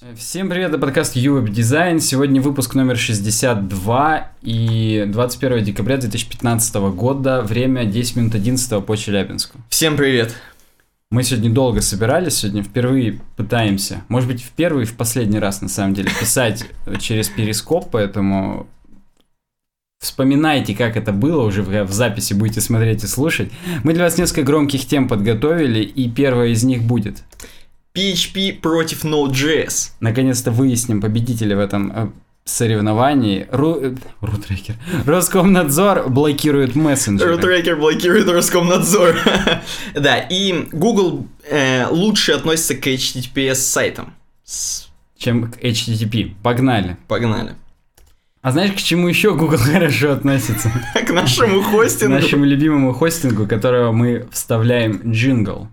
Всем привет, это подкаст UWeb Design. Сегодня выпуск номер 62 и 21 декабря 2015 года. Время 10 минут 11 по Челябинску. Всем привет. Мы сегодня долго собирались, сегодня впервые пытаемся, может быть в первый и в последний раз на самом деле, писать через перископ, поэтому вспоминайте, как это было, уже в записи будете смотреть и слушать. Мы для вас несколько громких тем подготовили, и первая из них будет... PHP против Node.js. Наконец-то выясним победителя в этом соревновании. Рутрекер. Роскомнадзор блокирует мессенджеры. Рутрекер блокирует Роскомнадзор. Да, и Google лучше относится к HTTPS сайтам, чем к HTTP. Погнали. А знаешь, к чему еще Google хорошо относится? К нашему хостингу. К нашему любимому хостингу, которого мы вставляем джингл.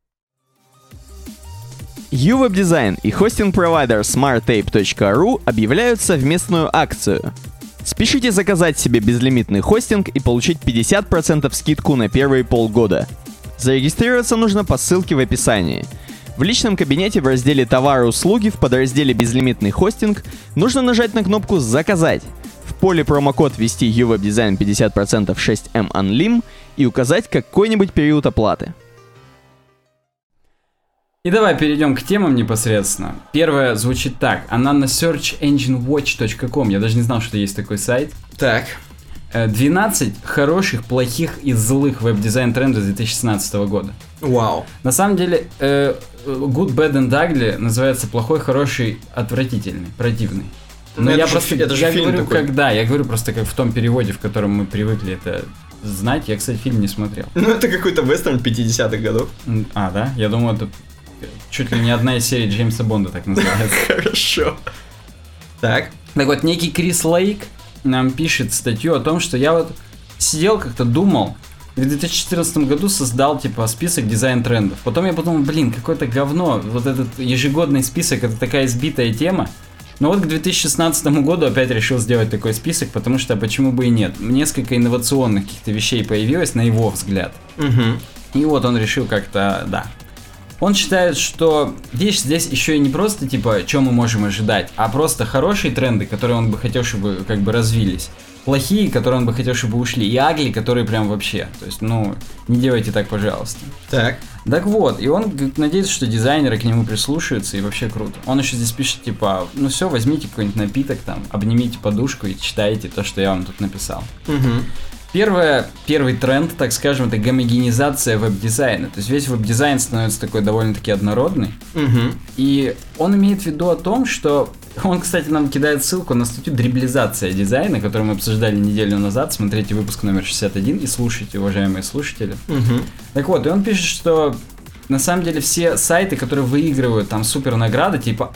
UWeb Design и хостинг-провайдер smarttape.ru объявляют совместную акцию. Спешите заказать себе безлимитный хостинг и получить 50% скидку на первые полгода. Зарегистрироваться нужно по ссылке в описании. В личном кабинете в разделе «Товары и услуги» в подразделе «Безлимитный хостинг» нужно нажать на кнопку «Заказать». В поле промокод ввести UWeb Design 50% 6M Unlim и указать какой-нибудь период оплаты. И давай перейдем к темам непосредственно. Первая звучит так. Она на searchenginewatch.com. Я даже не знал, что есть такой сайт. Так. 12 хороших, плохих и злых веб-дизайн трендов 2016 года. Вау. На самом деле, Good, Bad and Ugly называется плохой, хороший, отвратительный, противный. Но я просто говорю, когда. Я говорю просто как в том переводе, в котором мы привыкли это знать. Я, кстати, фильм не смотрел. Ну, это какой-то вестерн 50-х годов. А, да? Я думал, это... Чуть ли не одна из серий Джеймса Бонда так называется. Хорошо. Так вот, некий Крис Лейк нам пишет статью о том, что я вот сидел как-то думал, и в 2014 году создал типа список дизайн-трендов. Потом я подумал, какое-то говно, вот этот ежегодный список, это такая избитая тема. Но вот к 2016 году опять решил сделать такой список, потому что почему бы и нет. Несколько инновационных каких-то вещей появилось, на его взгляд. И вот он решил как-то, да. Он считает, что вещь здесь еще и не просто, типа, что мы можем ожидать, а просто хорошие тренды, которые он бы хотел, чтобы как бы развились. Плохие, которые он бы хотел, чтобы ушли. И агли, которые прям вообще. То есть, не делайте так, пожалуйста. Так вот, и он надеется, что дизайнеры к нему прислушаются, и вообще круто. Он еще здесь пишет, типа, все, возьмите какой-нибудь напиток, там, обнимите подушку и читайте то, что я вам тут написал. Первый тренд, так скажем, это гомогенизация веб-дизайна. То есть весь веб-дизайн становится такой довольно-таки однородный. И он имеет в виду о том, что... Он, кстати, нам кидает ссылку на статью «Дриблизация дизайна», которую мы обсуждали неделю назад. Смотрите выпуск номер 61 и слушайте, уважаемые слушатели. Так вот, и он пишет, что... На самом деле все сайты, которые выигрывают там супер награды, типа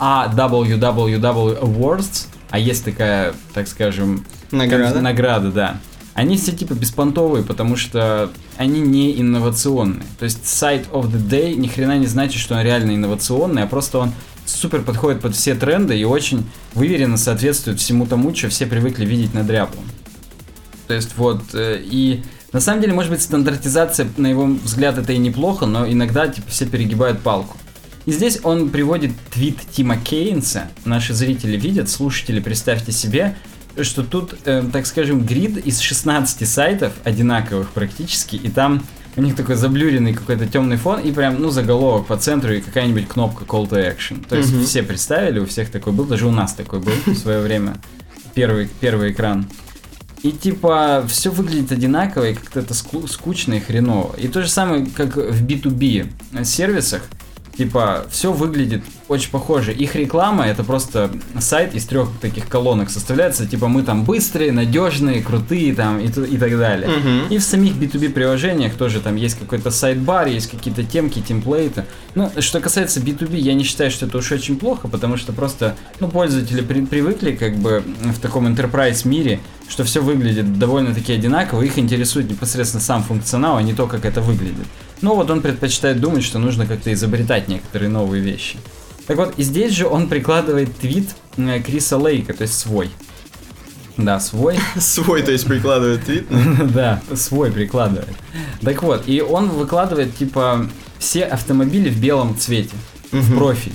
WWW Awards, а есть такая, так скажем... Награда, да. Они все типа беспонтовые, потому что они не инновационные. То есть сайт of the day ни хрена не значит, что он реально инновационный, а просто он супер подходит под все тренды и очень выверенно соответствует всему тому, что все привыкли видеть на дряблом. То есть вот, и на самом деле, может быть, стандартизация, на его взгляд, это и неплохо, но иногда типа все перегибают палку. И здесь он приводит твит Тима Кейнса. Наши зрители видят, слушатели, представьте себе, что тут, так скажем, грид из 16 сайтов, одинаковых практически, и там у них такой заблюренный какой-то темный фон, и прям, заголовок по центру и какая-нибудь кнопка Call to Action. То есть все представили, у всех такой был, даже у нас такой был в свое время, первый экран. И типа все выглядит одинаково, и как-то это скучно и хреново. И то же самое, как в B2B сервисах. Типа, все выглядит очень похоже. Их реклама — это просто сайт из 3 таких колонок составляется. Типа, мы там быстрые, надежные, крутые там и так далее. И в самих B2B приложениях тоже там есть какой-то сайт-бар, есть какие-то темки, темплейты. Что касается B2B, я не считаю, что это уж очень плохо, потому что просто, пользователи привыкли как бы в таком enterprise мире, что все выглядит довольно-таки одинаково, их интересует непосредственно сам функционал, а не то, как это выглядит. Вот он предпочитает думать, что нужно как-то изобретать некоторые новые вещи. Так вот, и здесь же он прикладывает твит Криса Лейка, то есть свой. Да, свой. Свой, то есть прикладывает твит? Да, свой прикладывает. Так вот, и он выкладывает, типа, все автомобили в белом цвете, в профиль.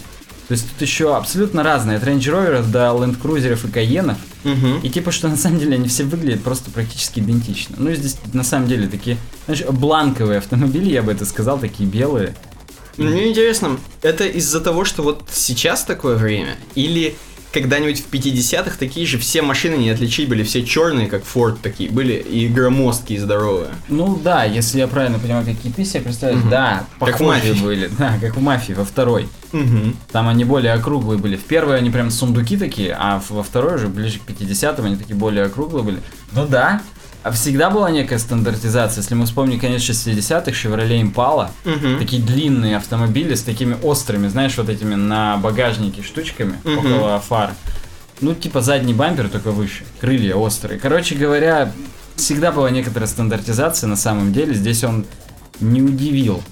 То есть тут еще абсолютно разные, от Range Rover до Land Cruiser и Cayenne. И типа, что на самом деле они все выглядят просто практически идентично. Ну, здесь на самом деле такие, знаешь, бланковые автомобили, я бы это сказал, такие белые. Мне интересно, это из-за того, что вот сейчас такое время, или когда-нибудь в 50-х такие же все машины не отличить были, все черные, как Ford такие были, и громоздкие, здоровые. Ну да, если я правильно понимаю, какие ты себе представляешь, да, похожие были, да, как в «Мафии», во второй. Там они более округлые были. В первой они прям сундуки такие, а во второй уже ближе к 50-м они такие более округлые были. Ну да, а всегда была некая стандартизация. Если мы вспомним конец 60-х, Chevrolet Impala, такие длинные автомобили с такими острыми, знаешь, вот этими на багажнике штучками около фар. Ну, типа задний бампер, только выше, крылья острые. Короче говоря, всегда была некоторая стандартизация на самом деле. Здесь он не удивил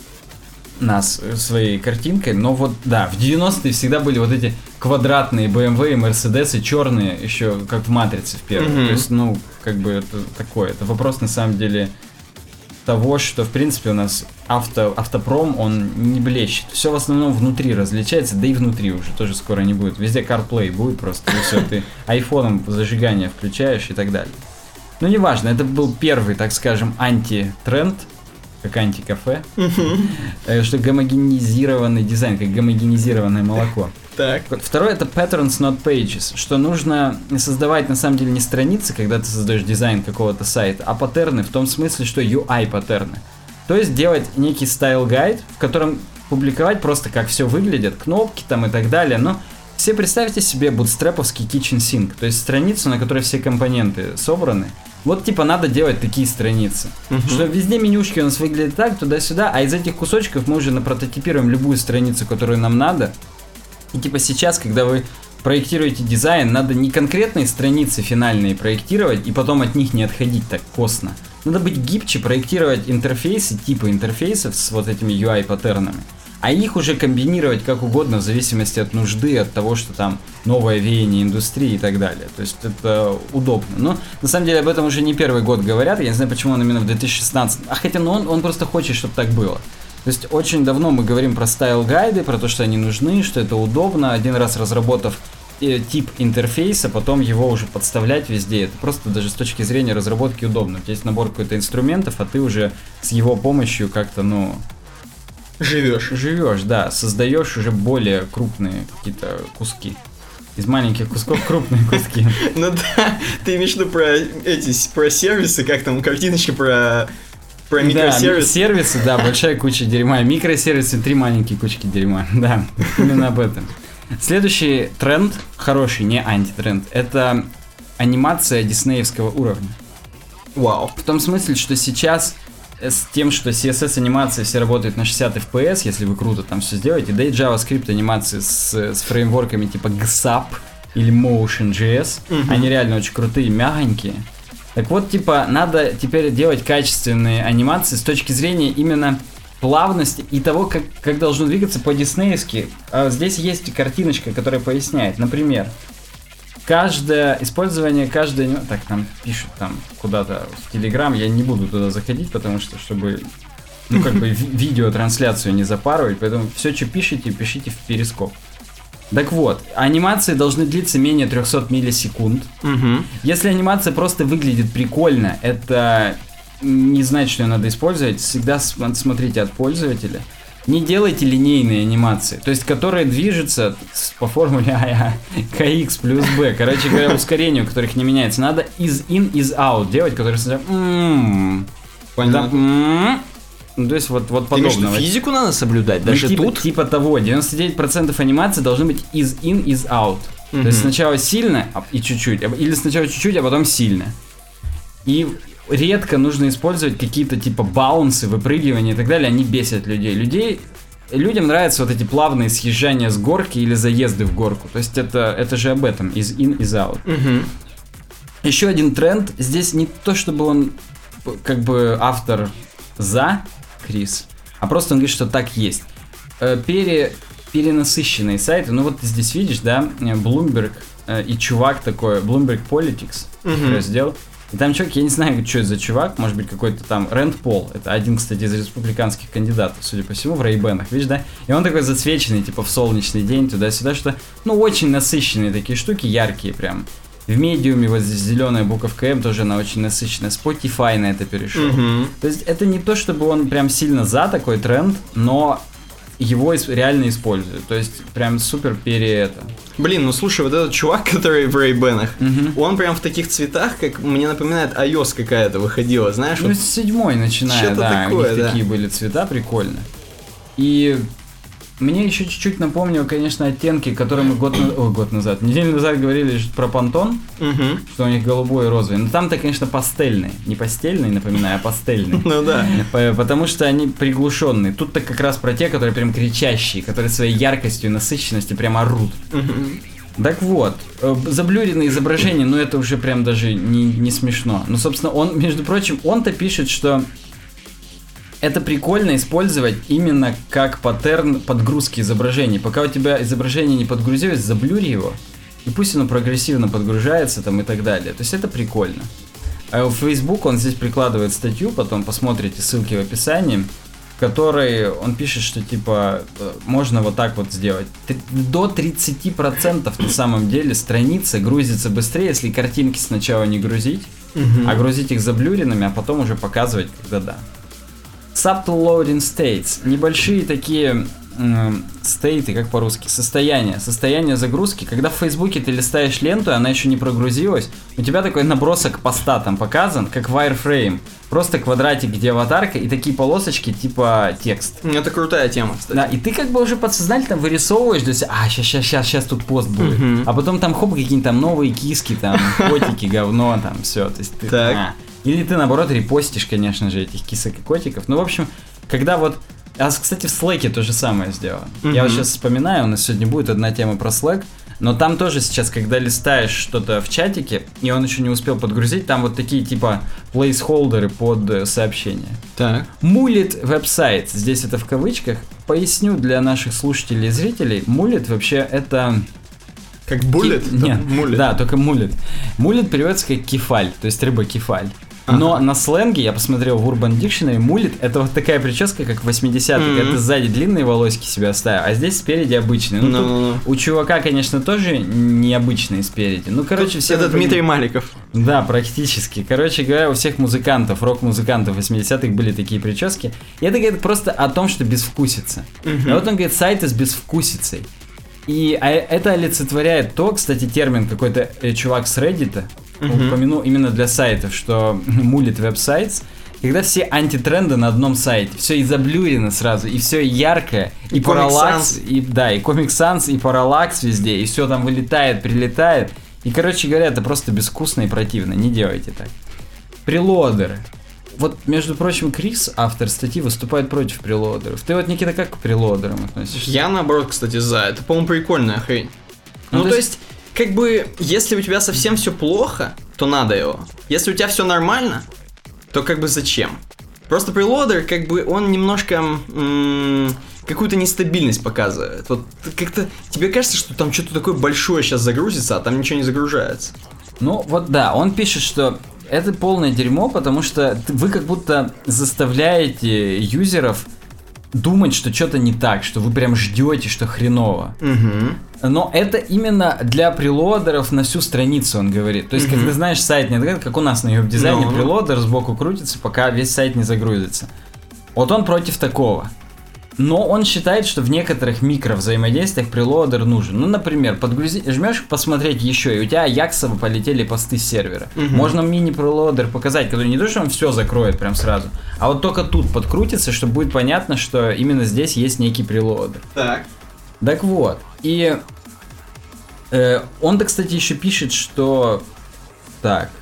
нас своей картинкой, но вот, да, в 90-е всегда были вот эти квадратные BMW и Mercedes, черные, еще как в «Матрице» в первой. То есть, ну, как бы это такое, это вопрос на самом деле того, что, в принципе, у нас автопром, он не блещет. Все в основном внутри различается, да и внутри уже тоже скоро не будет. Везде CarPlay будет просто, и все, ты айфоном зажигание включаешь и так далее. Ну, неважно, это был первый, так скажем, антитренд, как антикафе, что гомогенизированный дизайн, как гомогенизированное молоко. Так. Второе — это patterns, not pages, что нужно создавать на самом деле не страницы, когда ты создаешь дизайн какого-то сайта, а паттерны в том смысле, что UI-паттерны. То есть делать некий стайл-гайд, в котором публиковать просто как все выглядит, кнопки там и так далее, но все представьте себе бутстрэповский kitchen sink, то есть страницу, на которой все компоненты собраны. Вот типа надо делать такие страницы, что везде менюшки у нас выглядят так, туда-сюда, а из этих кусочков мы уже напрототипируем любую страницу, которую нам надо. И типа сейчас, когда вы проектируете дизайн, надо не конкретные страницы финальные проектировать и потом от них не отходить так косно. Надо быть гибче, проектировать интерфейсы, типы интерфейсов с вот этими UI-паттернами, а их уже комбинировать как угодно в зависимости от нужды, от того, что там новое веяние индустрии и так далее. То есть это удобно. Но на самом деле об этом уже не первый год говорят. Я не знаю, почему он именно в 2016. А хотя он просто хочет, чтобы так было. То есть очень давно мы говорим про стайл-гайды, про то, что они нужны, что это удобно. Один раз разработав тип интерфейса, потом его уже подставлять везде. Это просто даже с точки зрения разработки удобно. У тебя есть набор какой-то инструментов, а ты уже с его помощью как-то, ну... Живешь, да. Создаешь уже более крупные какие-то куски. Из маленьких кусков крупные куски. Ну да, ты имеешь в виду про сервисы, как там картиночка про микросервисы. Да, сервисы, да, большая куча дерьма. Микросервисы, 3 маленькие кучки дерьма. Да, именно об этом. Следующий тренд, хороший, не антитренд, это анимация диснеевского уровня. Вау. В том смысле, что сейчас с тем, что CSS-анимация все работает на 60 FPS, если вы круто там все сделаете, да и JavaScript анимации с фреймворками типа GSAP или Motion.js, они реально очень крутые, мягонькие. Так вот, типа, надо теперь делать качественные анимации с точки зрения именно плавности и того, как должно двигаться по-диснеевски. Здесь есть картиночка, которая поясняет. Например, использование каждой... Так, там пишут там куда-то в Telegram, я не буду туда заходить, потому что, чтобы, ну, как бы, видеотрансляцию не запарывать, поэтому все, что пишите в перископ. Так вот, анимации должны длиться менее 300 миллисекунд. Если анимация просто выглядит прикольно, это не значит, что ее надо использовать. Всегда смотрите от пользователя. Не делайте линейные анимации, то есть которые движутся по формуле KX плюс B. Короче говоря, ускорению, у которых не меняется. Надо из in, из out делать, которые сначала... Понятно. Ну, то есть вот подобного. Ты имеешь, физику надо соблюдать, даже тут? Типа того, 99% анимации должны быть из in, из out. То есть сначала сильно и чуть-чуть, или сначала чуть-чуть, а потом сильно. И редко нужно использовать какие-то типа баунсы, выпрыгивания и так далее, они бесят людей. Людям нравятся вот эти плавные съезжания с горки или заезды в горку. То есть это же об этом, из in, из out. Еще один тренд, здесь не то, чтобы он как бы автор за Крис, а просто он говорит, что так есть. Перенасыщенные сайты, ну вот ты здесь видишь, да, Bloomberg и чувак такой, Bloomberg Politics раздел, И там чувак, я не знаю, что это за чувак, может быть, какой-то там Рэнд Пол. Это один, кстати, из республиканских кандидатов, судя по всему, в Рэй-Бэнах, видишь, да? И он такой засвеченный, типа, в солнечный день, туда-сюда, что, ну, очень насыщенные такие штуки, яркие прям. В медиуме вот здесь зеленая буковка М тоже она очень насыщенная. Spotify на это перешел. То есть это не то, чтобы он прям сильно за такой тренд, но его реально используют. То есть прям супер это. Блин, ну слушай, вот этот чувак, который в Ray-Ban'ах, он прям в таких цветах, как мне напоминает iOS какая-то выходила, знаешь? Ну, вот... с 7-й начиная, да, такое, у них такие были цвета, прикольно. И мне еще чуть-чуть напомнил, конечно, оттенки, которые мы неделю назад говорили про Pantone, что у них голубой и розовый. Но там-то, конечно, пастельные. Не постельные, напоминаю, а пастельные. Ну да. Потому что они приглушенные. Тут-то как раз про те, которые прям кричащие, которые своей яркостью и насыщенностью прям орут. Так вот, заблюренные изображения, ну это уже прям даже не смешно. Ну, собственно, он, между прочим, он-то пишет, что это прикольно использовать именно как паттерн подгрузки изображений. Пока у тебя изображение не подгрузилось, заблюри его, и пусть оно прогрессивно подгружается там и так далее. То есть это прикольно. А в Facebook он здесь прикладывает статью, потом посмотрите ссылки в описании, в которой он пишет, что типа можно вот так вот сделать. До 30% на самом деле страница грузится быстрее, если картинки сначала не грузить, а грузить их заблюренными, а потом уже показывать, когда да. Subtle Loading States. Небольшие такие стейты, как по-русски, состояние загрузки. Когда в Фейсбуке ты листаешь ленту, и она еще не прогрузилась, у тебя такой набросок поста там показан, как wireframe. Просто квадратик, где аватарка, и такие полосочки, типа текст. Это крутая тема, кстати. Да, и ты как бы уже подсознательно вырисовываешь для себя, сейчас тут пост будет. А потом там хоп, какие-нибудь там новые киски, там, котики, говно, там, все. То есть ты... Так. Или ты, наоборот, репостишь, конечно же, этих кисок и котиков. Ну, в общем, когда вот... А, кстати, в Slack'е то же самое сделано. Я вот сейчас вспоминаю, у нас сегодня будет одна тема про Slack, но там тоже сейчас, когда листаешь что-то в чатике, и он еще не успел подгрузить, там вот такие типа плейсхолдеры под сообщения. Так. Mullet веб-сайт, здесь это в кавычках. Поясню для наших слушателей и зрителей, Mullet вообще это... Как буллет? Нет, да, только муллет. Муллет переводится как кефаль, то есть рыба-кефаль. Но на сленге, я посмотрел в Urban Dictionary, муллет это вот такая прическа, как в 80-х, когда ты сзади длинные волосики себе оставил, а здесь спереди обычные. Ну, тут у чувака, конечно, тоже необычные спереди. Ну, короче, все... Это Дмитрий Маликов. Да, практически. Короче говоря, у всех музыкантов, рок-музыкантов 80-х были такие прически. И это говорит просто о том, что безвкусица. А вот он говорит, сайты с безвкусицей. И это олицетворяет то, кстати, термин какой-то чувак с Reddit упомянул именно для сайтов, что мулит веб-сайт, когда все антитренды на одном сайте, все и заблюрено сразу, и все яркое, и параллакс, и Comic Sans, и параллакс везде, и все там вылетает, прилетает. И, короче говоря, это просто безвкусно и противно, не делайте так. Прелодеры. Вот, между прочим, Крис, автор статьи, выступает против прелодеров. Ты вот, Никита, как к прелодерам относишься? Я, наоборот, кстати, за. Это, по-моему, прикольная хрень. Ну, то есть, как бы, если у тебя совсем все плохо, то надо его. Если у тебя все нормально, то как бы зачем? Просто прелодер, как бы, он немножко какую-то нестабильность показывает. Вот как-то тебе кажется, что там что-то такое большое сейчас загрузится, а там ничего не загружается. Ну, вот да, он пишет, что это полное дерьмо, потому что вы как будто заставляете юзеров думать, что что-то не так, что вы прям ждете, что хреново. Но это именно для прелодеров на всю страницу, он говорит. То есть, когда знаешь, сайт не открыт, как у нас на веб-дизайне, прелодер сбоку крутится, пока весь сайт не загрузится. Вот он против такого. Но он считает, что в некоторых микровзаимодействиях прелодер нужен. Ну, например, жмешь посмотреть еще, и у тебя аяксово полетели посты с сервера. Можно мини-прелодер показать, который не то, что он все закроет прям сразу, а вот только тут подкрутится, чтобы будет понятно, что именно здесь есть некий прелодер. Так вот, и он-то, кстати, еще пишет, что... Так...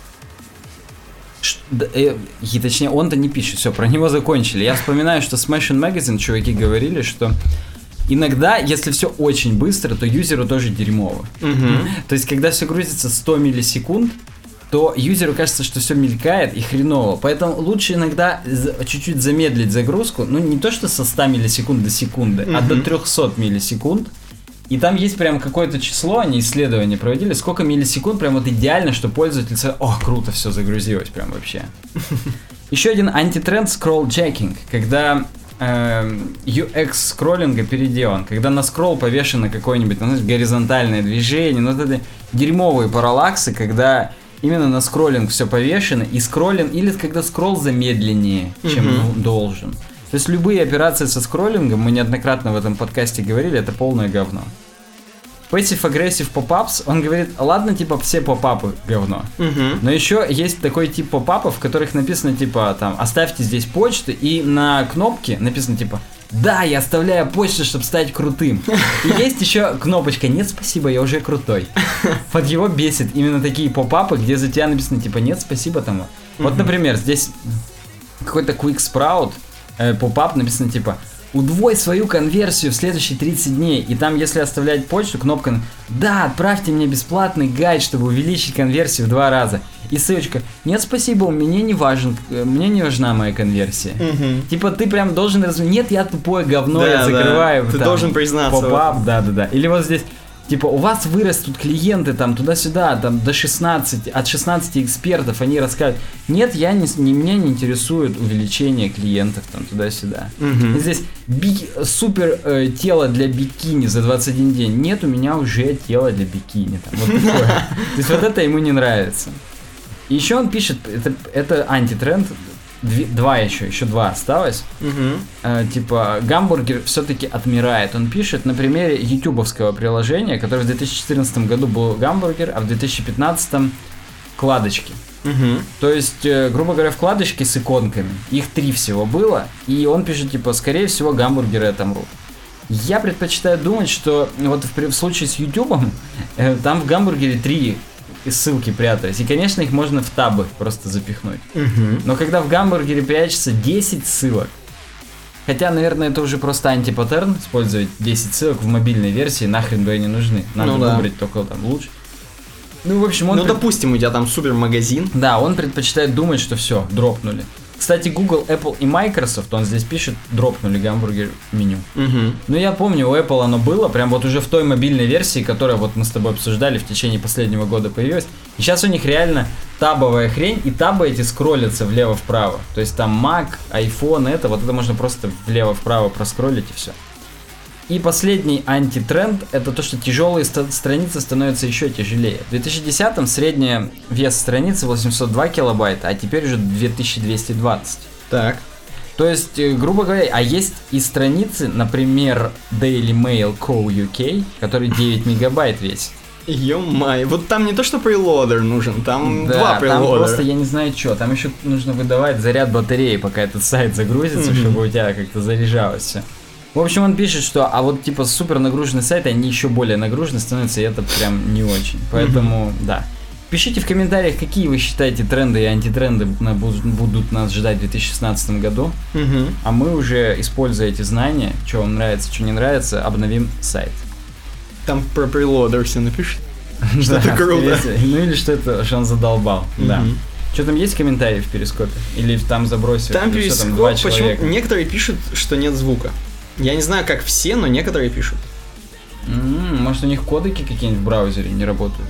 И точнее, он-то не пишет, все, про него закончили. Я вспоминаю, что Smashing Magazine чуваки говорили, что иногда, если все очень быстро, то юзеру тоже дерьмово. То есть, когда все грузится 100 миллисекунд, то юзеру кажется, что все мелькает и хреново. Поэтому лучше иногда чуть-чуть замедлить загрузку, ну не то, что со 100 миллисекунд до секунды, а до 300 миллисекунд. И там есть прям какое-то число, они исследования проводили, сколько миллисекунд, прям вот идеально, что пользователь... круто, все загрузилось прям вообще. Еще один антитренд скролл-джекинг, когда UX скроллинга переделан, когда на скролл повешено какое-нибудь, горизонтальное движение, вот это дерьмовые параллаксы, когда именно на скроллинг все повешено, и скроллинг, или когда скролл замедленнее, чем должен. То есть любые операции со скроллингом, мы неоднократно в этом подкасте говорили, это полное говно. Passive-aggressive pop-ups, он говорит, ладно, типа, все поп-апы говно. Но еще есть такой тип поп-апов, в которых написано, типа, там, оставьте здесь почту, и на кнопке написано, типа, да, я оставляю почту, чтобы стать крутым. И есть еще кнопочка, нет, спасибо, я уже крутой. Вот его бесит именно такие поп-апы, где за тебя написано, типа, нет, спасибо тому. Вот, например, здесь какой-то Quick Sprout, поп-ап написано, типа, удвой свою конверсию в следующие 30 дней. И там, если оставлять почту, кнопка «Да, отправьте мне бесплатный гайд, чтобы увеличить конверсию в 2 раза». И ссылочка «Нет, спасибо, мне не важна моя конверсия». Типа ты прям должен нет, я тупое говно, я закрываю. Ты должен признаться. Поп-ап, да. Или вот здесь... Типа, у вас вырастут клиенты там туда-сюда, там до 16, от 16 экспертов, они расскажут, нет, меня не интересует увеличение клиентов там туда-сюда. И здесь супер тело для бикини за 21 день, нет, у меня уже тело для бикини. Там, вот такое. То есть вот это ему не нравится. И еще он пишет, это антитренд, еще 2 осталось. Типа, гамбургер все-таки отмирает. Он пишет на примере ютубовского приложения, которое в 2014 году был гамбургер, а в 2015 вкладочки. То есть, грубо говоря, вкладочки с иконками. Их 3 всего было. И он пишет, типа, скорее всего, гамбургеры отомрут. Я предпочитаю думать, что вот в случае с ютубом, там в гамбургере 3 ссылки прятались. И, конечно, их можно в табы просто запихнуть. Но когда в гамбургере прячется 10 ссылок, хотя, наверное, это уже просто антипаттерн, использовать 10 ссылок в мобильной версии, нахрен бы они нужны. Надо выбрать только там лучше. Ну, в общем, допустим, у тебя там супер магазин. Да, он предпочитает думать, что все, дропнули. Кстати, Google, Apple и Microsoft, он здесь пишет, дропнули гамбургер меню. Но я помню, у Apple оно было, прям вот уже в той мобильной версии, которая вот мы с тобой обсуждали в течение последнего года появилась. И сейчас у них реально табовая хрень, и табы эти скроллятся влево-вправо. То есть там Mac, iPhone, это можно просто влево-вправо проскроллить и все. И последний антитренд – это то, что тяжелые страницы становятся еще тяжелее. В 2010-м средний вес страницы 802 килобайта, а теперь уже 2220. Так. То есть, грубо говоря, а есть и страницы, например, Daily Mail Co. UK, который 9 мегабайт весит. Ё-май, вот там не то, что прелодер нужен, там 2 прелодера. Там просто я не знаю что, там еще нужно выдавать заряд батареи, пока этот сайт загрузится, чтобы у тебя как-то заряжалось все. В общем, он пишет, что, а вот типа супер нагруженные сайты, они еще более нагружены становятся, и это прям не очень. Поэтому, да. Пишите в комментариях, какие вы считаете тренды и антитренды будут нас ждать в 2016 году. А мы уже, используя эти знания, что вам нравится, что не нравится, обновим сайт. Там про прелодер все напишет. Что-то круто. Ну или что-то, что он задолбал, да. Что там есть комментарии в Перископе? Или там забросили? Там Перископ, почему некоторые пишут, что нет звука. Я не знаю, как все, но некоторые пишут. Может, у них кодеки какие-нибудь в браузере не работают?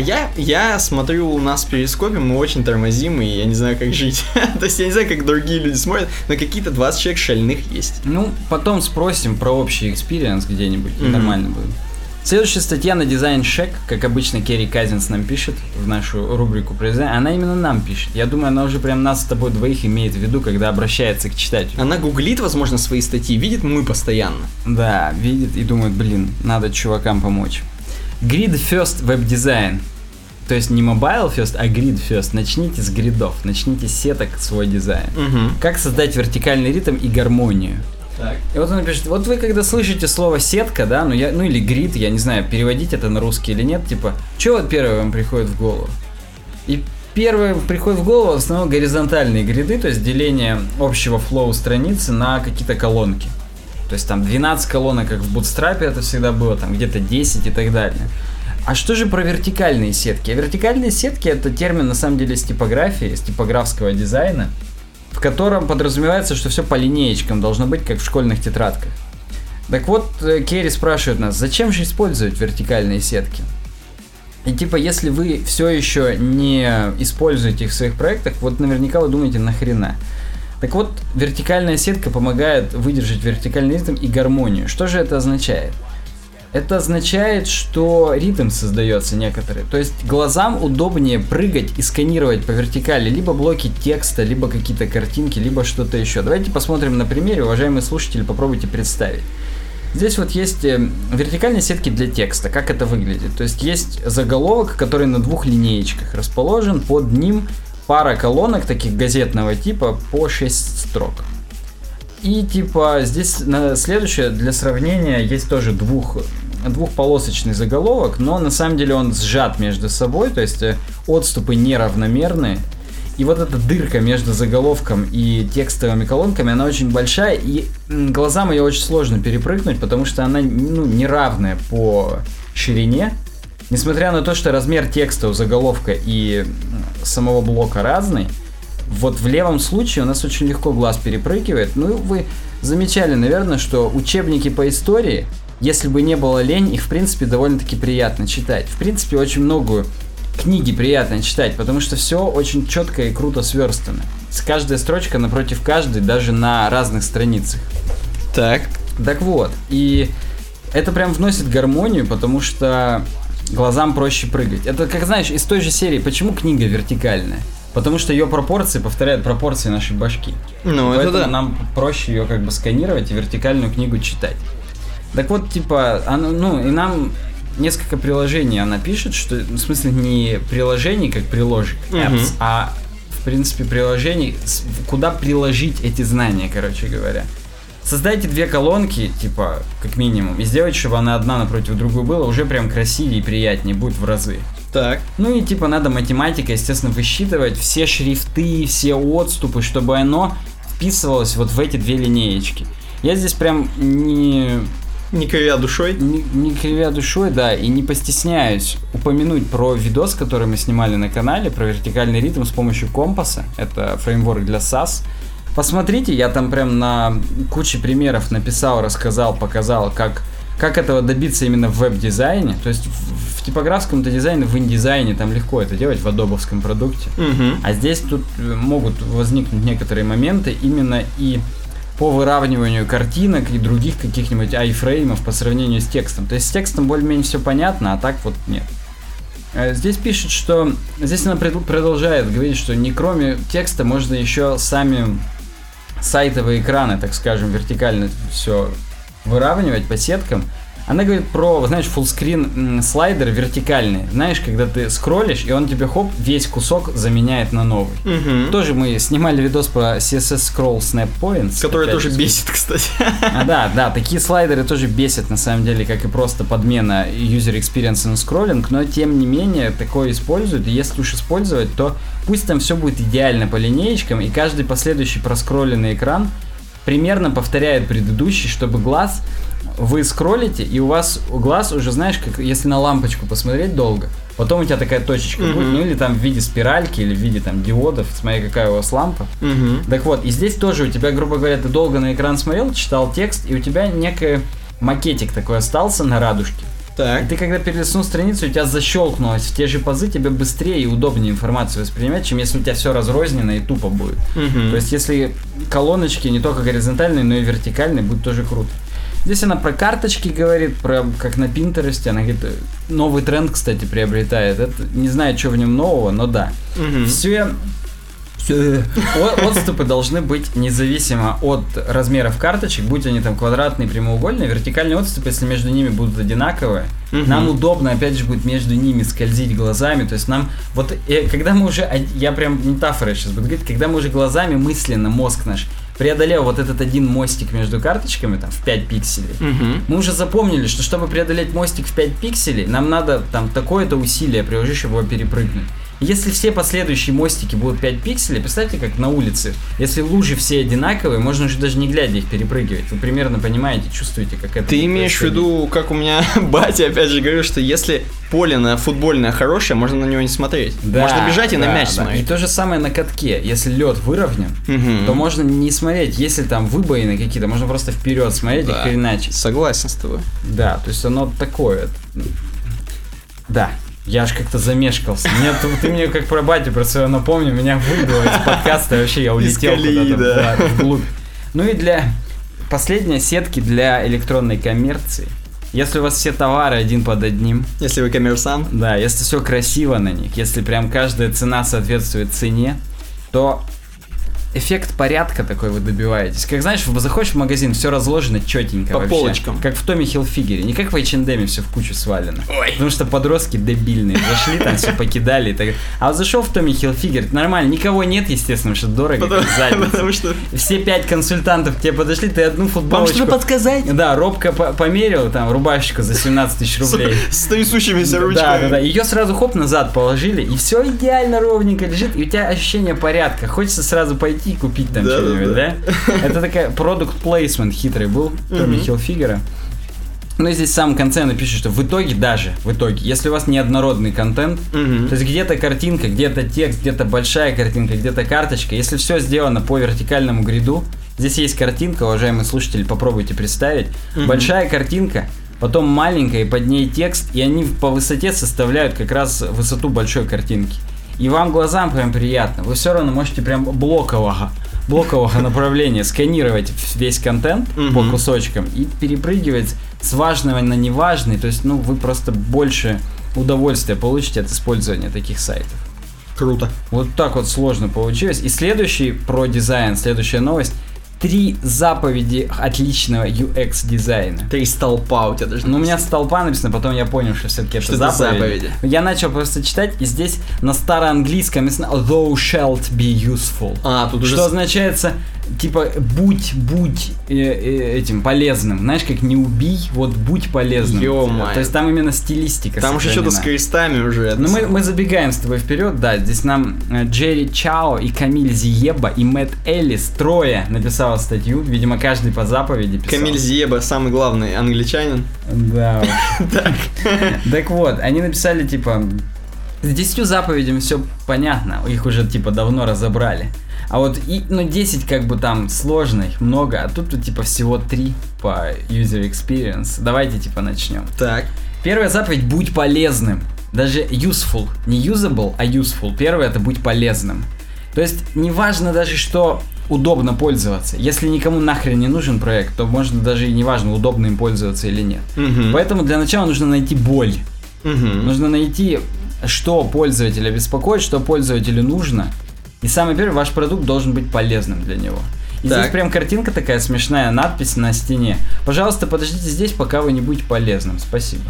Я смотрю, у нас в Перископе мы очень тормозим, и я не знаю, как жить. То есть я не знаю, как другие люди смотрят, но какие-то 20 человек шальных есть. Ну, потом спросим про общий экспириенс где-нибудь, и нормально будет. Следующая статья на Design Shack, как обычно, Керри Казинс нам пишет в нашу рубрику про дизайн. Она именно нам пишет. Я думаю, она уже прям нас с тобой двоих имеет в виду, когда обращается к читателю. Она гуглит, возможно, свои статьи, видит мы постоянно. Да, видит и думает, надо чувакам помочь. Grid First Web Design. То есть не Mobile First, а Grid First. Начните с гридов, начните с сеток свой дизайн. Как создать вертикальный ритм и гармонию. Так. И вот он пишет, вот вы когда слышите слово сетка, да, или грид, я не знаю, переводить это на русский или нет, типа, что вот первое вам приходит в голову? И первое приходит в голову в основном горизонтальные гриды, то есть деление общего флоу страницы на какие-то колонки. То есть там 12 колонок, как в Bootstrap это всегда было, там где-то 10 и так далее. А что же про вертикальные сетки? А вертикальные сетки это термин на самом деле из типографии, из типографского дизайна, в котором подразумевается, что все по линеечкам должно быть, как в школьных тетрадках. Так вот, Керри спрашивает нас, зачем же использовать вертикальные сетки? И типа, если вы все еще не используете их в своих проектах, вот наверняка вы думаете, нахрена? Так вот, вертикальная сетка помогает выдержать вертикальный ритм и гармонию. Что же это означает? Это означает, что ритм создается некоторый. То есть глазам удобнее прыгать и сканировать по вертикали либо блоки текста, либо какие-то картинки, либо что-то еще. Давайте посмотрим на примере, уважаемые слушатели, попробуйте представить. Здесь вот есть вертикальные сетки для текста. Как это выглядит? То есть есть заголовок, который на 2 линеечках расположен, под ним пара колонок таких газетного типа по 6 строк. И типа здесь следующее для сравнения есть тоже двухполосочный заголовок, но на самом деле он сжат между собой, то есть отступы неравномерные. И вот эта дырка между заголовком и текстовыми колонками, она очень большая, и глазам ее очень сложно перепрыгнуть, потому что она неравная по ширине. Несмотря на то, что размер текста у заголовка и самого блока разный, вот в левом случае у нас очень легко глаз перепрыгивает. Ну, вы замечали, наверное, что учебники по истории, если бы не было лень, их, в принципе, довольно-таки приятно читать. В принципе, очень многое книги приятно читать, потому что все очень четко и круто сверстано. Каждая строчка напротив каждой, даже на разных страницах. Так вот, и это прям вносит гармонию, потому что глазам проще прыгать. Это, как знаешь, из той же серии, почему книга вертикальная? Потому что ее пропорции повторяют пропорции нашей башки. Ну, поэтому это да. Нам проще ее как бы сканировать и вертикальную книгу читать. Так вот, типа, и нам несколько приложений она пишет, что, в смысле, не приложений, как приложек, apps, а, в принципе, приложений, куда приложить эти знания, короче говоря. Создайте 2 колонки, типа, как минимум, и сделайте, чтобы она одна напротив другой была, уже прям красивее и приятнее будет в разы. Так. Ну и типа надо математика, естественно, высчитывать все шрифты, все отступы, чтобы оно вписывалось вот в эти 2 линеечки. Я здесь прям не кривя душой? Не кривя душой, да, и не постесняюсь упомянуть про видос, который мы снимали на канале, про вертикальный ритм с помощью компаса. Это фреймворк для SAS. Посмотрите, я там прям на куче примеров написал, рассказал, показал, как этого добиться именно в веб-дизайне. То есть в типографском-то дизайне, в индизайне там легко это делать, в адобовском продукте. А здесь тут могут возникнуть некоторые моменты именно и по выравниванию картинок и других каких-нибудь айфреймов по сравнению с текстом. То есть с текстом более-менее все понятно, а так вот нет. Здесь пишет, что... Здесь она продолжает говорить, что не кроме текста можно еще сами сайтовые экраны, так скажем, вертикально все выравнивать по сеткам. Она говорит про, знаешь, фуллскрин слайдеры вертикальные. Знаешь, когда ты скроллишь, и он тебе, хоп, весь кусок заменяет на новый. Тоже мы снимали видос про CSS Scroll Snap Points. Который тоже бесит, кстати. Да, такие слайдеры тоже бесят, на самом деле, как и просто подмена user experience на скроллинг, но тем не менее такое используют, и если уж использовать, то пусть там все будет идеально по линеечкам, и каждый последующий проскролленный экран примерно повторяет предыдущий, чтобы глаз... Вы скроллите, и у вас глаз уже, знаешь, как если на лампочку посмотреть долго, потом у тебя такая точечка будет, ну или там в виде спиральки, или в виде там диодов, смотри, какая у вас лампа. Так вот, и здесь тоже у тебя, грубо говоря, ты долго на экран смотрел, читал текст, и у тебя некий макетик такой остался на радужке. Так. И ты когда перелистнул страницу, у тебя защелкнулось в те же пазы, тебе быстрее и удобнее информацию воспринимать, чем если у тебя все разрозненно и тупо будет. То есть если колоночки не только горизонтальные, но и вертикальные, будет тоже круто. Здесь она про карточки говорит, про как на Пинтересте. Она говорит, новый тренд, кстати, приобретает. Это, не знаю, что в нем нового, но да. Все отступы должны быть независимо от размеров карточек, будь они там квадратные, прямоугольные, вертикальные отступы, если между ними будут одинаковые, нам удобно, опять же, будет между ними скользить глазами, то есть нам, вот, когда мы уже, я прям метафорой сейчас буду говорить, когда мы уже глазами мысленно, мозг наш преодолел вот этот один мостик между карточками, там, в 5 пикселей, мы уже запомнили, что чтобы преодолеть мостик в 5 пикселей, нам надо там такое-то усилие приложить, чтобы его перепрыгнуть. Если все последующие мостики будут 5 пикселей, представьте, как на улице. Если лужи все одинаковые, можно уже даже не глядя их перепрыгивать. Вы примерно понимаете, чувствуете, как это. Ты имеешь в виду, как у меня батя опять же говорил, что если поле на футбольное хорошее, можно на него не смотреть. Да, можно бежать и на мяч смотреть. И то же самое на катке. Если лед выровнен, то можно не смотреть. Если там выбоины какие-то, можно просто вперед смотреть и хреначить. Согласен с тобой. Да, то есть оно такое. Да. Я аж как-то замешкался. Нет, ты мне как про батю про своего напомнил, меня выбило из подкаста, вообще я улетел куда-то вглубь. Ну и для последней сетки для электронной коммерции. Если у вас все товары один под одним. Если вы коммерсант. Да, если все красиво на них, если прям каждая цена соответствует цене, то эффект порядка такой вы добиваетесь. Как знаешь, заходишь в магазин, все разложено четенько по вообще. Полочкам. Как в Томми Хилфигере. Не как в H&M все в кучу свалено. Ой. Потому что подростки дебильные. Зашли там, все покидали. И так. А вот зашел в Томми Хилфигер, нормально. Никого нет, естественно, что дорого. Потому что все 5 консультантов к тебе подошли, ты одну футболочку. Вам что-то подсказать? Да, робко померил, там, рубашечку за 17 тысяч рублей. С трясущимися ручками. Да. Ее сразу хоп назад положили, и все идеально ровненько лежит, и у тебя ощущение порядка. Хочется сразу пойти и купить там что-нибудь, да? Это такая product placement хитрый был Томми Хилфигера. Ну и здесь в самом конце напишет, что в итоге, если у вас неоднородный контент, то есть где-то картинка, где-то текст, где-то большая картинка, где-то карточка, если все сделано по вертикальному гриду, здесь есть картинка, уважаемые слушатели, попробуйте представить, большая картинка, потом маленькая, и под ней текст, и они по высоте составляют как раз высоту большой картинки. И вам глазам прям приятно, вы все равно можете прям блокового направления сканировать весь контент по кусочкам и перепрыгивать с важного на неважный, то есть, вы просто больше удовольствия получите от использования таких сайтов. Круто. Вот так вот сложно получилось. И следующий про дизайн, следующая новость. 3 заповеди отличного UX дизайна. 3 столпа у тебя даже. Ну, у меня столпа написано, потом я понял, что все-таки это заповеди. Я начал просто читать, и здесь на староанглийском написано "Thou shalt be useful". Тут уже... Что означается, типа, будь этим полезным. Знаешь, как не убий, вот будь полезным. Ё-моё. То есть там именно стилистика. Там уже что-то с крестами уже. Ну, мы забегаем с тобой вперед, да. Здесь нам Джерри Чао и Камиль Зиеба и Мэтт Эллис трое написал статью, видимо, каждый по заповеди писал. Камиль Зиеба самый главный англичанин. Да. Так вот, они написали, типа, с 10 заповедями все понятно, их уже, типа, давно разобрали. А вот, 10 как бы там сложно, их много, а тут, типа, всего 3 по user experience. Давайте, типа, начнем. Так. Первая заповедь — будь полезным. Даже useful, не usable, а useful. Первое — это будь полезным. То есть, неважно даже, что удобно пользоваться. Если никому нахрен не нужен проект, то можно даже и неважно, удобно им пользоваться или нет. Поэтому для начала нужно найти боль. Нужно найти, что пользователя беспокоит, что пользователю нужно. И самый первый, ваш продукт должен быть полезным для него. И здесь прям картинка такая смешная, надпись на стене. Пожалуйста, подождите здесь, пока вы не будете полезным. Спасибо.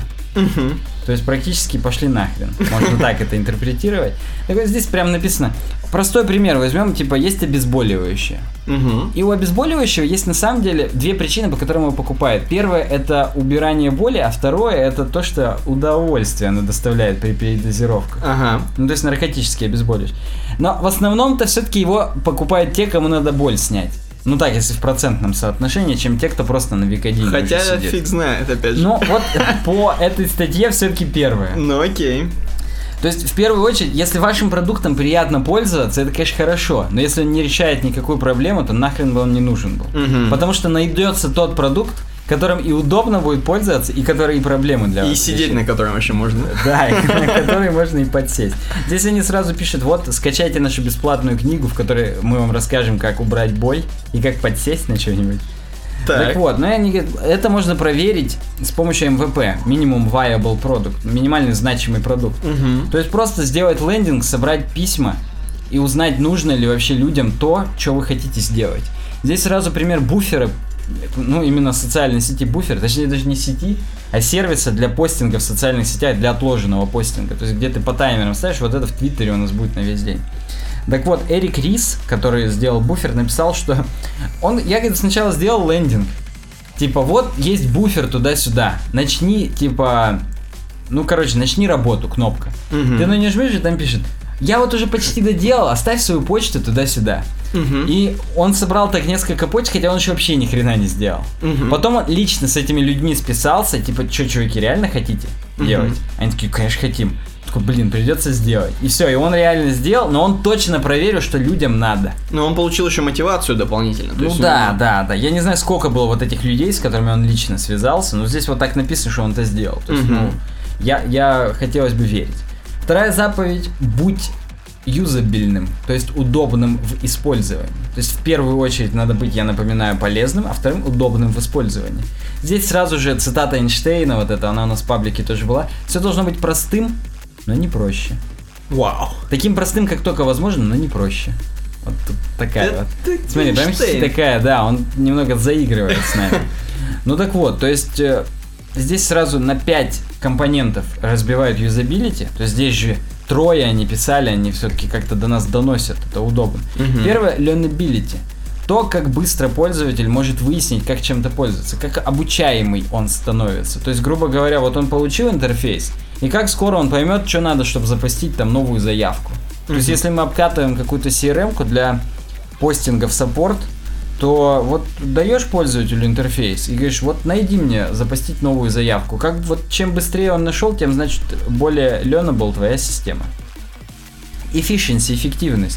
То есть практически пошли нахрен. Можно так это интерпретировать. Так вот здесь прям написано. Простой пример возьмем, типа, есть обезболивающее. И у обезболивающего есть на самом деле 2 причины, по которым его покупают. Первое — это убирание боли, а второе — это то, что удовольствие оно доставляет при передозировках. Ну, то есть наркотические обезболивающие. Но в основном-то все-таки его покупают те, кому надо боль снять. Ну так, если в процентном соотношении, чем те, кто просто на Викодине сидит. Хотя фиг знает, опять же. Ну вот по этой статье все-таки первое. Ну окей. То есть, в первую очередь, если вашим продуктом приятно пользоваться, это, конечно, хорошо. Но если он не решает никакую проблему, то нахрен бы он не нужен был. Потому что найдется тот продукт, которым и удобно будет пользоваться, и который и проблемы для вас. И сидеть на котором еще можно. Да, на который можно и подсесть. Здесь они сразу пишут, вот, скачайте нашу бесплатную книгу, в которой мы вам расскажем, как убрать боль и как подсесть на что-нибудь. Так вот, но они говорят, это можно проверить с помощью MVP, Minimum Viable Product, минимальный значимый продукт. То есть просто сделать лендинг, собрать письма и узнать, нужно ли вообще людям то, что вы хотите сделать. Здесь сразу пример буфера, ну именно социальной сети буфер, точнее даже не сети, а сервиса для постинга в социальных сетях, для отложенного постинга. То есть где ты по таймерам ставишь, вот это в Твиттере у нас будет на весь день. Так вот, Эрик Рис, который сделал буфер, написал, что я говорит, сначала сделал лендинг. Типа, вот есть буфер туда-сюда. Начни, типа, начни работу, кнопка. Ты на нее жмешь, и там пишет, я вот уже почти доделал, оставь свою почту туда-сюда. И он собрал так несколько почт, хотя он еще вообще ни хрена не сделал. Потом он лично с этими людьми списался, типа, что, чуваки, реально хотите делать? Они такие, конечно, хотим. Такой, блин, придется сделать. И все, и он реально сделал, но он точно проверил, что людям надо. Но он получил еще мотивацию дополнительно. Ну да. Я не знаю, сколько было вот этих людей, с которыми он лично связался, но здесь вот так написано, что он это сделал. То есть, я хотелось бы верить. Вторая заповедь: будь юзабельным, то есть удобным в использовании. То есть в первую очередь надо быть, я напоминаю, полезным, а вторым удобным в использовании. Здесь сразу же цитата Эйнштейна, вот эта, она у нас в паблике тоже была. Все должно быть простым, но не проще. Вау. Таким простым, как только возможно, но не проще. Вот тут такая это вот. Смотри, прям такая, да, он немного заигрывает с нами. Ну так вот, то есть здесь сразу на 5 компонентов разбивают юзабилити, то есть здесь же трое они писали, они все-таки как-то до нас доносят, это удобно. Первое — learnability. То, как быстро пользователь может выяснить, как чем-то пользоваться, как обучаемый он становится. То есть, грубо говоря, вот он получил интерфейс, и как скоро он поймет, что надо, чтобы запостить там новую заявку. То есть, если мы обкатываем какую-то CRM-ку для постинга в саппорт, то вот даешь пользователю интерфейс и говоришь, вот найди мне запостить новую заявку. Как вот чем быстрее он нашел, тем значит более learnable твоя система. Efficiency, эффективность.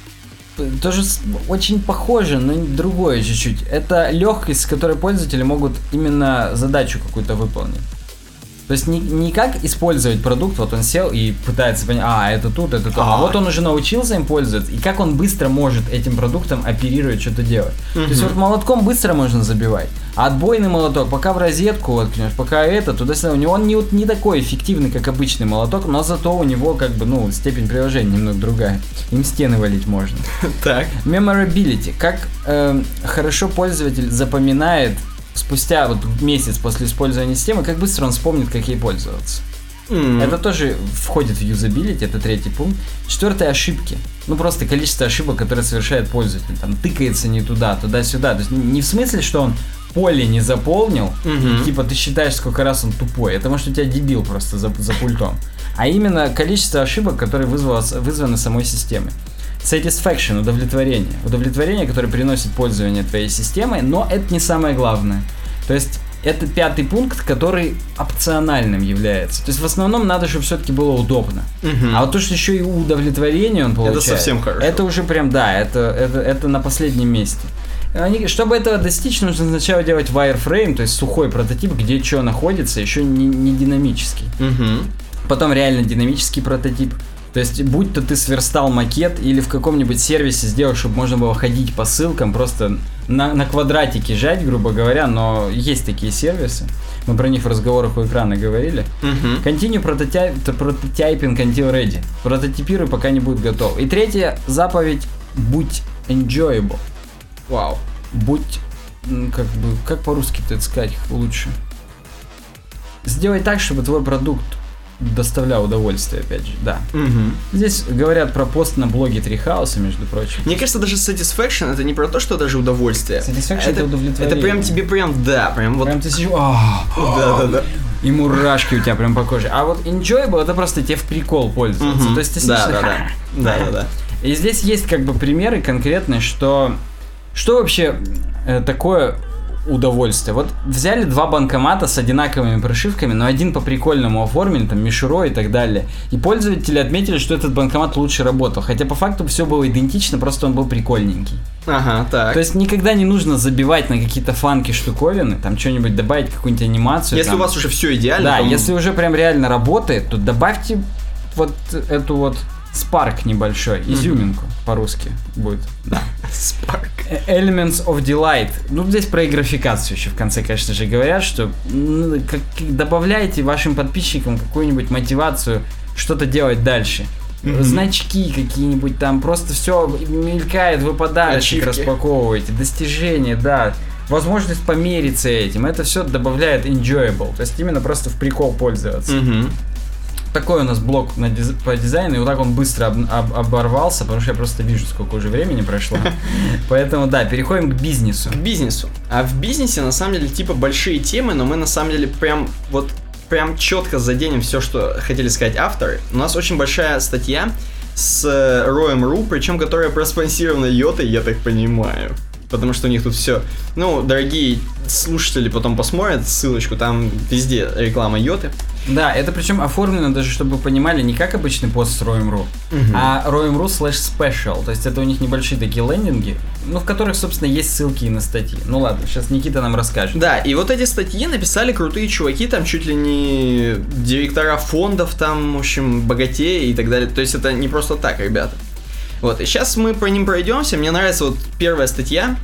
Тоже очень похоже, но другое чуть-чуть. Это легкость, с которой пользователи могут именно задачу какую-то выполнить. То есть не как использовать продукт, вот он сел и пытается понять, это тут, это то. А вот он уже научился им пользоваться, и как он быстро может этим продуктом оперировать, что-то делать. То есть вот молотком быстро можно забивать, а отбойный молоток пока в розетку воткнешь, пока это, туда-сюда. У него он не такой эффективный, как обычный молоток, но зато у него как бы, степень приложения немного другая. Им стены валить можно. Так. Memorability. Как хорошо пользователь запоминает спустя вот месяц после использования системы, как быстро он вспомнит, как ей пользоваться. Это тоже входит в юзабилити, это 3-й пункт. 4-е — ошибки. Просто количество ошибок, которые совершает пользователь. Там тыкается не туда-сюда. То есть не в смысле, что он поле не заполнил, и типа ты считаешь, сколько раз он тупой. Это может у тебя дебил просто за пультом. А именно количество ошибок, которые вызваны самой системой. Satisfaction, удовлетворение. Удовлетворение, которое приносит пользование твоей системой, но это не самое главное. То есть это 5-й пункт, который опциональным является. То есть в основном надо, чтобы все-таки было удобно. А вот то, что еще и удовлетворение он получает, это совсем хорошо. Это уже прям, да, это на последнем месте. Чтобы этого достичь, нужно сначала делать wireframe, то есть сухой прототип, где что находится, еще не динамический. Потом реально динамический прототип. То есть, будь то ты сверстал макет или в каком-нибудь сервисе сделал, чтобы можно было ходить по ссылкам, просто на квадратике жать, грубо говоря, но есть такие сервисы. Мы про них в разговорах у экрана говорили. Continue prototyping until ready. Прототипируй, пока не будет готов. И 3-я заповедь: будь enjoyable. Вау. Будь, как по-русски-то это сказать лучше? Сделай так, чтобы твой продукт доставлял удовольствие, опять же, да. Здесь говорят про пост на блоге Treehouse, между прочим. Мне кажется, даже satisfaction — это не про то, что даже удовольствие. Satisfaction — это удовлетворение. Это прям тебе прям вот... Прям ты сидишь, да. И мурашки у тебя прям по коже. А вот enjoyable — это просто тебе в прикол пользоваться. То есть ты сидишь... Да. И здесь есть как бы примеры конкретные, что вообще такое удовольствие. Вот взяли 2 банкомата с одинаковыми прошивками, но один по прикольному оформлен, там мишурой и так далее. И пользователи отметили, что этот банкомат лучше работал. Хотя по факту все было идентично, просто он был прикольненький. Ага, так. То есть никогда не нужно забивать на какие-то фанки штуковины, там что-нибудь добавить, какую-нибудь анимацию. Если там... у вас уже все идеально. Да, если уже прям реально работает, то добавьте вот эту вот Spark небольшой, изюминку по-русски будет. Да. Spark. Elements of Delight. Здесь про графикацию еще в конце, конечно же, говорят, что добавляйте вашим подписчикам какую-нибудь мотивацию что-то делать дальше. Значки какие-нибудь там, просто все мелькает, вы подарочек распаковываете, достижения, да. Возможность помериться этим. Это все добавляет enjoyable. То есть именно просто в прикол пользоваться. Такой у нас блок по дизайну, и вот так он быстро оборвался, потому что я просто вижу, сколько уже времени прошло. Поэтому, да, переходим к бизнесу. К бизнесу. А в бизнесе, на самом деле, типа большие темы, но мы, на самом деле, прям четко заденем все, что хотели сказать авторы. У нас очень большая статья с Roam.ru, причем которая проспонсирована Йотой, я так понимаю. Потому что у них тут все. Ну, дорогие слушатели потом посмотрят ссылочку, там везде реклама Йоты. Да, это причем оформлено даже, чтобы вы понимали, не как обычный пост с Roam.ru, а Roam.ru /special. То есть это у них небольшие такие лендинги, ну, в которых, собственно, есть ссылки и на статьи. Ну ладно, сейчас Никита нам расскажет. Да, и вот эти статьи написали крутые чуваки, там чуть ли не директора фондов, там, в общем, богатеи и так далее. То есть это не просто так, ребята. Вот, и сейчас мы по ним пройдемся. Мне нравится вот первая статья.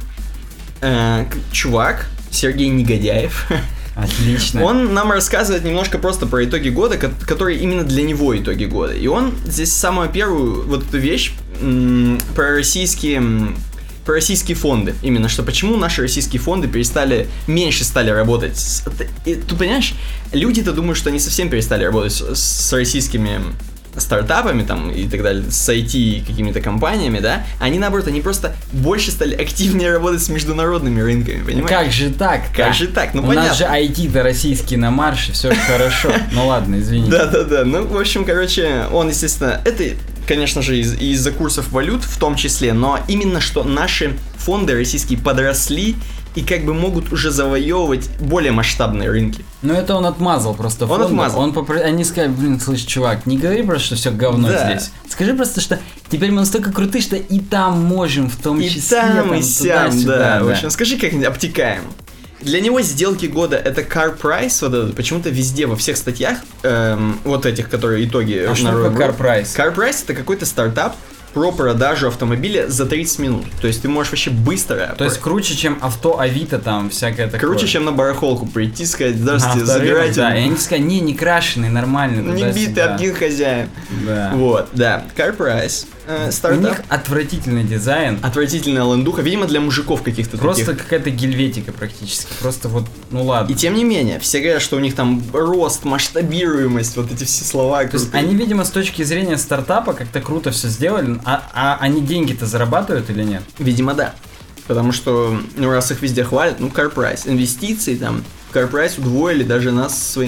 Чувак, Сергей Негодяев. Отлично. Он нам рассказывает немножко просто про итоги года, которые именно для него итоги года. И он здесь самую первую вот эту вещь про российские фонды. Именно, что почему наши российские фонды меньше стали работать. И, ты понимаешь, люди-то думают, что они совсем перестали работать с российскими стартапами там и так далее, с IT какими-то компаниями, да, они наоборот, они просто больше стали активнее работать с международными рынками, понимаешь? Как же так? Как же так? Ну, у понятно. нас же IT-то российский на марше, все хорошо. Ну ладно, извините. Да-да-да, ну, в общем, короче, он, естественно, это, конечно же, из-за курсов валют в том числе, но именно что наши фонды российские подросли и как бы могут уже завоевывать более масштабные рынки. Ну это он отмазал просто фонды. Он отмазал. Они сказали, слышь, чувак, не говори просто, что все говно здесь. Скажи просто, что теперь мы настолько крутые, что и там можем в том числе. И там, и сям, да. В общем, скажи как-нибудь обтекаем. Для него сделки года это Car Price, вот это, почему-то везде, во всех статьях, вот этих, которые итоги. А что такое Car Price? Car Price это какой-то стартап про продажу автомобиля за 30 минут. То есть ты можешь вообще быстро... То есть круче, чем авто, Авито там, всякое такое. Круче, чем на барахолку прийти, сказать, здравствуйте, забирайте. Да, и они сказали, не крашеный, нормальный. Не битый, один хозяин. Да. Вот, да. Car Price. Стартап. У них отвратительный дизайн. Отвратительная лендуха, видимо, для мужиков каких-то просто таких. Какая-то гельветика практически. Просто вот, ну ладно. И тем не менее, все говорят, что у них там рост, масштабируемость, вот эти все слова. То есть они, видимо, с точки зрения стартапа как-то круто все сделали, а они деньги-то зарабатывают или нет? Видимо, да. Потому что, ну, раз их везде хвалят, ну, Car Price. Инвестиции там, Car Price удвоили даже нас свои...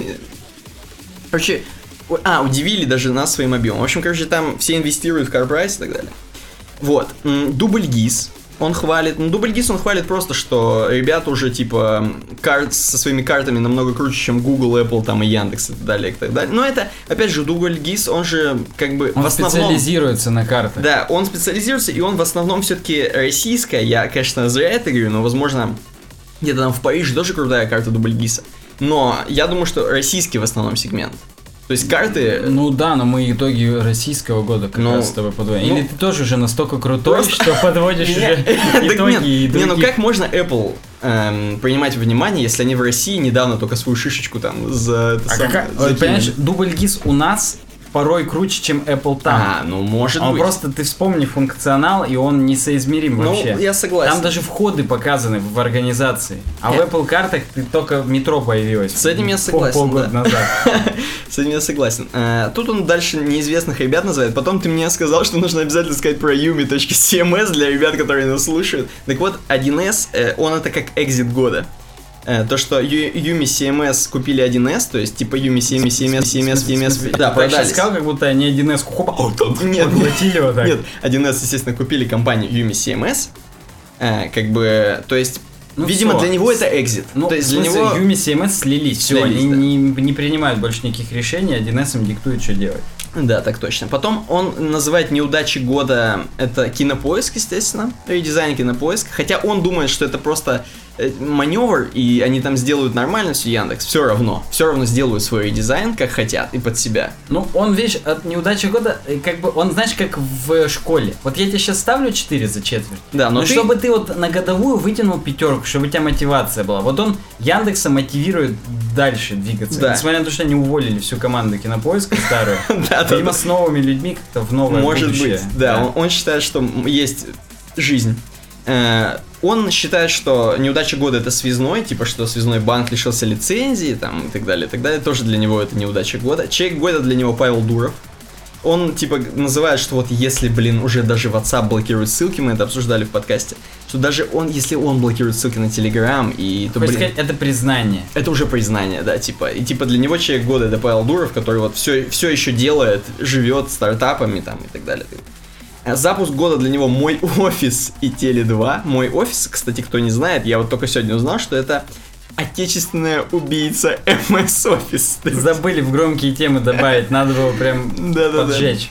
Короче, удивили даже нас своим объемом. В общем, короче, там все инвестируют в Car Price и так далее. Вот. Дубльгиз. Он хвалит, Дубльгиз он хвалит просто, что ребята уже типа со своими картами намного круче, чем Google, Apple там и Яндекс и так далее, и так далее. Но это, опять же, Дубльгиз, он же как бы он в основном... специализируется на картах. Да, он специализируется, и он в основном все-таки российская. Я, конечно, зря это говорю, но, возможно, где-то там в Париже тоже крутая карта Дубльгиза. Но я думаю, что российский в основном сегмент. То есть карты... Ну да, но мы итоги российского года как раз с тобой подводим. Или ты тоже уже настолько крутой, что подводишь уже итоги и других. Ну как можно Apple принимать во внимание, если они в России недавно только свою шишечку там за... Понимаешь, Дубльгиз у нас порой круче, чем Apple там. Ну может быть. Просто ты вспомни функционал, и он несоизмерим вообще. Ну, я согласен. Там даже входы показаны в организации. А в Apple картах ты только в метро появилась. С этим я согласен. Полгода назад. С этим я согласен. Тут он дальше неизвестных ребят называет. Потом ты мне сказал, что нужно обязательно сказать про yumi.cms для ребят, которые нас слушают. Так вот, 1С, он это как экзит года. То, что Yumi CMS купили 1С, то есть типа Yumi CMS, да, продались. Я сказал, как будто они 1С Нет, платили вот так. Нет, 1С, естественно, купили компанию Yumi CMS, как бы, то есть, видимо, для него это экзит. Ну, то есть для него Yumi CMS слились, все, они не принимают больше никаких решений, 1С им диктует, что делать. Да, так точно. Потом он называет неудачи года, это Кинопоиск, естественно, редизайн Кинопоиск, хотя он думает, что это просто маневр, и они там сделают нормально все, Яндекс, все равно сделают свой редизайн, как хотят, и под себя. Ну, он, видишь, от неудачи года, как бы, он, знаешь, как в школе. Вот я тебе сейчас ставлю 4 за четверть, да, но чтобы ты вот на годовую вытянул 5, чтобы у тебя мотивация была. Вот он Яндекса мотивирует дальше двигаться, несмотря на то, что они уволили всю команду Кинопоиска старую. Видимо, с новыми людьми как-то в новое будущее. Может быть, да. Он считает, что есть жизнь. Он считает, что неудача года это Связной, типа что Связной банк лишился лицензии там, и так далее, и так далее. Тоже для него это неудача года. Человек года для него Павел Дуров. он, типа, называет, что вот если, уже даже WhatsApp блокирует ссылки, мы это обсуждали в подкасте, что даже если он блокирует ссылки на Telegram, и то, сказать, это признание. Это уже признание, да, типа. И, типа, для него человек года это Павел Дуров, который вот все еще делает, живет стартапами там и так далее. Запуск года для него Мой офис и Теле2. Мой офис, кстати, кто не знает, я вот только сегодня узнал, что это отечественная убийца MS Office. Забыли в громкие темы добавить, надо было прям поджечь.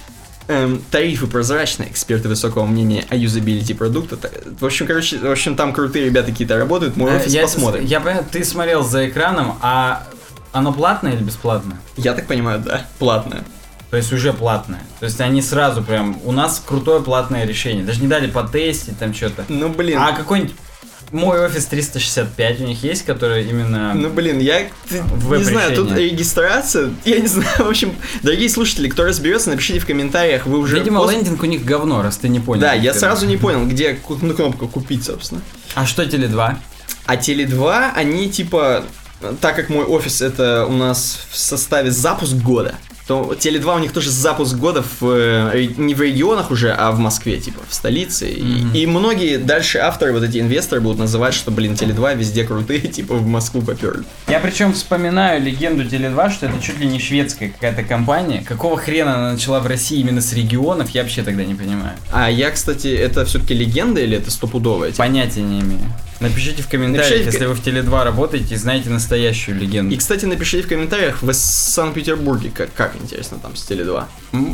Тарифы прозрачные, эксперты высокого мнения о юзабилити продукта. В общем, там крутые ребята какие-то работают. Мой офис посмотрим. Я понимаю, ты смотрел за экраном, а оно платное или бесплатное? Я так понимаю, да, платное. То есть уже платное. То есть они сразу прям... У нас крутое платное решение. Даже не дали потестить там что-то. Ну, блин. А какой-нибудь... Мой офис 365 у них есть, который именно... Ну, блин, я не знаю, тут регистрация, я не знаю, в общем, дорогие слушатели, кто разберется, напишите в комментариях, вы уже... Видимо, лендинг у них говно, раз ты не понял. Да, я сразу не понял, где кнопку купить, собственно. А что Теле2? А Теле2, они типа, так как мой офис это у нас в составе запуск года, то Теле2 у них тоже запуск года не в регионах уже, а в Москве, типа, в столице. И многие дальше авторы, вот эти инвесторы будут называть, что, Теле2 везде крутые, типа, в Москву поперли. Я причем вспоминаю легенду Теле2, что это чуть ли не шведская какая-то компания. Какого хрена она начала в России именно с регионов, я вообще тогда не понимаю. А я, кстати, это все-таки легенда или это стопудовая? Типа? Понятия не имею. Напишите в комментариях, если вы в Теле2 работаете и знаете настоящую легенду. И, кстати, напишите в комментариях, в Санкт-Петербурге, как интересно там с Теле2.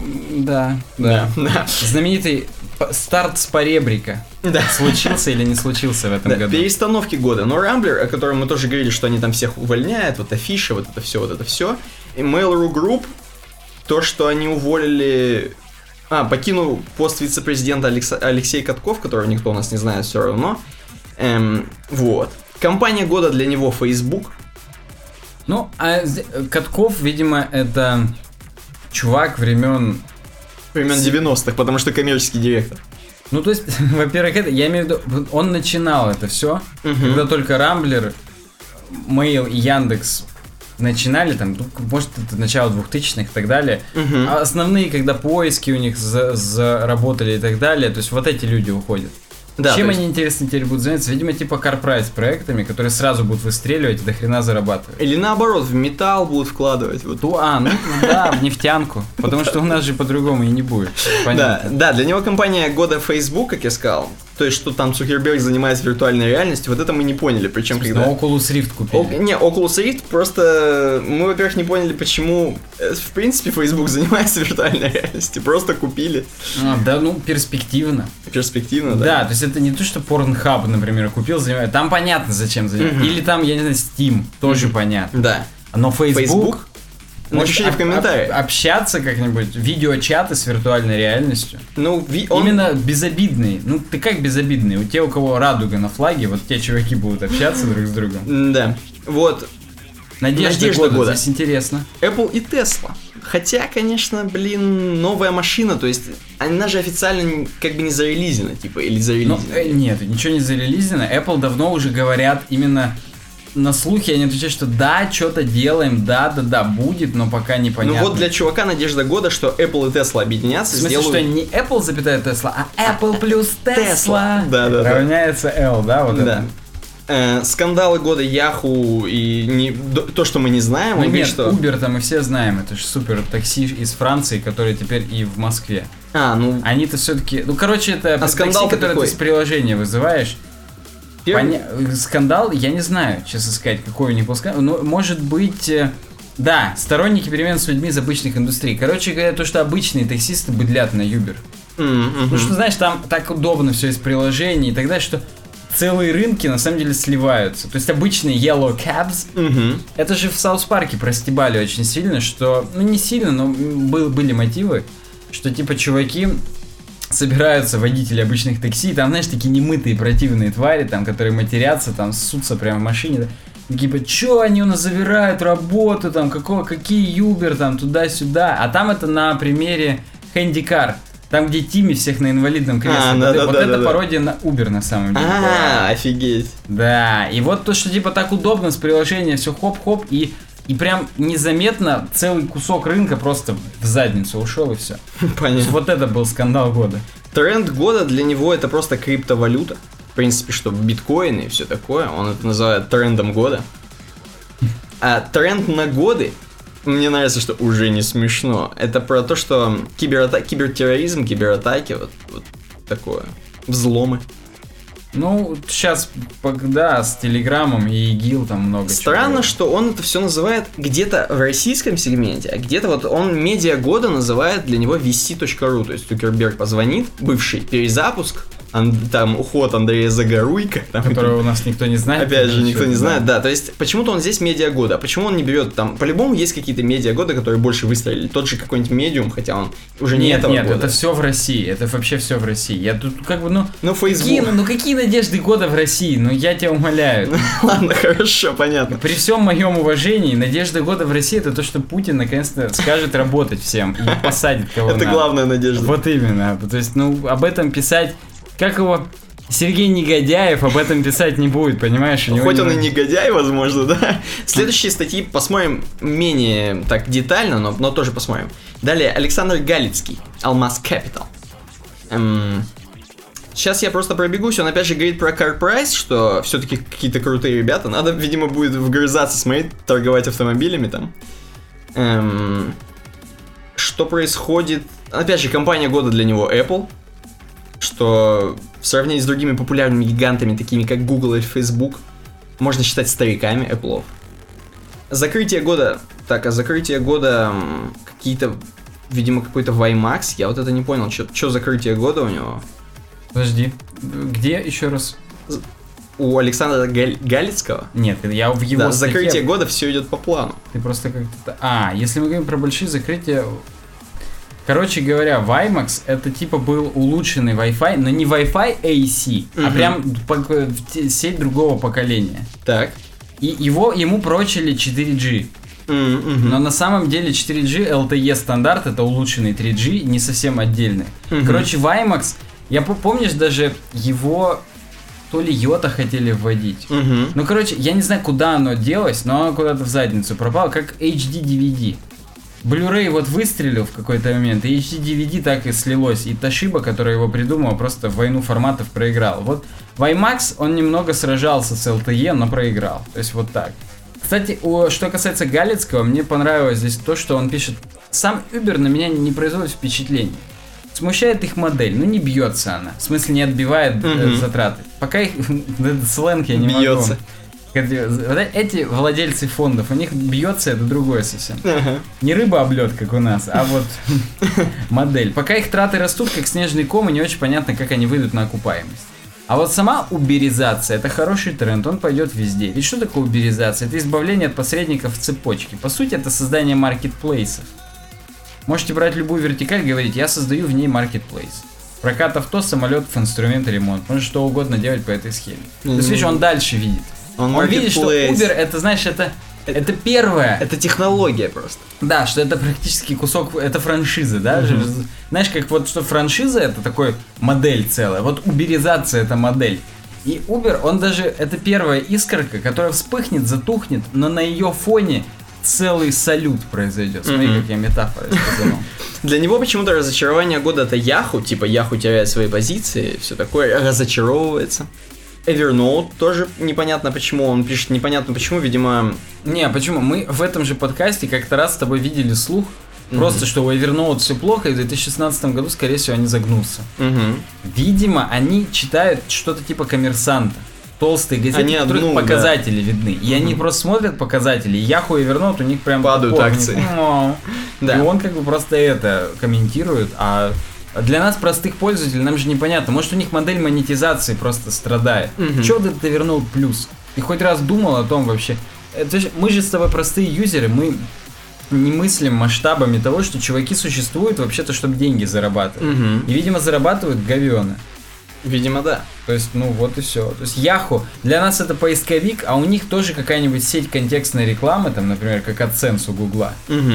Да. Знаменитый старт с поребрика. Да. Случился или не случился в этом году? Перестановки года. Но Рамблер, о котором мы тоже говорили, что они там всех увольняют, вот афиша, вот это все. И Mail.ru Group, то, что они уволили... покинул пост вице-президента Алексей Катков, которого никто у нас не знает все равно. Вот. Компания года для него Facebook. Ну, а Катков, видимо, это чувак времен 90-х, потому что коммерческий директор. Ну, то есть, во-первых, я имею в виду, он начинал это все, когда только Рамблер, Mail и Яндекс начинали, там, может, это начало 2000-х и так далее. А основные, когда поиски у них заработали и так далее, то есть вот эти люди уходят. Да, чем они, интересно, теперь будут заняться? Видимо, типа корпорайз проектами, которые сразу будут выстреливать и до хрена зарабатывать. Или наоборот, в металл будут вкладывать. Вот. В нефтянку. Потому что у нас же по-другому и не будет. Да, для него компания года Facebook, как я сказал. То есть, что там Цукерберг занимается виртуальной реальностью, вот это мы не поняли. Причем, когда... Oculus Rift купили. Oculus Rift, просто мы, во-первых, не поняли, почему, в принципе, Facebook занимается виртуальной реальностью. Просто купили. Перспективно. Перспективно, да. Да, то есть это не то, что Pornhub, например, купил, занимается. Там понятно, зачем занимается. Или там, я не знаю, Steam, тоже понятно. Да. Но Facebook напишите в комментариях. Общаться как-нибудь, видеочаты с виртуальной реальностью. Он... Именно безобидный. Ты как безобидный? У тех, у кого радуга на флаге, вот те чуваки будут общаться друг с другом. Да. Вот. Надежда года. Здесь интересно. Apple и Tesla. Хотя, конечно, новая машина, то есть она же официально как бы не зарелизена, типа, или зарелизена. Нет, ничего не зарелизено. Apple давно уже говорят именно на слухи, они отвечают, что да, что-то делаем, да, будет, но пока непонятно. Ну вот для чувака надежда года, что Apple и Tesla объединятся. В смысле, что не Apple запятая Tesla, а Apple плюс Tesla равняется L, да? Вот да. Скандалы года Yahoo и то, что мы не знаем. Uber там мы все знаем, это же супер такси из Франции, который теперь и в Москве. Они-то все-таки, это такси, которое ты с приложения вызываешь. Скандал, я не знаю, честно сказать, какой у них был скандал. Но, может быть, да, сторонники перемен с людьми из обычных индустрий. Короче говоря, то, что обычные таксисты быдлят на Uber. Ну, что, знаешь, там так удобно все из приложений и так далее, что целые рынки на самом деле сливаются. То есть обычные yellow cabs, это же в Саус Парке простебали очень сильно, что, не сильно, но были мотивы, что типа чуваки собираются водители обычных такси, там, знаешь, такие немытые противные твари, там, которые матерятся, там, ссутся прямо в машине, да, типа, чё они у нас завирают работу, там, какие Uber, там, туда-сюда, а там это на примере Handicare, там, где Тимми всех на инвалидном кресле, это пародия на Uber, на самом деле. Офигеть. Да, и вот то, что, типа, так удобно с приложения, все хоп-хоп, и и прям незаметно целый кусок рынка просто в задницу ушел и все. Понятно. Вот это был скандал года. Тренд года для него это просто криптовалюта. В принципе, что биткоины и все такое. Он это называет трендом года. А тренд на годы, мне нравится, что уже не смешно. Это про то, что кибертерроризм, кибератаки, вот такое. Взломы. Ну, сейчас, да, с Телеграмом и ИГИЛ там много Странно, чего. что он это все называет где-то в российском сегменте, а где-то вот он медиа года называет для него vc.ru. То есть Цукерберг позвонит, бывший перезапуск, там уход Андрея Загоруйко. Которого у нас никто не знает. Опять же, никто не знает, да. То есть, почему-то он здесь медиа года. А почему он не берет там... По-любому есть какие-то медиа года, которые больше выстрелили. Тот же какой-нибудь Медиум, хотя он уже не этого года. Нет, это все в России. Это вообще все в России. Я тут как бы, Facebook. Какие надежды года в России? Ну, я тебя умоляю. Ладно, хорошо, понятно. При всем моем уважении, надежда года в России это то, что Путин наконец-то скажет работать всем и посадит кого надо. Это главная надежда. Вот именно. То есть, об этом писать... Как его... Сергей Негодяев об этом писать не будет, понимаешь? Хоть он и негодяй, возможно, да? Следующие статьи посмотрим менее так детально, но тоже посмотрим. Далее, Александр Галицкий, Алмаз Capital. Сейчас я просто пробегусь, он опять же говорит про CarPrice, что все-таки какие-то крутые ребята. Надо, видимо, будет вгрызаться, смотреть, торговать автомобилями там. Что происходит? Опять же, компания года для него Apple. Что в сравнении с другими популярными гигантами, такими как Google или Facebook, можно считать стариками Apple. Закрытие года. Так, а закрытие года какие-то, видимо, какой-то WiMAX. Я вот это не понял, что закрытие года у него. Подожди, где еще раз? У Александра Галицкого? Нет, я в его да, статье... закрытие года все идет по плану. Ты просто как-то... если мы говорим про большие закрытия... Короче говоря, WiMAX это типа был улучшенный Wi-Fi, но не Wi-Fi AC, а прям сеть другого поколения. Так. И ему прочили 4G. Но на самом деле 4G LTE стандарт это улучшенный 3G, не совсем отдельный. Короче, WiMAX, помнишь даже его... То ли Йота хотели вводить. Ну, короче, я не знаю, куда оно делось, но оно куда-то в задницу пропало, как HD-DVD. Blu-ray вот выстрелил в какой-то момент, и HD-DVD так и слилось. И Toshiba, который его придумал, просто в войну форматов проиграл. Вот WiMAX, он немного сражался с LTE, но проиграл. То есть вот так. Кстати, что касается Галицкого, мне понравилось здесь то, что он пишет. Сам Uber на меня не производит впечатления. Смущает их модель, не бьется она. В смысле, не отбивает затраты. Пока их... Этот сленг я не бьется. Вот эти владельцы фондов, у них бьется это другое совсем. Не рыба-облет, как у нас, а вот модель. Пока их траты растут, как снежный ком, и не очень понятно, как они выйдут на окупаемость. А вот сама уберизация, это хороший тренд, он пойдет везде. Ведь что такое уберизация? Это избавление от посредников в цепочке. По сути, это создание маркетплейсов. Можете брать любую вертикаль и говорить, я создаю в ней маркетплейс. Прокат авто, самолетов, инструменты, ремонт. Можно что угодно делать по этой схеме. То есть, видишь, он дальше видит. Он видит, что Uber, это, знаешь, это первое. Это технология просто. Да, что это практически кусок, это франшиза, да? Знаешь, как вот что франшиза это такой модель целая, вот уберизация это модель. И Uber, он даже, это первая искорка, которая вспыхнет, затухнет, но на ее фоне целый салют произойдет. Смотри, как я метафоры сказал. Для него почему-то разочарование года это Yahoo, типа Yahoo теряет свои позиции, все такое, разочаровывается. Evernote тоже непонятно почему, он пишет непонятно почему, видимо... Не, почему? Мы в этом же подкасте как-то раз с тобой видели слух, просто что у Evernote все плохо, и в 2016 году, скорее всего, они загнутся. Видимо, они читают что-то типа Коммерсанта. Толстые газеты, в которых показатели видны. И они просто смотрят показатели, и Yahoo и Evernote у них прям... Падают акции. И он как бы просто это комментирует, а... Для нас, простых пользователей, нам же непонятно. Может, у них модель монетизации просто страдает. Чё вот это Evernote плюс? Ты хоть раз думал о том вообще? Мы же с тобой простые юзеры, мы не мыслим масштабами того, что чуваки существуют вообще-то, чтобы деньги зарабатывать. И, видимо, зарабатывают говёно. Видимо, да. То есть, вот и все. То есть, Yahoo, для нас это поисковик, а у них тоже какая-нибудь сеть контекстной рекламы, там, например, как AdSense у Гугла.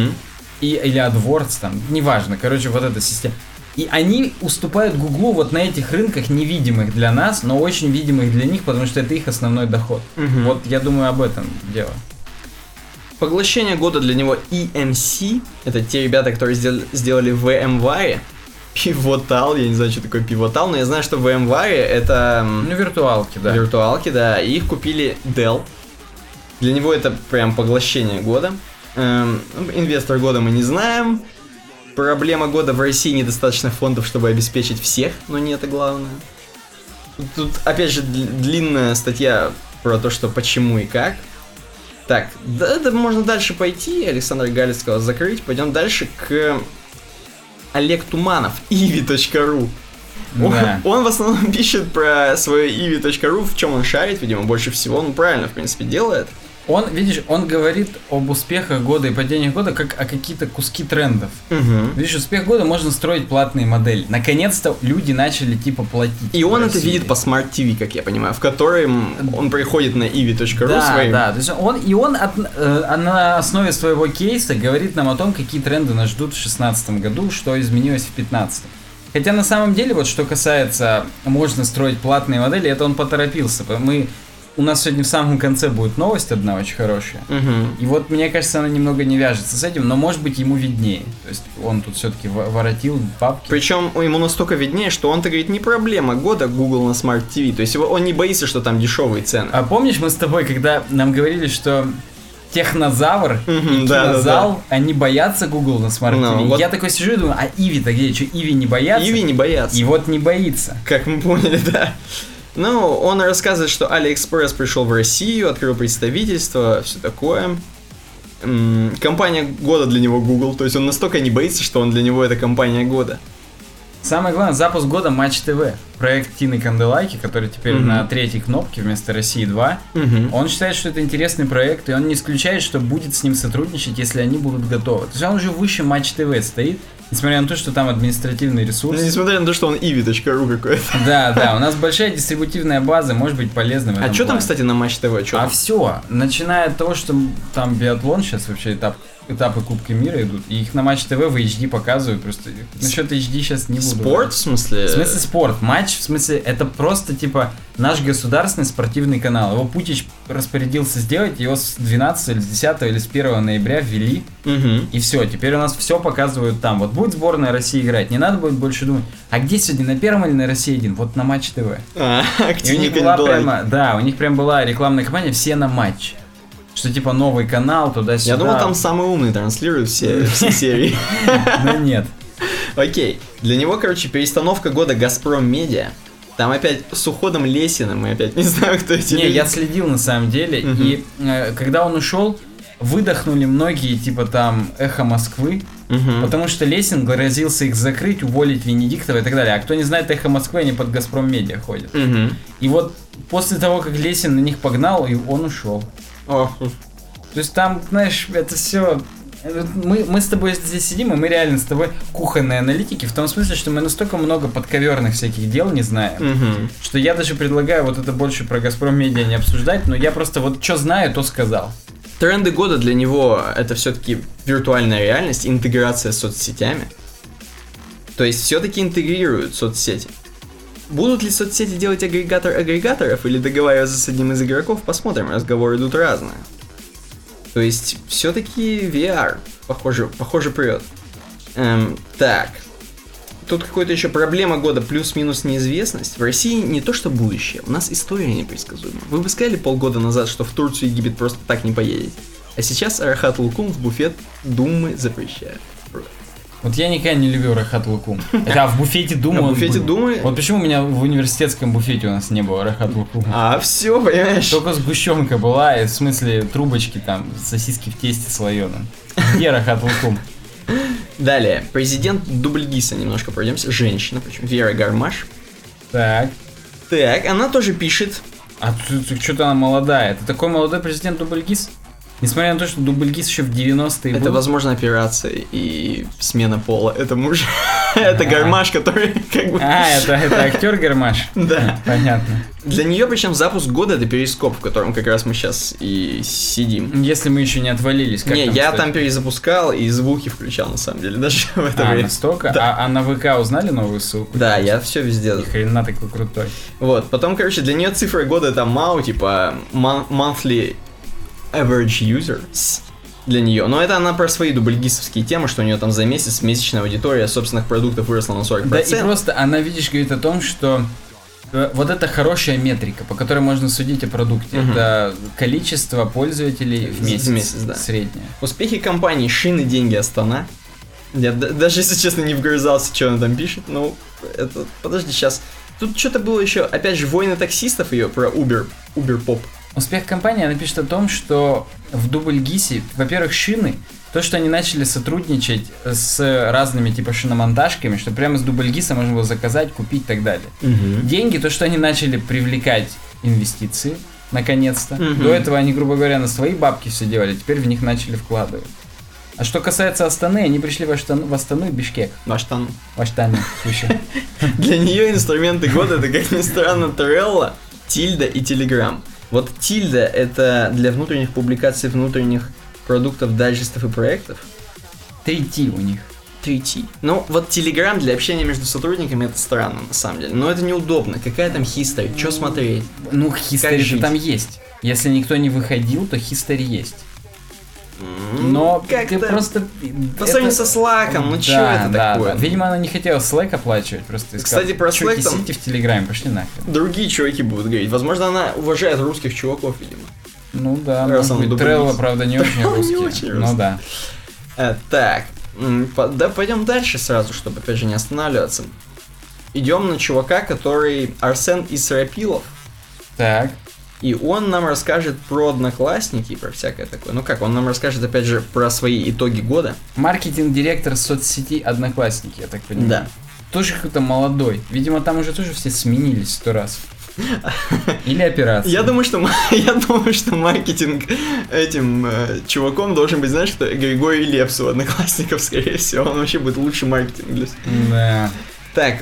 Или AdWords, там, неважно. Короче, вот эта система. И они уступают Гуглу вот на этих рынках невидимых для нас, но очень видимых для них, потому что это их основной доход. Вот я думаю об этом дело. Поглощение года для него EMC. Это те ребята, которые сделали VMware. Pivotal, я не знаю, что такое Pivotal, но я знаю, что VMware это... виртуалки, да. Виртуалки, да. И их купили Dell. Для него это прям поглощение года. Инвестор года мы не знаем. Проблема года: в России недостаточно фондов, чтобы обеспечить всех, но не это главное. Тут, опять же, длинная статья про то, что почему и как. Так, да, можно дальше пойти. Александр Галец сказал закрыть. Пойдем дальше к Олег Туманов, ivi.ru. Да. Он в основном пишет про свое ivi.ru, в чем он шарит, видимо, больше всего. Он правильно, в принципе, делает. Он, видишь, он говорит об успехах года и падениях года как о какие-то куски трендов. Угу. Видишь, успех года можно строить платные модели. Наконец-то люди начали типа платить. И он это видит по Smart TV, как я понимаю, в котором он приходит на ivi.ru да, своим. Да, то есть он на основе своего кейса говорит нам о том, какие тренды нас ждут в 2016 году, что изменилось в 2015. Хотя на самом деле, вот что касается можно строить платные модели, это он поторопился. У нас сегодня в самом конце будет новость одна очень хорошая. Угу. И вот, мне кажется, она немного не вяжется с этим, но может быть ему виднее. То есть он тут все-таки воротил папки. Причем ему настолько виднее, что он-то говорит, не проблема года Google на Smart TV. То есть он не боится, что там дешевые цены. А помнишь, мы с тобой, когда нам говорили, что Технозавр и Кинозал, они боятся Google на Smart TV. Вот. Я такой сижу и думаю, а Иви-то где? Что, Иви не боятся? Иви не боятся. И вот не боится. Как мы поняли, да. Ну, он рассказывает, что AliExpress пришел в Россию, открыл представительство, все такое. Компания года для него Google, то есть он настолько не боится, что он для него это компания года. Самое главное, запуск года Матч ТВ. Проект Тины Канделаки, который теперь на третьей кнопке вместо России 2. Он считает, что это интересный проект, и он не исключает, что будет с ним сотрудничать, если они будут готовы. То есть он уже выше Матч ТВ стоит, несмотря на то, что там административный ресурс. Несмотря на то, что он ivi.ru какой-то. Да, у нас большая дистрибутивная база, может быть полезным. А что там, кстати, на Матч ТВ? Все, начиная от того, что там биатлон сейчас вообще этапы Кубка мира идут, и их на Матч ТВ в HD показывают, просто насчет HD сейчас не буду. Спорт, в смысле? В смысле спорт, матч, в смысле это просто типа наш государственный спортивный канал. Его Путич распорядился сделать, его с 12 или с 10 или с 1 ноября ввели, и все, теперь у нас все показывают там. Вот будет сборная России играть, не надо будет больше думать, а где сегодня, на первом или на России 1? Вот на Матч ТВ. И у них была прямо, да, у них прям была рекламная кампания «Все на матч». Что типа новый канал, туда-сюда. Я думал, там самый умный транслирует все серии. Но нет. Окей. Для него, короче, перестановка года Газпром Медиа. Там опять с уходом Лесина, мы опять не знаем, кто эти люди. Не, я следил на самом деле, и когда он ушел, выдохнули многие, типа там Эхо Москвы, потому что Лесин грозился их закрыть, уволить Венедиктова и так далее. А кто не знает Эхо Москвы, они под Газпром Медиа ходят. И вот после того, как Лесин на них погнал, и он ушел. То есть там, знаешь, это все. Мы с тобой здесь сидим, и мы реально с тобой кухонные аналитики, в том смысле, что мы настолько много подковерных всяких дел не знаем, что я даже предлагаю вот это больше про Газпром Медиа не обсуждать, но я просто вот что знаю, то сказал. Тренды года для него это все-таки виртуальная реальность, интеграция с соцсетями. То есть все-таки интегрируют соцсети. Будут ли соцсети делать агрегатор агрегаторов или договариваться с одним из игроков, посмотрим, разговоры идут разные. То есть, все-таки VR, похоже прет. Так, тут какая-то еще проблема года, плюс-минус неизвестность. В России не то что будущее, у нас история непредсказуема. Вы бы сказали полгода назад, что в Турцию и Египет просто так не поедете. А сейчас Рахат Лукум в буфет Думы запрещает. Вот я никогда не любил Рахат Лукум. А в буфете Думы в буфете Думы? Вот почему у меня в университетском буфете у нас не было Рахат Лукум. А, все, понимаешь? Только сгущенка была, и в смысле трубочки там, сосиски в тесте слоеном. Где Рахат Лукум? Далее, президент Дубльгиса, немножко пройдемся. Женщина, причем Вера Гармаш. Так, она тоже пишет. А что-то она молодая. Это такой молодой президент Дубльгис? Несмотря на то, что Дубльгис еще в 90-е был. Это, возможно, операция и смена пола. Это муж. Это Гармаш, который как бы... это актер Гармаш? Да. Понятно. Для нее, причем, запуск года — это перископ, в котором как раз мы сейчас и сидим. Если мы еще не отвалились. Не, я там перезапускал и звуки включал, на самом деле, даже в это время. Настолько? Да. А на ВК узнали новую ссылку? Да, я все везде. Ни хрена такой крутой. Вот, потом, короче, для нее цифра года — это MAU, типа Monthly Average Users. для нее. Но это она про свои дубльгисовские темы, что у нее там за месяц месячная аудитория собственных продуктов выросла на 40%. Да, и просто она, видишь, говорит о том, что вот это хорошая метрика, по которой можно судить о продукте. Это количество пользователей в месяц, да. Среднее. Успехи компании «Шины, деньги, Астана». Я даже, если честно, не вгрызался, что она там пишет. Ну, это... Подожди, сейчас. Тут что-то было еще, опять же, «Войны таксистов» ее про Uber Pop. Успех компании, она пишет о том, что в дубльгисе, во-первых, шины, то, что они начали сотрудничать с разными типа шиномонтажками, что прямо с дубльгиса можно было заказать, купить и так далее. Деньги, то, что они начали привлекать инвестиции, наконец-то. До этого они, грубо говоря, на свои бабки все делали, теперь в них начали вкладывать. А что касается Астаны, они пришли в Астану и Бишкек. В Аштану. В Аштане, слушай. Для нее инструменты года это, как ни странно, Trello, Тильда и Telegram. Вот Тильда это для внутренних публикаций внутренних продуктов, дайджестов и проектов. 3T у них. 3T. Ну, вот Telegram для общения между сотрудниками это странно, на самом деле. Но это неудобно. Какая там history? Что смотреть? Ну, history там есть. Если никто не выходил, то history есть. Но как-то ты просто... По сравнению со Slack'ом, ну чё это такое? Да. Видимо, она не хотела Slack оплачивать, просто искала. Кстати, про Slack там... сидите в Телеграме, пошли нахрен. Другие чуваки будут говорить. Возможно, она уважает русских чуваков, видимо. Ну да, может быть, Trello, правда, не очень русский. Ну да. Так, да, пойдем дальше сразу, чтобы, опять же, не останавливаться. Идем на чувака, который Арсен Исрапилов. Так. И он нам расскажет про Одноклассники и про всякое такое. Ну как, он нам расскажет, опять же, про свои итоги года. Маркетинг-директор соцсети Одноклассники, я так понимаю. Да. Тоже какой-то молодой. Видимо, там уже тоже все сменились 100 раз. Или операция. Я думаю, что маркетинг этим чуваком должен быть, знаешь, что Григорий Лепс у Одноклассников, скорее всего. Он вообще будет лучший маркетинг для всех. Да. Так,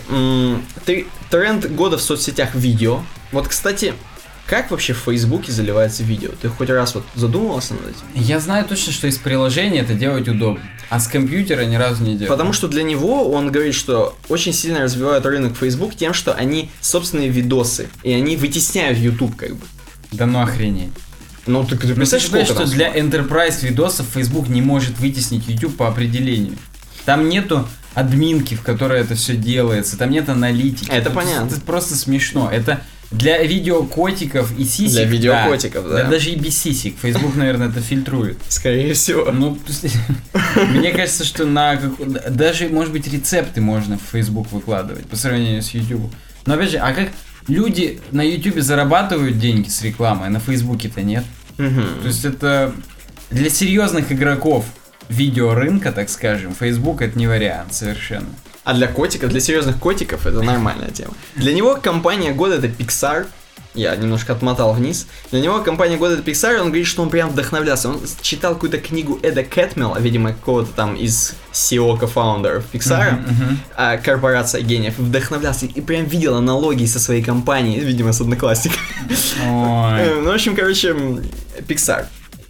тренд года в соцсетях видео. Вот, кстати, как вообще в Фейсбуке заливается видео? Ты хоть раз вот задумывался над этим? Я знаю точно, что из приложения это делать удобно, а с компьютера ни разу не делаю. Потому что для него он говорит, что очень сильно развивают рынок Facebook тем, что они собственные видосы, и они вытесняют YouTube как бы. Да ну охренеть. Ну ты представляешь, сколько что там для enterprise видосов Facebook не может вытеснить YouTube по определению. Там нету админки, в которой это все делается, там нет аналитики. Это понятно. Это просто смешно. Это для видео котиков и сисек. Для видео котиков, да. Даже и без сисек. Facebook, наверное, это фильтрует. Скорее всего. Ну, мне кажется, что даже, может быть, рецепты можно в Facebook выкладывать по сравнению с YouTube. Но опять же, а как люди на YouTube зарабатывают деньги с рекламой, а на Фейсбуке-то нет? То есть это для серьезных игроков видеорынка, так скажем, Facebook это не вариант совершенно. А для котиков, для серьезных котиков это нормальная тема. Для него компания года это Pixar. Я немножко отмотал вниз. Для него компания года это Pixar, и он говорит, что он прям вдохновлялся. Он читал какую-то книгу Эда Кэтмелла, видимо, какого-то там из CEO-кофаундеров Pixar, корпорация гениев, вдохновлялся и прям видел аналогии со своей компанией, видимо, с Одноклассниками. Ну, в общем, короче, Pixar,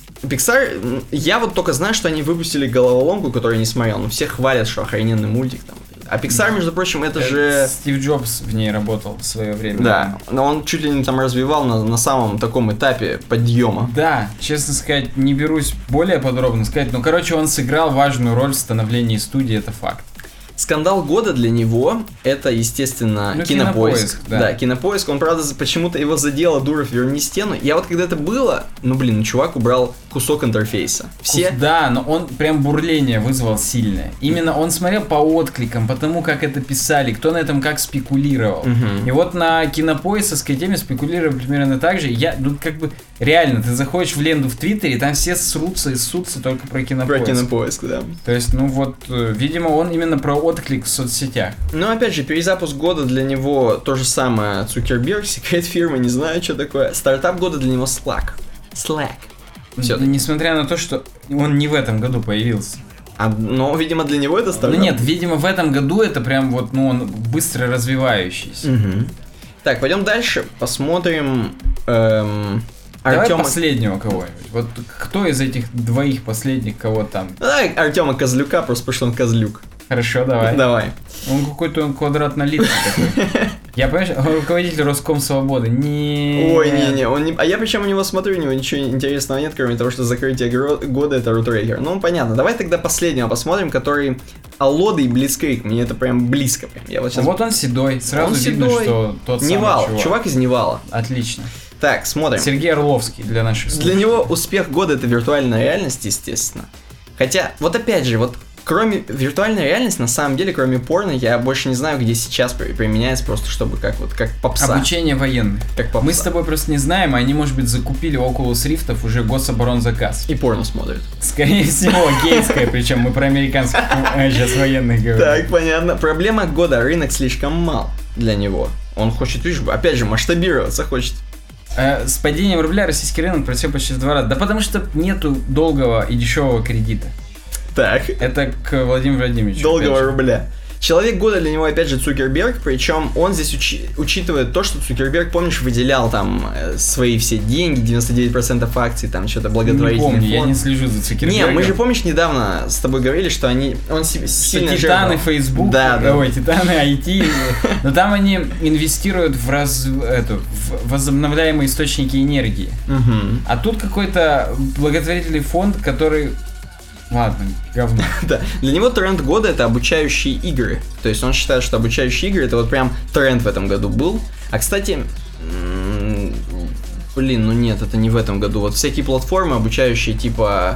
я вот только знаю, что они выпустили головоломку, которую я не смотрел, но все хвалят, что охрененный мультик там. А Pixar, между прочим, это же... Стив Джобс в ней работал в свое время. Да, но он чуть ли не там развивал на самом таком этапе подъема. Да, честно сказать, не берусь более подробно сказать, но, короче, он сыграл важную роль в становлении студии, это факт. Скандал года для него это, естественно, Кинопоиск. Да, Кинопоиск. Он, правда, почему-то его задело Дуров «Верни стену». Я вот когда это было, чувак убрал кусок интерфейса. Да, но он прям бурление вызвал сильное. Именно он смотрел по откликам, по тому, как это писали, кто на этом как спекулировал. И вот на кинопоисковской теме спекулировали примерно так же. Реально, ты заходишь в ленту в Твиттере, и там все срутся и ссутся только про Кинопоиск. Про Кинопоиск, да. То есть, видимо, он именно про отклик в соцсетях. Ну, опять же, перезапуск года для него то же самое. Цукерберг, секрет фирмы, не знаю, что такое. Стартап года для него Slack. Все. Несмотря на то, что он не в этом году появился. Но, видимо, для него это стартап. Нет, видимо, в этом году это прям он быстро развивающийся. Так, пойдем дальше, посмотрим Давай последнего кого-нибудь. Вот кто из этих двоих последних, кого там? Давай Артема Козлюка, просто потому что он Козлюк. Хорошо, давай. Давай. Он какой-то квадратнолицый такой. Я, понимаешь, он руководитель Роскомсвободы. Ой, не. А я причем у него смотрю, у него ничего интересного нет, кроме того, что закрытие года это рутрекер. Ну, понятно. Давай тогда последнего посмотрим, который Аллода и Блицкриг. Мне это прям близко. Я вот, сейчас... вот он седой. Сразу видно, что тот Невал. самый Чувак из Невала. Отлично. Так, смотрим. Сергей Орловский для наших слушателей. Для него успех года это виртуальная реальность, естественно. Хотя, вот опять же, вот кроме виртуальной реальности, на самом деле, кроме порно, я больше не знаю, где сейчас применяется, просто чтобы как попса. Обучение военных. Как попса. Мы с тобой просто не знаем, а они, может быть, закупили Oculus Rift'ов уже гособоронзаказ. И порно смотрят. Скорее всего, гейское, причем мы про американских сейчас военных говорим. Так, понятно. Проблема года, рынок слишком мал для него. Он хочет, видишь, опять же, масштабироваться хочет. С падением рубля российский рынок просел почти в 2 раза. Да потому что нету долгого и дешевого кредита. Так. Это к Владимиру Владимировичу. Долгого рубля. Человек года для него, опять же, Цукерберг, причем он здесь учитывает то, что Цукерберг, помнишь, выделял там свои все деньги, 99% акций, там что-то благотворительный фонд. Я не слежу за Цукербергом. Не, мы же, помнишь, недавно с тобой говорили, что он сильно Титаны Facebook, Титаны IT, но там они инвестируют в возобновляемые источники энергии. А тут какой-то благотворительный фонд, который... Ладно, говно. Да. Для него тренд года это обучающие игры. То есть он считает, что обучающие игры это вот прям тренд в этом году был. А кстати, нет, это не в этом году. Вот всякие платформы обучающие типа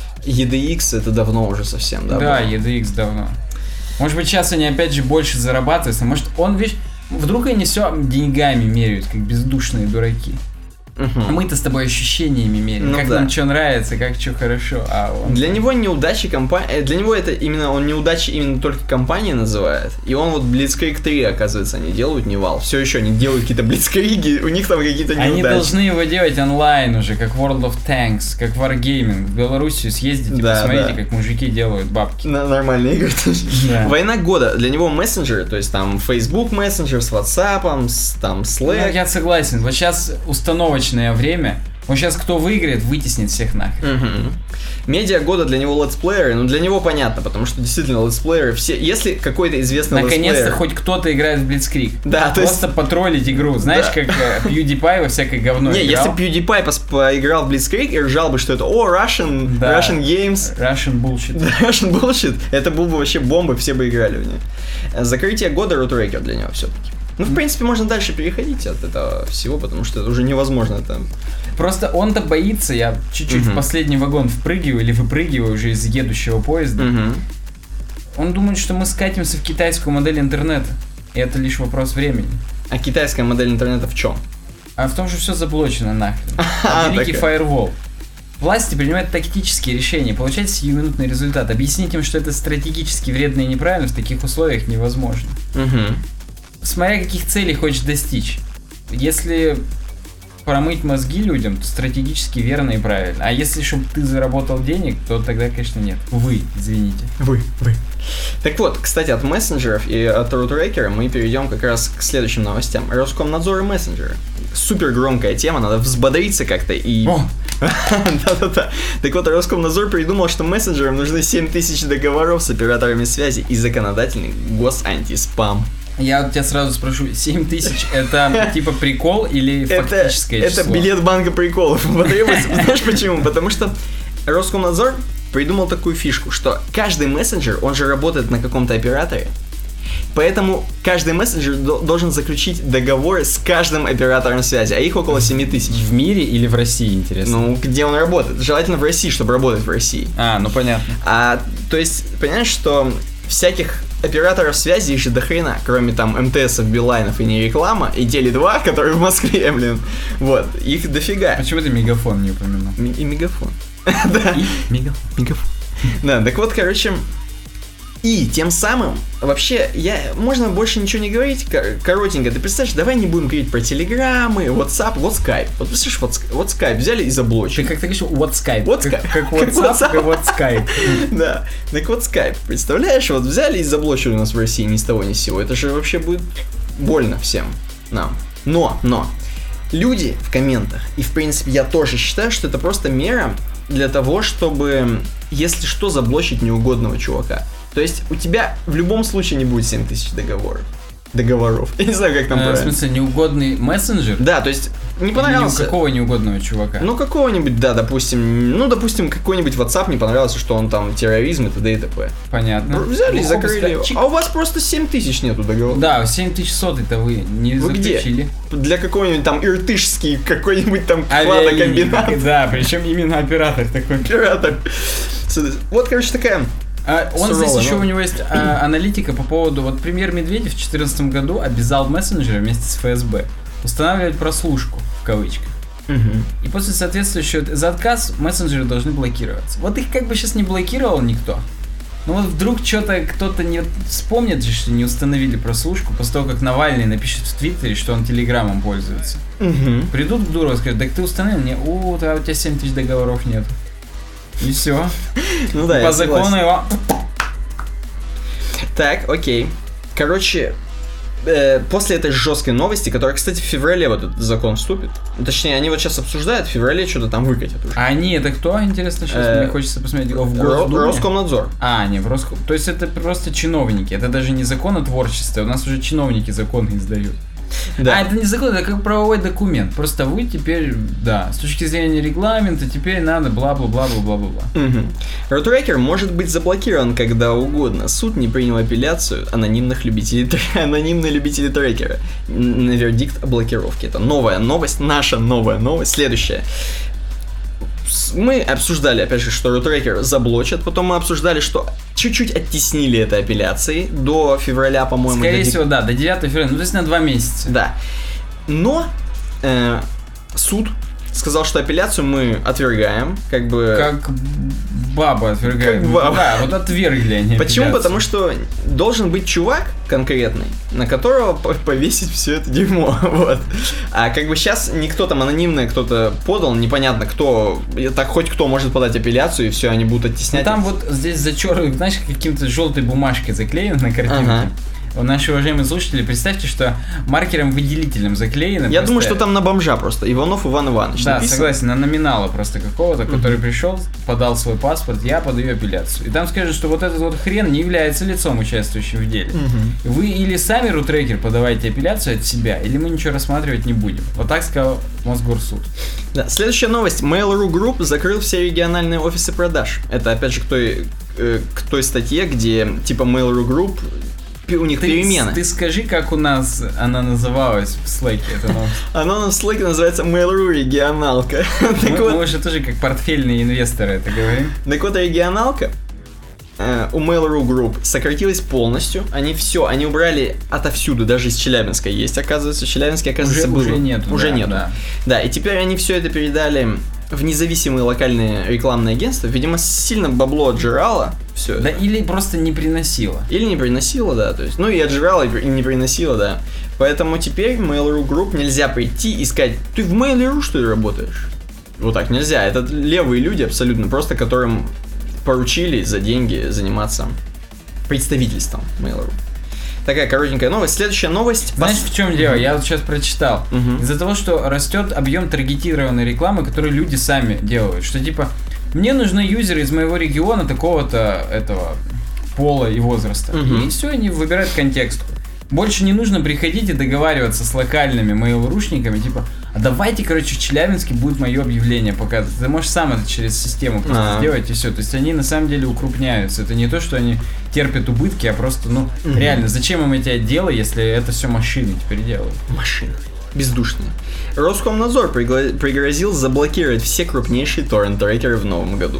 EDX, это давно уже совсем, да? Да, EDX давно. Может быть, сейчас они опять же больше зарабатывают. Может, он, видишь, вдруг они все деньгами меряют, как бездушные дураки. А мы-то с тобой ощущениями меряем, как нам что нравится, как что хорошо. Для него неудачи компании, для него это именно, он неудачи именно только компании называет. И он вот Blitzkrieg 3, оказывается, они делают Невал. Все еще они делают какие-то Blitzkriegi, у них там какие-то неудачи. Они должны его делать онлайн уже, как World of Tanks, как Wargaming. В Белоруссию съездите, посмотрите, как мужики делают бабки. Нормальные игры. Война года. Для него мессенджеры, то есть там Facebook мессенджер с WhatsApp, там Slack. Я согласен. Вот сейчас установочное время. Вот сейчас кто выиграет, вытеснит всех нахрен. Медиа года для него летсплееры, для него понятно, потому что действительно летсплееры все, если какой-то известный наконец-то хоть кто-то играет в Blitzkrieg. Да, то просто есть... потроллить игру. Знаешь, как PewDiePie во всякое говно играл. Если PewDiePie поиграл в Blitzkrieg и ржал бы, что это Russian Games. Russian bullshit. Russian bullshit. Это был бы вообще бомба, все бы играли в нее. Закрытие года рутрекер для него все-таки. В принципе, можно дальше переходить от этого всего, потому что это уже невозможно там. Просто он-то боится, я чуть-чуть в последний вагон впрыгиваю или выпрыгиваю уже из едущего поезда. Он думает, что мы скатимся в китайскую модель интернета. И это лишь вопрос времени. А китайская модель интернета в чем? А в том, что все заблочено нахрен. Великий фаервол. Власти принимают тактические решения, получать сиюминутный результат. Объяснить им, что это стратегически вредно и неправильно, в таких условиях невозможно. Смотря каких целей хочешь достичь. Если промыть мозги людям, то стратегически верно и правильно. А если, чтобы ты заработал денег, то тогда, конечно, нет. Извините. Вы. Так вот, кстати, от мессенджеров и от рутрекера мы перейдем как раз к следующим новостям. Роскомнадзор и мессенджеры. Супер громкая тема, надо взбодриться как-то и... Да-да-да. Так вот, Роскомнадзор придумал, что мессенджерам нужны 7000 договоров с операторами связи и законодательный госантиспам. Я тебя сразу спрошу, 7000 это типа прикол или фактическое число? Это билет банка приколов. Знаешь почему? Потому что Роскомнадзор придумал такую фишку, что каждый мессенджер, он же работает на каком-то операторе, поэтому каждый мессенджер должен заключить договоры с каждым оператором связи, а их около 7000. В мире или в России, интересно? Ну, где он работает? Желательно в России, чтобы работать в России. Ну понятно. То есть, понимаешь, что всяких операторов связи их же до хрена, кроме там МТСов, Билайнов и не реклама, и Теле2, которые в Москве, блин. Вот, их дофига. Почему ты Мегафон не упомянул? И Мегафон. Да. Мегафон. Да, так вот, короче, и тем самым, вообще, можно больше ничего не говорить, коротенько. Ты представляешь, давай не будем говорить про телеграммы, WhatsApp, вот Skype. Вот представляешь, вот Skype взяли и заблочили. Ты как ты говоришь, вот Skype. Как WhatsApp, и вот Skype. Да, так вот Skype. Представляешь, вот взяли и заблочили у нас в России ни с того ни с сего. Это же вообще будет больно всем нам. Но, люди в комментах, и в принципе я тоже считаю, что это просто мера для того, чтобы, если что, заблочить неугодного чувака. То есть у тебя в любом случае не будет 7000 договоров. договоров. Я не знаю, как там правильно. В смысле, неугодный мессенджер? Да, то есть не понравился. Или какого неугодного чувака? Ну, какого-нибудь, да, допустим, какой-нибудь WhatsApp не понравился, что он там терроризм и т.д. и т.п. Понятно. Взяли и закрыли его. А у вас просто 7000 нету договоров. Да, 7100-то вы не заключили. Где? Для какого-нибудь там иртышский, какой-нибудь там хладокомбинат. Да, причем именно оператор такой. Оператор. Вот, короче, такая... Здесь еще у него есть аналитика по поводу... Вот премьер Медведев в 2014 году обязал мессенджеры вместе с ФСБ устанавливать прослушку, в кавычках. И после соответствующего... За отказ мессенджеры должны блокироваться. Вот их как бы сейчас не блокировал никто. Но вот вдруг что-то кто-то не вспомнит же, что не установили прослушку после того, как Навальный напишет в Твиттере, что он телеграммом пользуется. Придут к Дурову и скажут: так ты установил мне? У тебя 7000 договоров нет. И все. Ну да, по закону его... Так, окей. Короче, после этой жесткой новости, которая, кстати, в феврале вот этот закон вступит, точнее, они вот сейчас обсуждают, в феврале что-то там выкатят уже. А они, это кто, интересно, сейчас мне хочется посмотреть, в Госдуме? Роскомнадзор. Не, в Роском... То есть это просто чиновники, это даже не законотворчество, у нас уже чиновники законы издают. Да. Это не закон, это как правовой документ. Просто вы теперь, да, с точки зрения регламента, теперь надо бла-бла-бла-бла-бла-бла. Рутрекер может быть заблокирован когда угодно. Суд не принял апелляцию анонимные любители трекера на вердикт о блокировке. Это новая новость, наша новая новость. Следующая. Мы обсуждали, опять же, что рутрекер заблочат, потом мы обсуждали, что чуть-чуть оттеснили это апелляцией до февраля, по-моему. Скорее всего, да, до 9 февраля, то есть на 2 месяца. Да. Но суд сказал, что апелляцию мы отвергаем, как бы... Как баба отвергает. Как баба. Да, вот отвергли они. Почему? Потому что должен быть чувак конкретный, на которого повесить все это дерьмо. Вот. А как бы сейчас никто там анонимно кто-то подал, непонятно кто, так хоть кто может подать апелляцию, и все, они будут оттеснять. Ну, там вот здесь зачеркнут, знаешь, каким-то желтой бумажкой заклеен на картинке. Наши уважаемые слушатели, представьте, что маркером-выделителем заклеено. Я думаю, что там на бомжа просто. Иванов Иван Иванович. Да, написано. Согласен, на номинала просто какого-то, который пришел, подал свой паспорт, я подаю апелляцию. И там скажут, что вот этот вот хрен не является лицом, участвующим в деле. Вы или сами рутрекер подавайте апелляцию от себя, или мы ничего рассматривать не будем. Вот так сказал Мосгорсуд. Да, следующая новость. Mail.ru Group закрыл все региональные офисы продаж. Это опять же к той статье, где типа Mail.ru Group, у них перемены. Ты скажи, как у нас она называлась в Slack, эта новость. Она на Slack называется Mail.ru регионалка. Мы же тоже как портфельные инвесторы это говорим. Так вот, регионалка у Mail.ru Group сократилась полностью. Они убрали отовсюду, даже из Челябинска есть, оказывается. В Челябинске, оказывается, было. Уже нет. Уже нет. Да, и теперь они все это передали в независимые локальные рекламные агентства. Видимо, сильно бабло отжирало все. Да, или просто не приносило. Или не приносило, да. То есть, и отжирало, и не приносило, да. Поэтому теперь Mail.ru Group нельзя прийти и сказать: ты в Mail.ru, что ли, работаешь? Вот так нельзя. Это левые люди абсолютно, просто которым поручили за деньги заниматься представительством Mail.ru. Такая коротенькая новость. Следующая новость. Знаешь, в чем дело? Я вот сейчас прочитал. Из-за того, что растет объем таргетированной рекламы, которую люди сами делают. Что типа, мне нужны юзеры из моего региона такого-то этого пола и возраста. И все, они выбирают контекст. Больше не нужно приходить и договариваться с локальными mail.рушниками, типа, а давайте, короче, в Челябинске будет мое объявление показывать. Ты можешь сам это через систему просто сделать, и все. То есть они на самом деле укрупняются. Это не то, что они терпят убытки, а просто, реально, зачем им эти отделы, если это все машины теперь делают? Машины. Бездушные. Роскомнадзор пригрозил заблокировать все крупнейшие торрент-трекеры в новом году.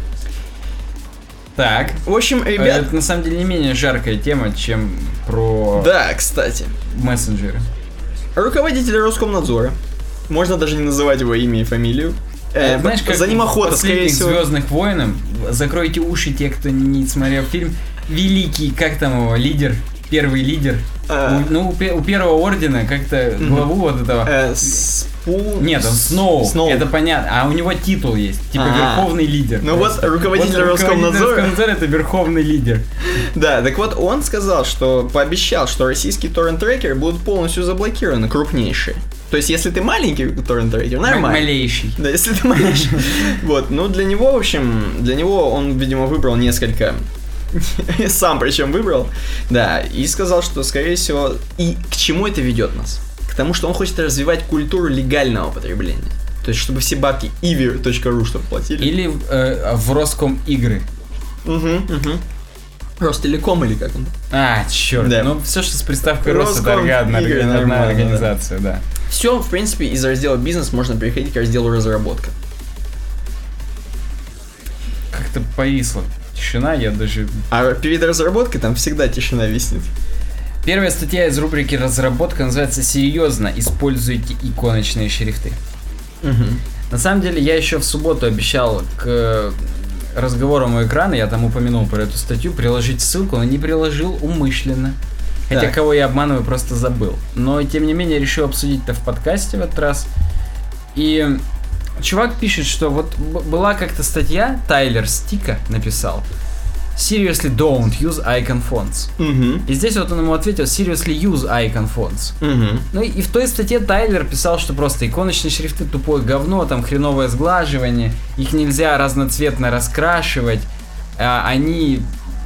Так. В общем, ребят... Это на самом деле не менее жаркая тема, чем про... Да, кстати. Мессенджеры. Руководитель Роскомнадзора, можно даже не называть его имя и фамилию, знаешь, как за ним охота, скорее всего. «Звездных войнов», закройте уши те, кто не смотрел фильм, великий, как там его, лидер, первый лидер, у первого ордена как-то главу вот этого... Нет, он Сноу, это понятно, а у него титул есть, типа верховный лидер. Ну вот руководитель Роскомнадзора это верховный лидер. Да, так вот он сказал, что пообещал, что российские торрент-трекеры будут полностью заблокированы, крупнейшие. То есть, если ты маленький торрент-трекер, нормально. Малейший. Да, если ты маленький. Вот, для него, в общем, он, видимо, выбрал несколько Сам причем выбрал. Да, и сказал, что, скорее всего... И к чему это ведет нас? К тому, что он хочет развивать культуру легального потребления. То есть, чтобы все бабки ivy.ru чтобы платили. Или в Роском игры. Ростелеком или как он? Черт. Да. Ну, все, что с приставкой Рос, это одна организация, да. Все, в принципе, из раздела бизнес можно переходить к разделу разработка. Как-то повисла тишина, я даже... А перед разработкой там всегда тишина виснет. Первая статья из рубрики «Разработка» называется «Серьезно используйте иконочные шрифты». На самом деле, я еще в субботу обещал к разговорам у экрана, я там упомянул про эту статью, приложить ссылку, но не приложил умышленно. Хотя Так. кого я обманываю, просто забыл. Но, тем не менее, решил обсудить это в подкасте в этот раз. И чувак пишет, что вот была как-то статья, Тайлер Стика написал, Seriously don't use icon fonts. И здесь вот он ему ответил, Seriously use icon fonts. Ну и в той статье Тайлер писал, что просто иконочные шрифты тупое говно, там хреновое сглаживание, их нельзя разноцветно раскрашивать, они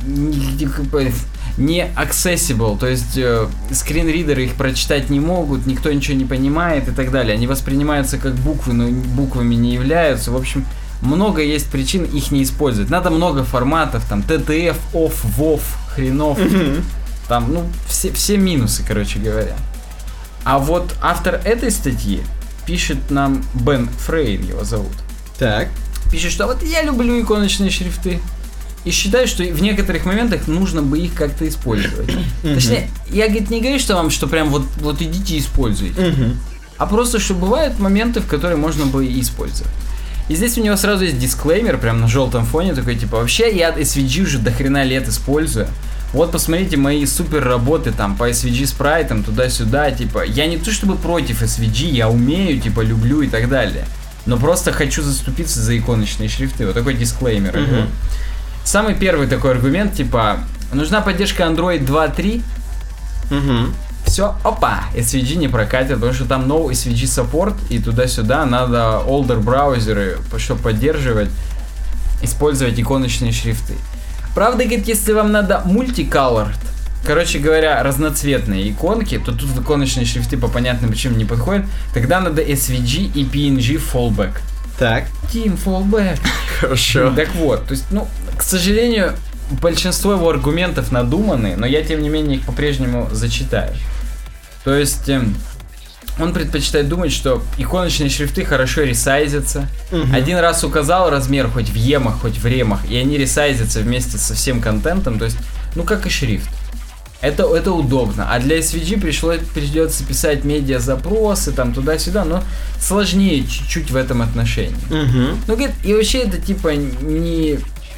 не accessible, то есть скринридеры их прочитать не могут, никто ничего не понимает и так далее. Они воспринимаются как буквы, но буквами не являются. В общем, много есть причин их не использовать. Надо много форматов, там TTF, OFF, WOFF, хренов, там, ну, все минусы, короче говоря. А вот автор этой статьи пишет нам, Бен Фрейн его зовут. Так. Пишет, что вот я люблю иконочные шрифты. И считаю, что в некоторых моментах нужно бы их как-то использовать. Точнее, я, говорит, не говорю, что вам, что прям вот идите и используйте. А просто, что бывают моменты, в которые можно бы и использовать. И здесь у него сразу есть дисклеймер, прям на желтом фоне, такой, типа, вообще я SVG уже до хрена лет использую. Вот посмотрите мои супер работы там по SVG спрайтам, туда-сюда, типа, я не то чтобы против SVG, я умею, типа, люблю и так далее. Но просто хочу заступиться за иконочные шрифты. Вот такой дисклеймер. Самый первый такой аргумент, типа, нужна поддержка Android 2.3. Все, опа, SVG не прокатит, потому что там no SVG support, и туда-сюда надо older браузеры, чтобы поддерживать, использовать иконочные шрифты. Правда, говорит, если вам надо multicolored, короче говоря, разноцветные иконки, то тут иконочные шрифты по понятным причинам не подходят, тогда надо SVG и PNG fallback. Так. Team fallback. Хорошо. Так вот, то есть, ну, к сожалению, большинство его аргументов надуманы, но я, тем не менее, их по-прежнему зачитаю. То есть, он предпочитает думать, что иконочные шрифты хорошо ресайзятся. Один раз указал размер хоть в емах, хоть в ремах, и они ресайзятся вместе со всем контентом, то есть, ну, как и шрифт. Это удобно. А для SVG придется писать медиа-запросы, там, туда-сюда, но сложнее чуть-чуть в этом отношении. Ну, говорит, и вообще это, типа, не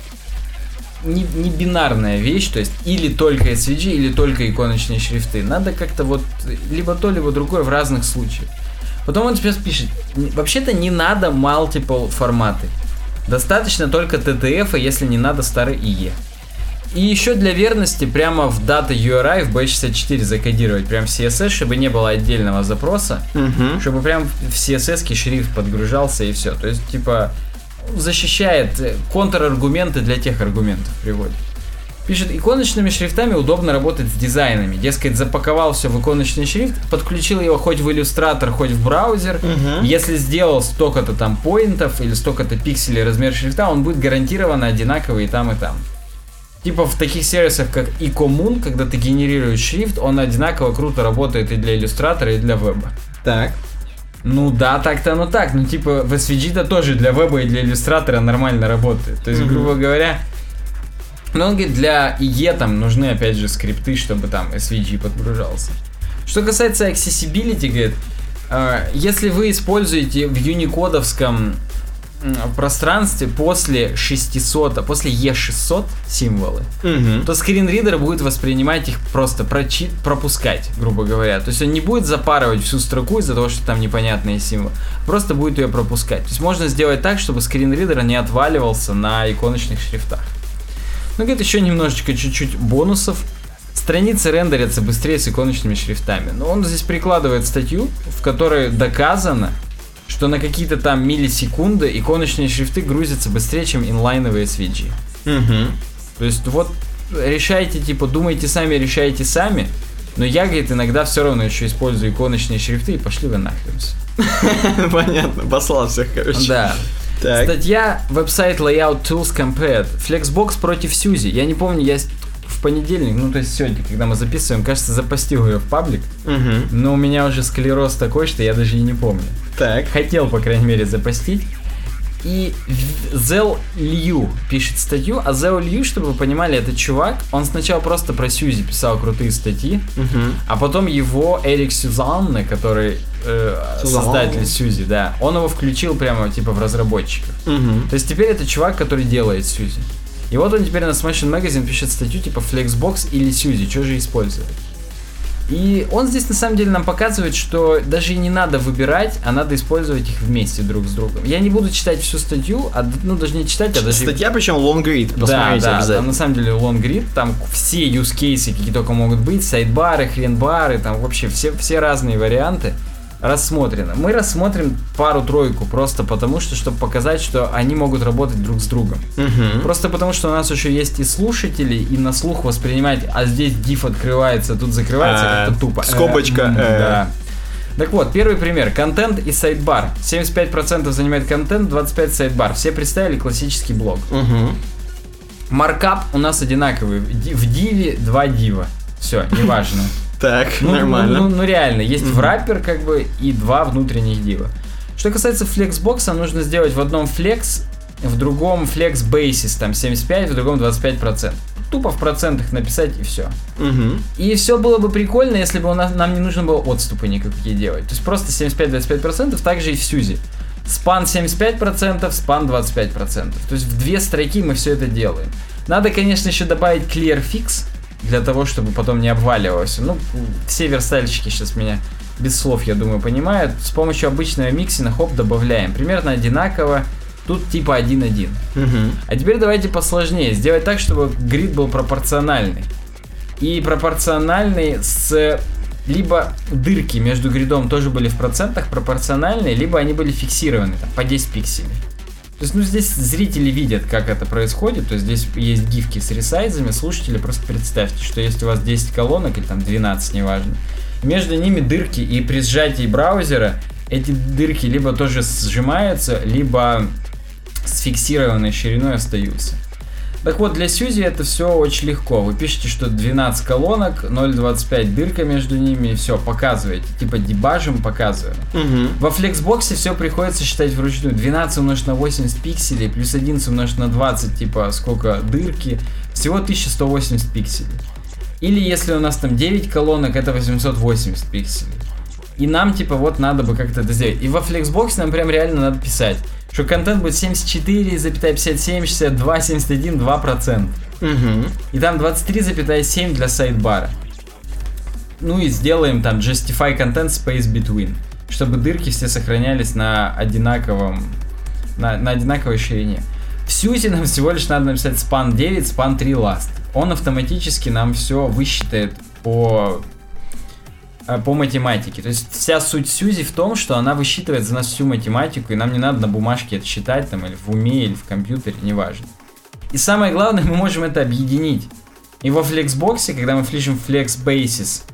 бинарная вещь, то есть или только SVG, или только иконочные шрифты. Надо как-то вот либо то, либо другое в разных случаях. Потом он сейчас пишет, вообще-то не надо multiple форматы. Достаточно только TTF, если не надо старый IE. И еще для верности прямо в data URI в B64 закодировать прям в CSS, чтобы не было отдельного запроса, чтобы прям в CSS шрифт подгружался и все. То есть, типа, защищает контраргументы для тех аргументов приводит. Пишет, иконочными шрифтами удобно работать с дизайнами. Дескать, запаковал все в иконочный шрифт, подключил его хоть в иллюстратор, хоть в браузер. Если сделал столько-то там поинтов или столько-то пикселей размер шрифта, он будет гарантированно одинаковый и там, и там. Типа в таких сервисах, как eCommune, когда ты генерируешь шрифт, он одинаково круто работает и для иллюстратора, и для веба. Так. Ну да, так-то оно так. Ну типа в SVG-то тоже для веба и для иллюстратора нормально работает. То есть, грубо говоря, ну он говорит, для IE там нужны опять же скрипты, чтобы там SVG подгружался. Что касается accessibility, говорит, если вы используете в юникодовском пространстве после 600, после E600 символы, то скринридер будет воспринимать их просто пропускать, грубо говоря. То есть он не будет запарывать всю строку из-за того, что там непонятные символы, просто будет ее пропускать. То есть можно сделать так, чтобы скринридер не отваливался на иконочных шрифтах. Ну, говорит, еще немножечко, чуть-чуть бонусов. Страницы рендерятся быстрее с иконочными шрифтами. Но он здесь прикладывает статью, в которой доказано, что на какие-то там миллисекунды иконочные шрифты грузятся быстрее, чем инлайновые SVG. То есть вот решайте, типа, думайте сами, решайте сами. Но я, говорит, иногда все равно еще использую иконочные шрифты, и пошли вы нахрен все. Понятно, послал всех, короче. Да. Так. Статья Website Layout Tools Compared. Flexbox против Suzy. Я не помню, я в понедельник, ну то есть сегодня, когда мы записываем, кажется, запостил ее в паблик. Но у меня уже склероз такой, что я даже и не помню. Так. Хотел, по крайней мере, запостить. И Зел Лью пишет статью, а Зел Лью, чтобы вы понимали, это чувак, он сначала просто про Сьюзи писал крутые статьи, а потом его Эрик Сюзанне, который создатель Сьюзи, да, он его включил прямо типа в разработчиков. То есть теперь это чувак, который делает Сьюзи. И вот он теперь на Smashing Magazine пишет статью типа Flexbox или Сьюзи, что же использовать. И он здесь на самом деле нам показывает, что даже и не надо выбирать, а надо использовать их вместе друг с другом. Я не буду читать всю статью, ну даже не читать, а даже... Статья причем long read, посмотрите обязательно. Да, там на самом деле long read, там все use cases, какие только могут быть, сайдбары, хренбары, там вообще все разные варианты рассмотрены. Мы рассмотрим пару-тройку просто потому, что, чтобы показать, что они могут работать друг с другом. Просто потому, что у нас еще есть и слушатели, и на слух воспринимать, а здесь div открывается, тут закрывается, как-то тупо. Скобочка. Да. Так вот, первый пример. Контент и сайдбар. 75% занимает контент, 25% сайдбар. Все представили классический блог. Маркап у нас одинаковый. В диве 2 дива. Все, неважно. Так, нормально. Ну реально, есть враппер как бы и 2 внутренних дива. Что касается флексбокса, нужно сделать в одном флекс, в другом флекс basis, там 75, в другом 25%. Тупо в процентах написать и все. И все было бы прикольно, если бы нам не нужно было отступы никакие делать. То есть просто 75-25%, также и в Сьюзи. Спан 75%, спан 25%. То есть в 2 строки мы все это делаем. Надо, конечно, еще добавить clear fix, для того, чтобы потом не обваливалось. Ну, все верстальщики сейчас меня без слов, я думаю, понимают. С помощью обычного миксина, хоп, добавляем. Примерно одинаково. Тут типа 1-1. А теперь давайте посложнее. Сделать так, чтобы грид был пропорциональный. И пропорциональный с... Либо дырки между гридом тоже были в процентах пропорциональные, либо они были фиксированы, там, по 10 пикселей. То есть, ну, здесь зрители видят, как это происходит, то есть здесь есть гифки с ресайзами, слушатели просто представьте, что если у вас 10 колонок или там 12, неважно, между ними дырки, и при сжатии браузера эти дырки либо тоже сжимаются, либо с фиксированной шириной остаются. Так вот, для Сьюзи это все очень легко. Вы пишете, что 12 колонок, 0.25 дырка между ними, и все, показываете. Типа дебажим, показываем. Во флексбоксе все приходится считать вручную. 12 умножить на 80 пикселей, плюс 11 умножить на 20, типа сколько дырки. Всего 1180 пикселей. Или если у нас там 9 колонок, это 880 пикселей. И нам типа вот надо бы как-то это сделать. И во флексбоксе нам прям реально надо писать, что контент будет 74,57, 62, 71, 2%. И там 23,7 для сайдбара. Ну и сделаем там justify content space between, чтобы дырки все сохранялись на одинаковом, на одинаковой ширине. В Сьюзи нам всего лишь надо написать span 9, span 3 last. Он автоматически нам все высчитает по математике. То есть вся суть Сьюзи в том, что она высчитывает за нас всю математику, и нам не надо на бумажке это считать, там, или в уме, или в компьютере, неважно. И самое главное, мы можем это объединить. И во флексбоксе, когда мы пишем flex basis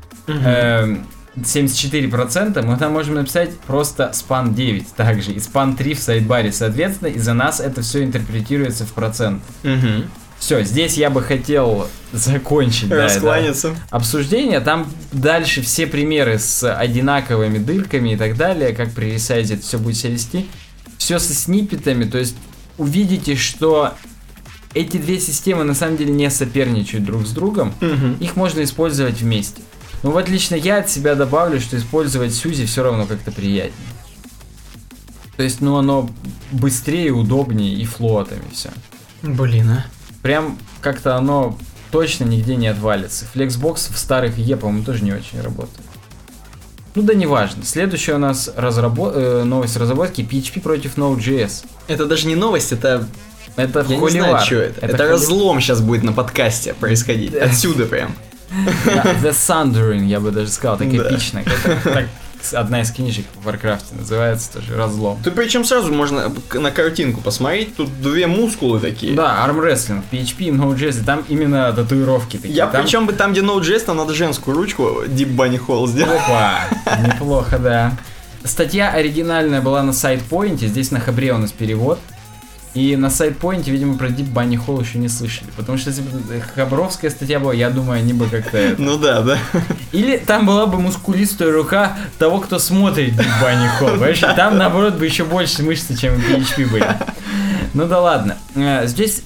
74%, мы там можем написать просто span 9 также, и span 3 в сайдбаре, соответственно, и за нас это все интерпретируется в процент. Все, здесь я бы хотел закончить обсуждение. Там дальше все примеры с одинаковыми дырками и так далее, как при ресайзе это все будет себя вести. Все со сниппетами, то есть увидите, что эти две системы на самом деле не соперничают друг с другом. Их можно использовать вместе. Ну вот лично я от себя добавлю, что использовать Сьюзи все равно как-то приятнее. То есть, ну оно быстрее, удобнее и флотами все. Блин, а. Прям как-то оно точно нигде не отвалится. Flexbox в старых Е, по-моему, тоже не очень работает. Ну да неважно. Следующая у нас новость разработки PHP против Node.js. Это даже не новость, это я не знаю, что это. Это разлом сейчас будет на подкасте происходить. Отсюда прям. The Thundering, я бы даже сказал, так эпично. одна из книжек в Варкрафте называется тоже «Разлом». Ты причем сразу можно на картинку посмотреть, тут две мускулы такие. Да, армрестлинг, PHP и Node.js, и там именно татуировки такие. Причем там, где Node.js, там надо женскую ручку Deep Bunny Hole сделать. Опа, неплохо, да. Статья оригинальная была на SidePoint, здесь на Хабре у нас перевод. И на SidePoint, видимо, про Deep Bunny Hole еще не слышали. Потому что если бы хабровская статья была, я думаю, они бы как-то... Ну да. Или там была бы мускулистая рука того, кто смотрит Deep Bunny Hole. Понимаешь? Там, наоборот, бы еще больше мышцы, чем в PHP были. Ну да ладно. Здесь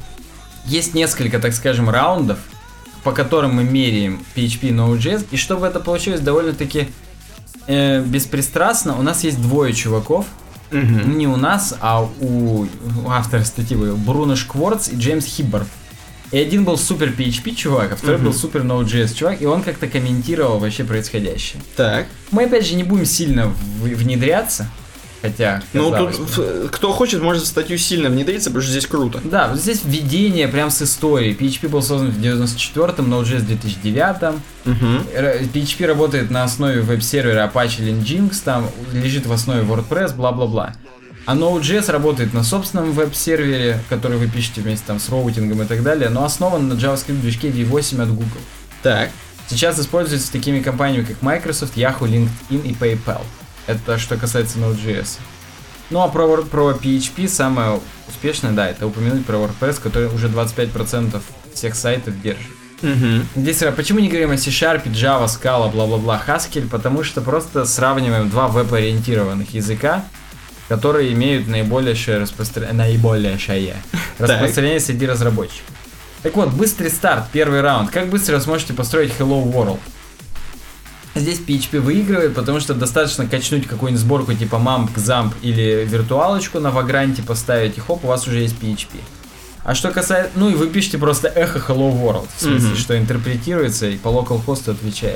есть несколько, так скажем, раундов, по которым мы меряем PHP и Node.js. И чтобы это получилось довольно-таки беспристрастно, у нас есть двое чуваков. Не у нас, а у автора статьи Бруно Шкворц и Джеймс Хиббард. И один был супер PHP чувак, а второй был супер Node.js чувак, и он как-то комментировал вообще происходящее. Так. Мы опять же не будем сильно внедряться, хотя... Тут кто хочет, может в статью сильно внедриться, потому что здесь круто. Да, вот здесь введение прям с историей. PHP был создан в 94-м, Node.js в 2009-м. PHP работает на основе веб-сервера Apache Nginx, там лежит в основе WordPress, бла-бла-бла. А Node.js работает на собственном веб-сервере, который вы пишете вместе там с роутингом и так далее, но основан на JavaScript движке V8 от Google. Так. Сейчас используется такими компаниями, как Microsoft, Yahoo, LinkedIn и PayPal. Это что касается Node.js. Ну а про PHP самое успешное, да, это упомянуть про WordPress, который уже 25% всех сайтов держит. Здесь почему не говорим о C-Sharp, Java, Scala, бла-бла-бла, Haskell? Потому что просто сравниваем два веб-ориентированных языка, которые имеют наибольшее распространение среди разработчиков. Так вот, быстрый старт, первый раунд. Как быстро вы сможете построить Hello World? Здесь PHP выигрывает, потому что достаточно качнуть какую-нибудь сборку типа Mump, Xampp или виртуалочку на Vagrant поставить, и хоп, у вас уже есть PHP. А что касается... Ну и вы пишете просто эхо Hello World, в смысле, что интерпретируется и по localhost отвечает.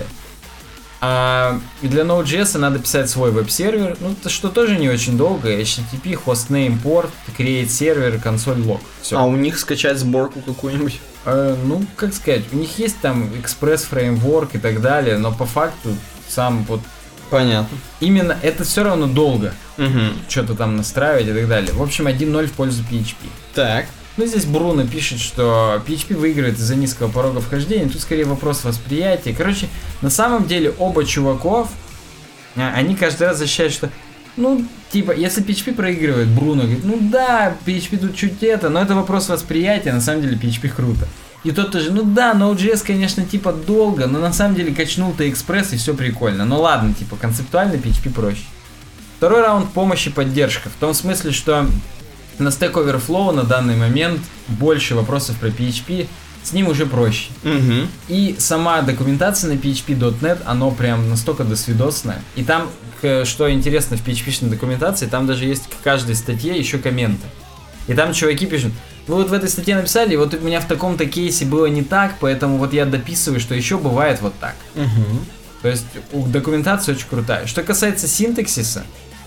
И для Node.js надо писать свой веб-сервер, ну, что тоже не очень долго. HTTP, hostname, port, create сервер, консоль log. Все. А у них скачать сборку какую-нибудь? Ну, как сказать, у них есть там Express Framework и так далее, но по факту сам вот... Понятно. Именно это все равно долго. Что-то там настраивать и так далее. В общем, 1-0 в пользу PHP. Так. Ну, здесь Бруно пишет, что PHP выиграет из-за низкого порога вхождения. Тут скорее вопрос восприятия. Короче, на самом деле оба чуваков, они каждый раз защищают, что, ну, типа, если PHP проигрывает, Бруно говорит, ну да, PHP тут чуть это, но это вопрос восприятия, на самом деле PHP круто. И тот тоже, ну да, Node.js, конечно, типа долго, но на самом деле качнул-то экспресс и все прикольно. Ну ладно, типа, концептуально PHP проще. Второй раунд — помощь и поддержка. В том смысле, что на Stack Overflow на данный момент больше вопросов про PHP, с ним уже проще. И сама документация на PHP.NET, оно прям настолько досвидосное. И там, что интересно в PHP-шной документации, там даже есть к каждой статье еще комменты. И там чуваки пишут, вы вот в этой статье написали, вот у меня в таком-то кейсе было не так, поэтому вот я дописываю, что еще бывает вот так. То есть документация очень крутая. Что касается синтаксиса,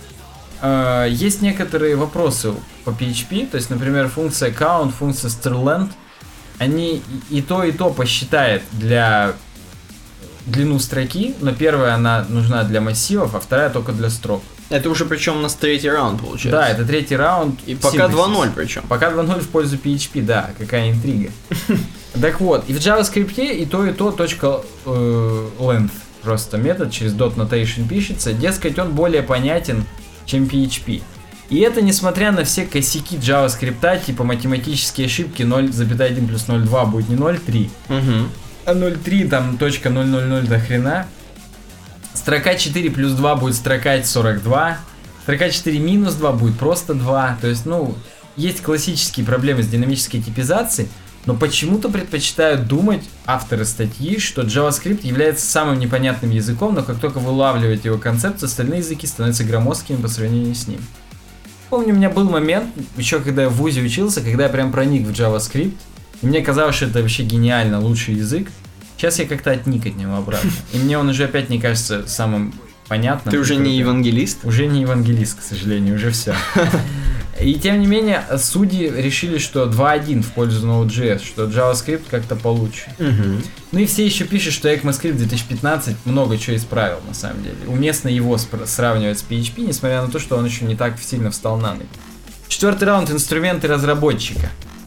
есть некоторые вопросы по PHP, то есть, например, функция count, функция strLength, они и то посчитает для длину строки, но первая она нужна для массивов, а вторая только для строк. Это уже причем у нас третий раунд получается. Да, это третий раунд. И пока 2-0 причем. Пока 2-0 в пользу PHP, да, какая интрига. Так вот, и в JavaScript и то точка length, просто метод через dot notation пишется, дескать, он более понятен, чем PHP. И это несмотря на все косяки JavaScript, типа математические ошибки 0,1 плюс 0,2 будет не 0,3, а 0,3 там точка 0,00 до хрена. Строка 4 плюс 2 будет строка 42, строка 4 минус 2 будет просто 2. То есть, ну, есть классические проблемы с динамической типизацией, но почему-то предпочитают думать авторы статьи, что JavaScript является самым непонятным языком, но как только вы улавливаете его концепцию, остальные языки становятся громоздкими по сравнению с ним. Помню, у меня был момент, еще когда я в ВУЗе учился, когда я прям проник в JavaScript, и мне казалось, что это вообще гениально, лучший язык. Сейчас я как-то отник от него обратно. И мне он уже опять не кажется самым понятным. Ты уже не евангелист? Уже не евангелист, к сожалению, уже все. И тем не менее, судьи решили, что 2-1 в пользу Node.js, что JavaScript как-то получше. Ну и все еще пишут, что ECMAScript 2015 много чего исправил, на самом деле. Уместно его сравнивать с PHP, несмотря на то, что он еще не так сильно встал на ноги. 4-й раунд — инструменты разработчика.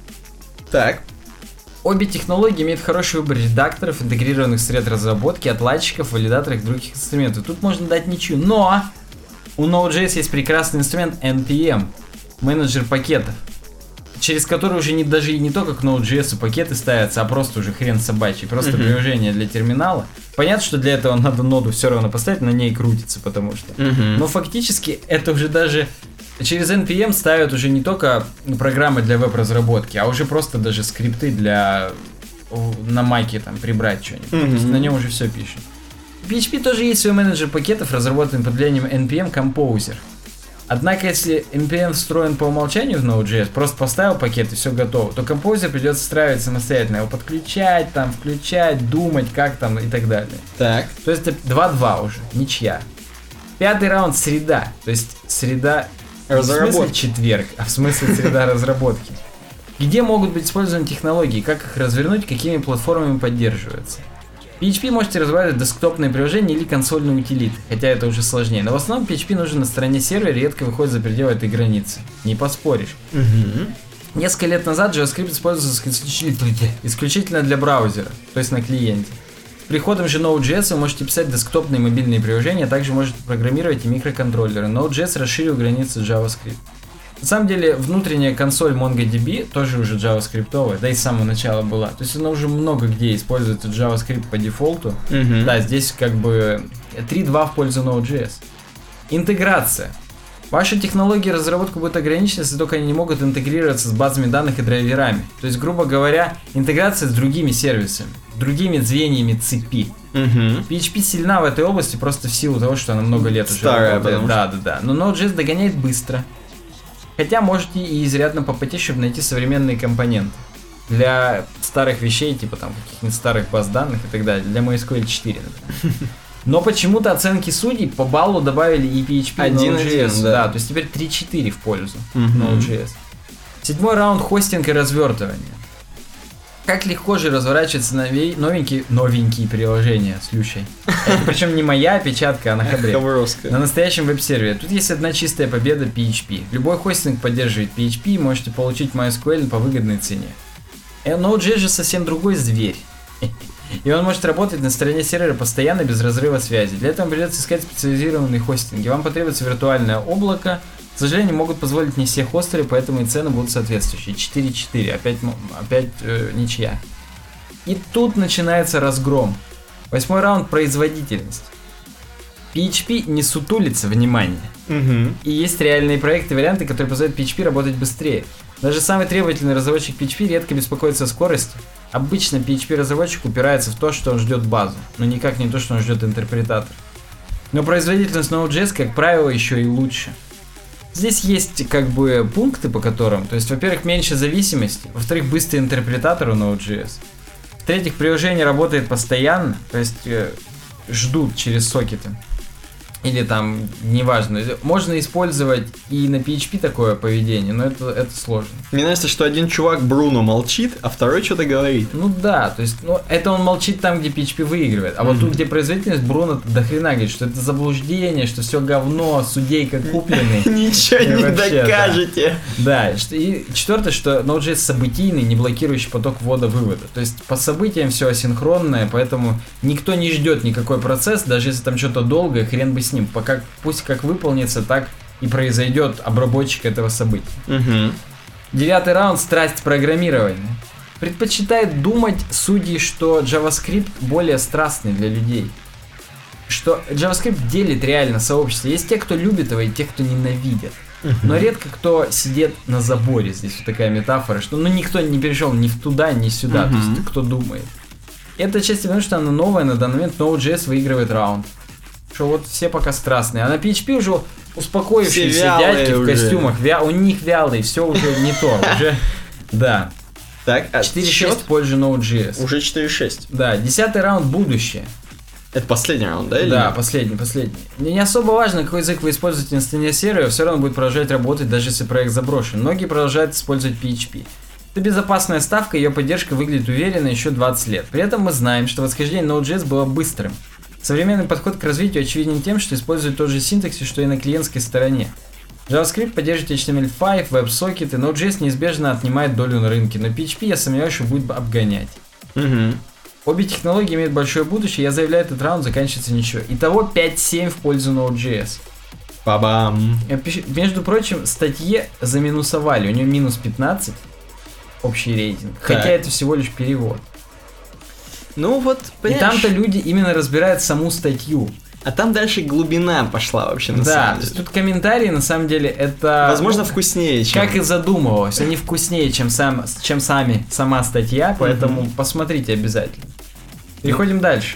Так. Обе технологии имеют хороший выбор редакторов, интегрированных в сред разработки, отладчиков, валидаторов и других инструментов. Тут можно дать ничью, но у Node.js есть прекрасный инструмент NPM, менеджер пакетов, через который уже даже не только к Node.js пакеты ставятся, а просто уже хрен собачий, просто приложение для терминала. Понятно, что для этого надо ноду все равно поставить, на ней крутится, потому что. Но фактически это уже даже через NPM ставят уже не только программы для веб-разработки, а уже просто даже скрипты для на маке там прибрать что-нибудь. То есть на нем уже все пишет. В PHP тоже есть свой менеджер пакетов, разработанный под влиянием NPM Composer. Однако, если NPM встроен по умолчанию в Node.js, просто поставил пакет и все готово, то Composer придется встраивать самостоятельно, его подключать, там, включать, думать, как там и так далее. Так. То есть это 2-2 уже, ничья. 5-й раунд — среда, то есть среда разработки. В смысле четверг, а в смысле среда разработки. Где могут быть использованы технологии, как их развернуть, какими платформами поддерживаются. В PHP можете разрабатывать десктопные приложения или консольные утилиты, хотя это уже сложнее. Но в основном PHP нужен на стороне сервера и редко выходит за пределы этой границы. Не поспоришь. Несколько лет назад JavaScript использовался исключительно для браузера, то есть на клиенте. С приходом же Node.js вы можете писать десктопные и мобильные приложения, а также можете программировать и микроконтроллеры. Node.js расширил границы JavaScript. На самом деле, внутренняя консоль MongoDB тоже уже JavaScriptовая, да и с самого начала была. То есть она уже много где используется JavaScript по дефолту. Да, здесь как бы 3-2 в пользу Node.js. Интеграция. Ваши технологии разработки будут ограничены, если только они не могут интегрироваться с базами данных и драйверами. То есть, грубо говоря, интеграция с другими сервисами, другими звеньями цепи. PHP сильна в этой области просто в силу того, что она много лет уже работает. Да. Но Node.js догоняет быстро. Хотя можете и изрядно попотеть, чтобы найти современные компоненты. Для старых вещей, типа там каких-нибудь старых баз данных и так далее. Для MySQL 4, например. Но почему-то оценки судей по баллу добавили и PHP, и Node.js. Да, то есть теперь 3-4 в пользу Node.js. 7-й раунд — хостинг и развертывание. Как легко же разворачиваются новенькие приложения с Люшей. Это причем не моя опечатка, а на хабре. На настоящем веб-сервере. Тут есть одна чистая победа — PHP. Любой хостинг поддерживает PHP, можете получить MySQL по выгодной цене. Node.js же совсем другой зверь. И он может работать на стороне сервера постоянно, без разрыва связи. Для этого придется искать специализированные хостинги. Вам потребуется виртуальное облако. К сожалению, могут позволить не все хостеры, поэтому и цены будут соответствующие. 4-4, опять ничья. И тут начинается разгром. 8-й раунд — производительность. PHP не сутулится, внимание. И есть реальные проекты, варианты, которые позволяют PHP работать быстрее. Даже самый требовательный разработчик PHP редко беспокоится о скорости. Обычно PHP-разработчик упирается в то, что он ждет базу, но никак не то, что он ждет интерпретатор. Но производительность Node.js, как правило, еще и лучше. Здесь есть как бы пункты, по которым, то есть, во-первых, меньше зависимости, во-вторых, быстрый интерпретатор у Node.js, в-третьих, приложение работает постоянно, то есть ждут через сокеты. Или там, неважно, можно использовать и на PHP такое поведение, но это сложно. Мне нравится, что один чувак, Бруно, молчит, а второй что-то говорит. Ну да, то есть, это он молчит там, где PHP выигрывает. А вот тут, где производительность, Бруно до хрена говорит, что это заблуждение, что все говно, судейка купленный. Ничего не докажете. Да, и четвертое, что Node.js событийный, не блокирующий поток ввода-вывода. То есть по событиям все асинхронное, поэтому никто не ждет никакой процесс, даже если там что-то долгое, хрен бы с ним. Пока, пусть как выполнится, так и произойдет обработчик этого события. 9-й раунд — страсть программирования. Предпочитает думать судьи, что JavaScript более страстный для людей. Что JavaScript делит реально сообщество. Есть те, кто любит его, и те, кто ненавидит. Но редко кто сидит на заборе. Здесь вот такая метафора, что никто не перешел ни туда, ни сюда. То есть кто думает. Это отчасти потому, что она новая, на данный момент Node.js выигрывает раунд. Что вот все пока страстные. А на PHP уже успокоившиеся дядьки в костюмах. У них вялые, все уже не то. Уже, да. Так, 4-6 в пользу Node.js. Уже 4-6. Да, 10-й раунд — будущее. Это последний раунд, да? Или да, нет? последний. Не особо важно, какой язык вы используете на стороне сервера, все равно будет продолжать работать, даже если проект заброшен. Многие продолжают использовать PHP. Это безопасная ставка, ее поддержка выглядит уверенно еще 20 лет. При этом мы знаем, что восхождение Node.js было быстрым. Современный подход к развитию очевиден тем, что использует тот же синтаксис, что и на клиентской стороне. JavaScript поддерживает HTML5, WebSocket, и Node.js неизбежно отнимает долю на рынке, но PHP, я сомневаюсь, что будет обгонять. Обе технологии имеют большое будущее, я заявляю, этот раунд заканчивается ничего. Итого 5-7 в пользу Node.js. Ба-бам. Между прочим, статье заминусовали, у нее минус 15 общий рейтинг, хотя это всего лишь перевод. Ну вот, понимаешь? И там-то люди именно разбирают саму статью. А там дальше глубина пошла вообще на самом деле. Да, тут комментарии на самом деле это... Возможно, вкуснее, чем... Как и задумывалось, они вкуснее, чем сама статья, поэтому посмотрите обязательно. Переходим дальше.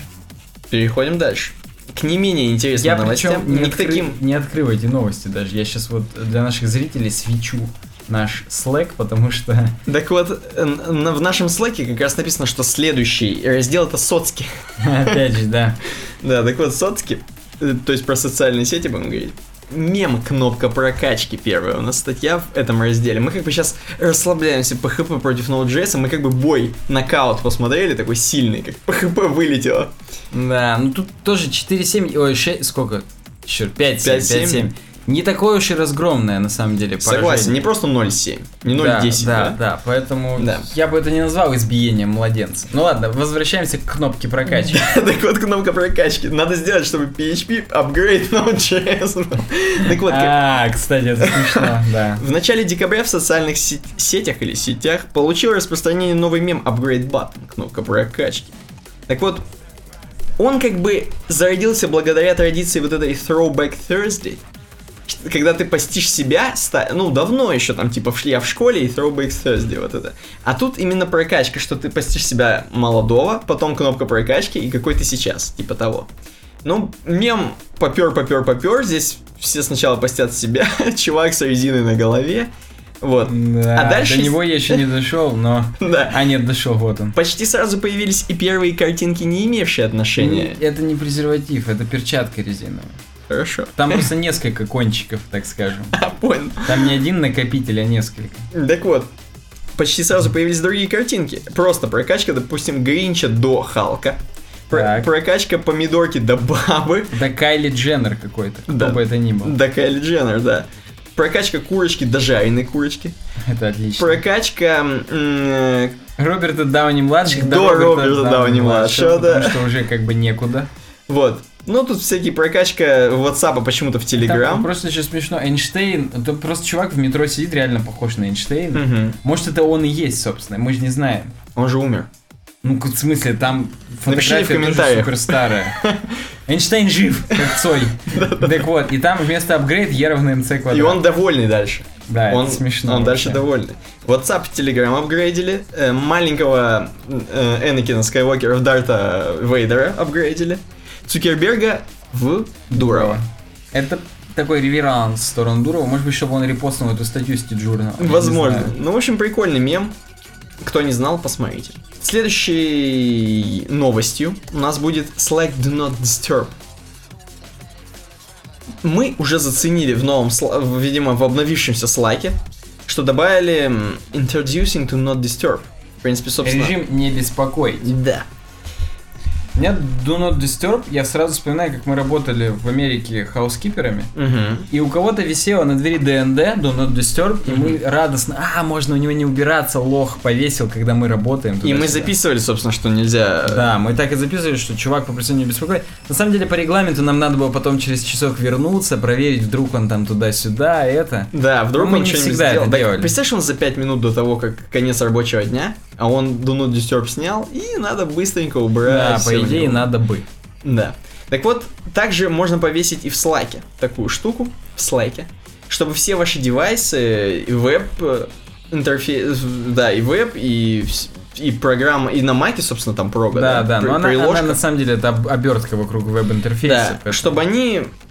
К не менее интересным новостям. Не открывайте новости даже. Я сейчас вот для наших зрителей свечу наш Slack, потому что... Так вот, в нашем Slack'е как раз написано, что следующий раздел это соцки. Опять же, да. Да, так вот, соцки, то есть про социальные сети будем говорить. Мем кнопка прокачки первая у нас статья в этом разделе. Мы как бы сейчас расслабляемся, PHP против Node.js, мы как бы бой, нокаут посмотрели, такой сильный, как PHP вылетело. Да, ну тут тоже 4.7, ой, 6, сколько? Черт, 5.7. Не такое уж и разгромное, на самом деле, поражение. Согласен, не просто 0.7, не 0.10, да? Да, поэтому я бы это не назвал избиением младенца. Ну ладно, возвращаемся к кнопке прокачки. Так вот, кнопка прокачки. Надо сделать, чтобы PHP апгрейд Node.js. Так вот, кстати, это смешно, да. В начале декабря в социальных сетях или сетях получил распространение новый мем Upgrade Button, кнопка прокачки. Так вот, он как бы зародился благодаря традиции вот этой Throwback Thursday, когда ты постишь себя, ну, давно еще, там, типа, я в школе и Throwback Thursday, вот это. А тут именно прокачка, что ты постишь себя молодого, потом кнопка прокачки и какой ты сейчас, типа того. Ну, мем попер, здесь все сначала постят себя, чувак с резиной на голове, вот. Да, а дальше... До него я еще не дошел, но... Да. А нет, дошел, вот он. Почти сразу появились и первые картинки, не имевшие отношения. Это не презерватив, это перчатка резиновая. Хорошо. Там просто несколько кончиков, так скажем. Понял. Там не один накопитель, а несколько. Так вот, почти сразу появились другие картинки. Просто прокачка, допустим, Гринча до Халка. Прокачка помидорки до Бабы. До Кайли Дженнер какой-то, кто бы это ни был. До Кайли Дженнер, да. Прокачка курочки до жареной курочки. Это отлично. Прокачка... Роберта Дауни-младших до Роберта Дауни-младшего, да. Потому что уже как бы некуда. Вот. Ну, тут всякие прокачка WhatsApp почему-то в Telegram. Там просто еще смешно. Эйнштейн, это просто чувак в метро сидит, реально похож на Эйнштейна. Угу. Может, это он и есть, собственно, мы же не знаем. Он же умер. Ну, в смысле, там фотография в комментариях. тоже супер старая. Эйнштейн жив, как Цой. Так вот, и там вместо апгрейд Е равно МЦ квадрат. И он довольный дальше. Да, это смешно. Он дальше довольный. WhatsApp и Telegram апгрейдили. Маленького Энакина Скайуокера в Дарта Вейдера апгрейдили. Цукерберга в Дурова. Это такой реверанс в сторону Дурова. Может быть, чтобы он репостнул эту статью с T-Journal. Возможно. Ну, в общем, прикольный мем. Кто не знал, посмотрите. Следующей новостью у нас будет Slack Do Not Disturb. Мы уже заценили в новом, видимо, в обновившемся Slack'е, что добавили Introducing to Not Disturb. В принципе, собственно... Режим не беспокоить. Да. У меня Do Not Disturb, я сразу вспоминаю, как мы работали в Америке хаускиперами, и у кого-то висело на двери ДНД, Do Not Disturb, и мы радостно, можно у него не убираться, лох повесил, когда мы работаем. И мы записывали, собственно, что нельзя... Да, мы так и записывали, что чувак попросил не беспокоить. На самом деле, по регламенту нам надо было потом через часок вернуться, проверить, вдруг он там туда-сюда, это. Да, вдруг он что-нибудь сделал. Так, представляешь, он за 5 минут до того, как конец рабочего дня, а он Do Not Disturb снял, и надо быстренько убрать. Да, по идее, надо бы. Да. Так вот, также можно повесить и в Slack'е такую штуку, в Slack'е, чтобы все ваши девайсы, и веб-интерфейс, да, и веб, и программа, и на Mac'е, собственно, там прога, да, но она на самом деле это обертка вокруг веб-интерфейса. Да, чтобы они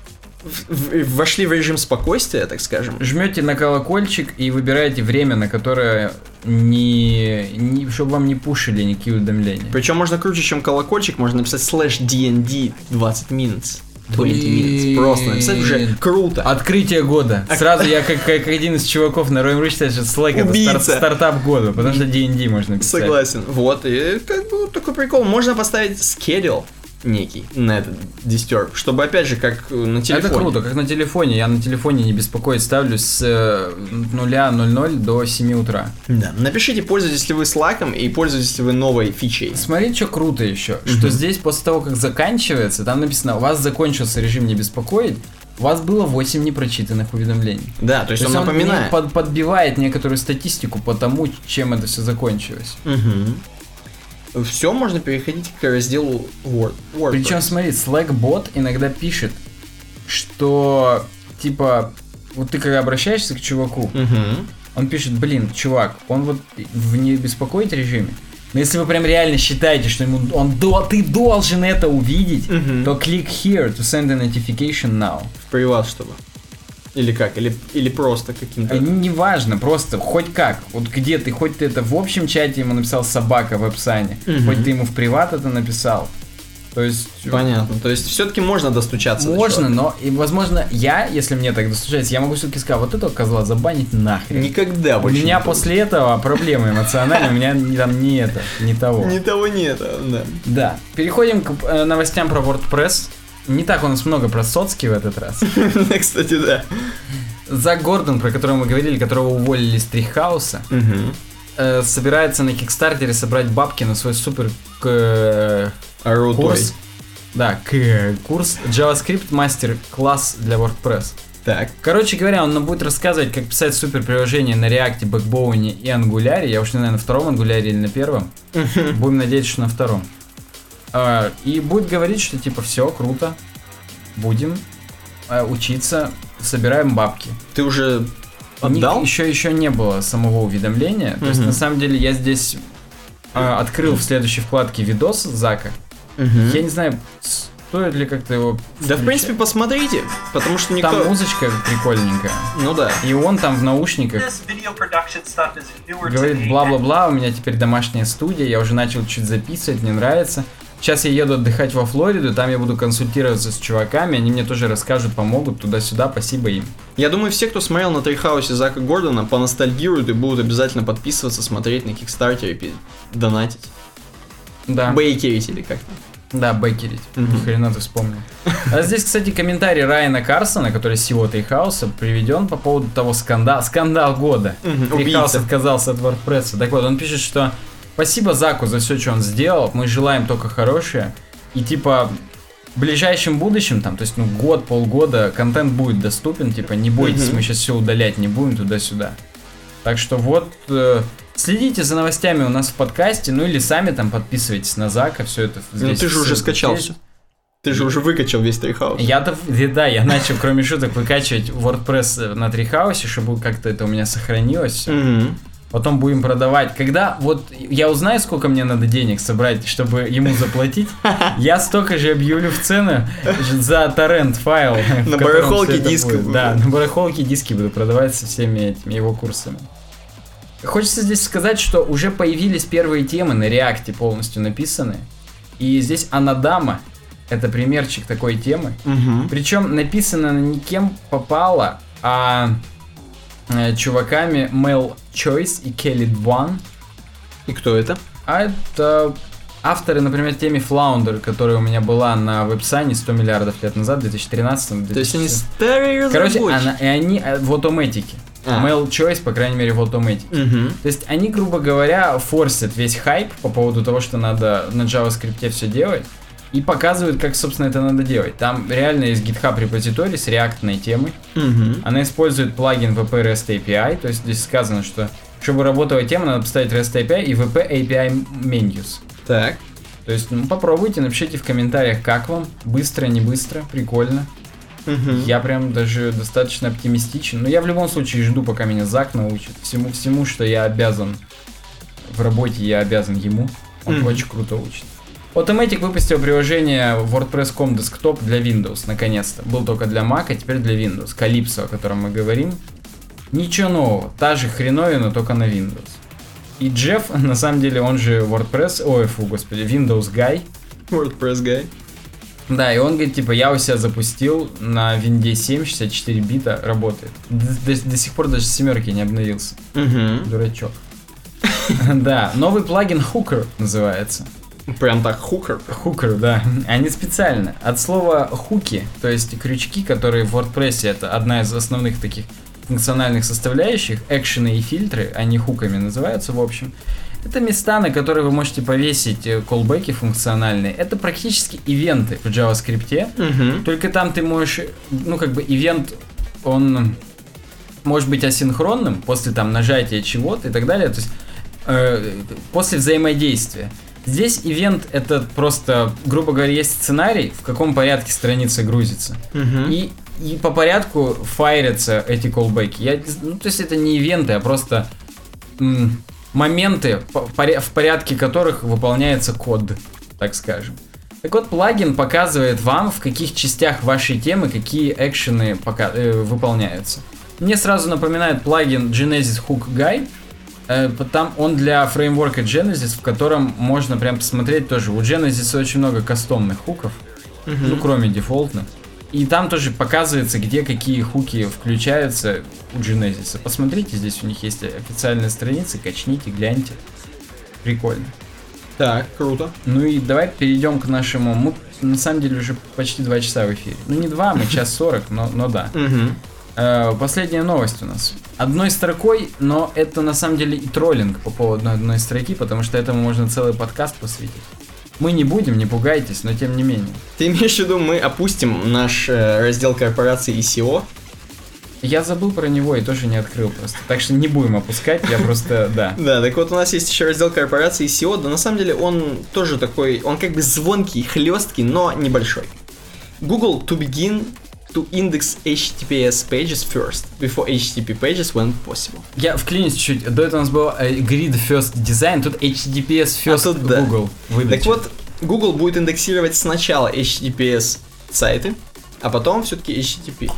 вошли в режим спокойствия, так скажем. Жмете на колокольчик и выбираете время, на которое чтобы вам не пушили никакие уведомления. Причем можно круче, чем колокольчик, можно написать /DND 20 minutes. 20 minutes. Просто написать уже круто. Открытие года. Сразу я как один из чуваков на Роем Ручте, что Slack это стартап года, потому что D&D можно писать. Согласен. Вот, и как бы такой прикол. Можно поставить schedule некий на этот Disturb, чтобы опять же как на телефоне. Это круто, как на телефоне. Я на телефоне не беспокоить ставлю с 0:00 до 7 утра. Да. Напишите, пользуетесь ли вы Slack'ом и пользуетесь ли вы новой фичей. Смотрите, что круто еще, что здесь после того, как заканчивается, там написано, у вас закончился режим не беспокоить, у вас было 8 непрочитанных уведомлений. Да, то есть он напоминает. Подбивает некоторую статистику по тому, чем это все закончилось. Все, можно переходить к разделу WordPress. Причем, смотри, Slack-бот иногда пишет, что, типа, вот ты когда обращаешься к чуваку, он пишет, блин, чувак, он вот в не беспокоить режиме, но если вы прям реально считаете, что ты должен это увидеть, то click here to send a notification now. В приват, чтобы. Или как? Или просто каким-то... Неважно, просто хоть как. Вот где ты, хоть ты это в общем чате ему написал собака в Эпсане, хоть ты ему в приват это написал. То есть... Понятно. То есть все-таки можно достучаться. Можно, но, и, возможно, если мне так достучаться, я могу все-таки сказать, вот этого козла забанить нахрен. Никогда больше. У меня после этого проблемы эмоциональные, у меня там не это, не того. Ни того, ни этого, да. Да. Переходим к новостям про WordPress. Не так у нас много про соцки в этот раз. Кстати, да. Зак Гордон, про которого мы говорили, которого уволили с Трихауса, собирается на Кикстартере собрать бабки на свой супер курс. Да, курс JavaScript мастер-класс для WordPress. Так. Короче говоря, он нам будет рассказывать, как писать супер приложение на React, Backbone и Angular. Я уж не знаю, на втором Angular или на первом. Будем надеяться, что на втором. И будет говорить, что типа все круто, будем учиться, собираем бабки. Ты уже отдал? Еще не было самого уведомления. То есть на самом деле я здесь открыл в следующей вкладке видос Зака. Я не знаю, стоит ли как-то его включать. Да в принципе посмотрите, потому что никто... Там музычка прикольненькая. Ну да. И он там в наушниках говорит бла-бла-бла, у меня теперь домашняя студия, я уже начал чуть записывать, мне нравится. Сейчас я еду отдыхать во Флориду, там я буду консультироваться с чуваками, они мне тоже расскажут, помогут туда-сюда, спасибо им. Я думаю, все, кто смотрел на Трихаусе Зака Гордона, поностальгируют и будут обязательно подписываться, смотреть на Кикстартере и донатить. Да. Бейкерить или как-то. Да, бейкерить. Ни хрена ты вспомнил. А здесь, кстати, комментарий Райана Карсона, который CEO Трихауса, приведен по поводу того скандал года. Трихаус отказался от WordPress. Так вот, он пишет, что спасибо Заку за все, что он сделал. Мы желаем только хорошее. И типа в ближайшем будущем, там, то есть, год, полгода, контент будет доступен. Типа, не бойтесь, мы сейчас все удалять не будем туда-сюда. Так что вот, следите за новостями у нас в подкасте, ну или сами там подписывайтесь на Зака, все это. Ну ты же уже скачал все. Ты же уже выкачал весь Трихаус. Я начал, кроме шуток, выкачивать WordPress на Трихаусе, чтобы как-то это у меня сохранилось все. Потом будем продавать. Когда вот я узнаю, сколько мне надо денег собрать, чтобы ему заплатить, я столько же объявлю в цену за торрент файл. На барахолке дисков. Да, на барахолке диски буду продавать со всеми этими его курсами. Хочется здесь сказать, что уже появились первые темы на React полностью написаны. И здесь Анадама — это примерчик такой темы. Причем написано она не кем попало, а чуваками Mel Choice и Kelly Dwan. И кто это? А это авторы, например, темы Flounder, которая у меня была на веб-сане 100 миллиардов лет назад, в 2013-2014. То есть они старые разработчики. Короче, они в Automatic. Mel Choice, по крайней мере, в Automatic. То есть они, грубо говоря, форсят весь хайп по поводу того, что надо на JavaScript все делать, и показывают, как, собственно, это надо делать. Там реально есть GitHub репозиторий с реактной темой. Она использует плагин WP REST API, то есть здесь сказано, что чтобы работала тема, надо поставить REST API и WP API menus. Так. То есть, попробуйте, напишите в комментариях, как вам. Быстро, не быстро, прикольно. Я прям даже достаточно оптимистичен. Но я в любом случае жду, пока меня Зак научит. Всему, что я обязан в работе, я обязан ему. Он очень круто учит. Automatic выпустил приложение WordPress.com Desktop для Windows, наконец-то. Был только для Mac, а теперь для Windows. Calypso, о котором мы говорим. Ничего нового, та же хреновина, только на Windows. И Джефф, на самом деле, он же WordPress, Windows Guy. WordPress Guy. Да, и он говорит, типа, я у себя запустил на Винде 7, 64 бита, работает. До сих пор даже с 7 не обновился. Дурачок. Да, новый плагин Hooker называется. Прям так, Hooker? Hooker, да. Они специально. От слова хуки, то есть крючки, которые в WordPress, это одна из основных таких функциональных составляющих, экшены и фильтры, они хуками называются, в общем. Это места, на которые вы можете повесить колбеки функциональные. Это практически ивенты в JavaScript. Только там ты можешь, ивент, он может быть асинхронным после там нажатия чего-то и так далее. То есть после взаимодействия. Здесь ивент это просто, грубо говоря, есть сценарий, в каком порядке страница грузится. И по порядку файрятся эти колбеки. То есть это не ивенты, а просто моменты, в порядке которых выполняется код, так скажем. Так вот, плагин показывает вам, в каких частях вашей темы какие экшены выполняются. Мне сразу напоминает плагин Genesis Hook Guy. Там он для фреймворка Genesis, в котором можно прям посмотреть тоже. У Genesis очень много кастомных хуков, кроме дефолтных. И там тоже показывается, где какие хуки включаются у Genesis. Посмотрите, здесь у них есть официальные страницы, качните, гляньте. Прикольно. Так, круто. Ну и давай перейдем к нашему... Мы, на самом деле, уже почти 2 часа в эфире. Ну не 2, мы час 40, но да. Последняя новость у нас. Одной строкой, но это на самом деле и троллинг по поводу одной строки, потому что этому можно целый подкаст посвятить. Мы не будем, не пугайтесь, но тем не менее. Ты имеешь в виду, мы опустим наш раздел корпорации и SEO? Я забыл про него и тоже не открыл просто. Так что не будем опускать, я просто, да. Да, так вот у нас есть еще раздел корпорации и SEO, да на самом деле он тоже такой, он как бы звонкий, хлесткий, но небольшой. Google to begin to index HTTPS pages first, before HTTP pages when possible. Я вклинюсь чуть-чуть. До этого у нас был Grid First Design, тут HTTPS First тут, да. Google выдача. Так вот, Google будет индексировать сначала HTTPS сайты, а потом все-таки HTTP.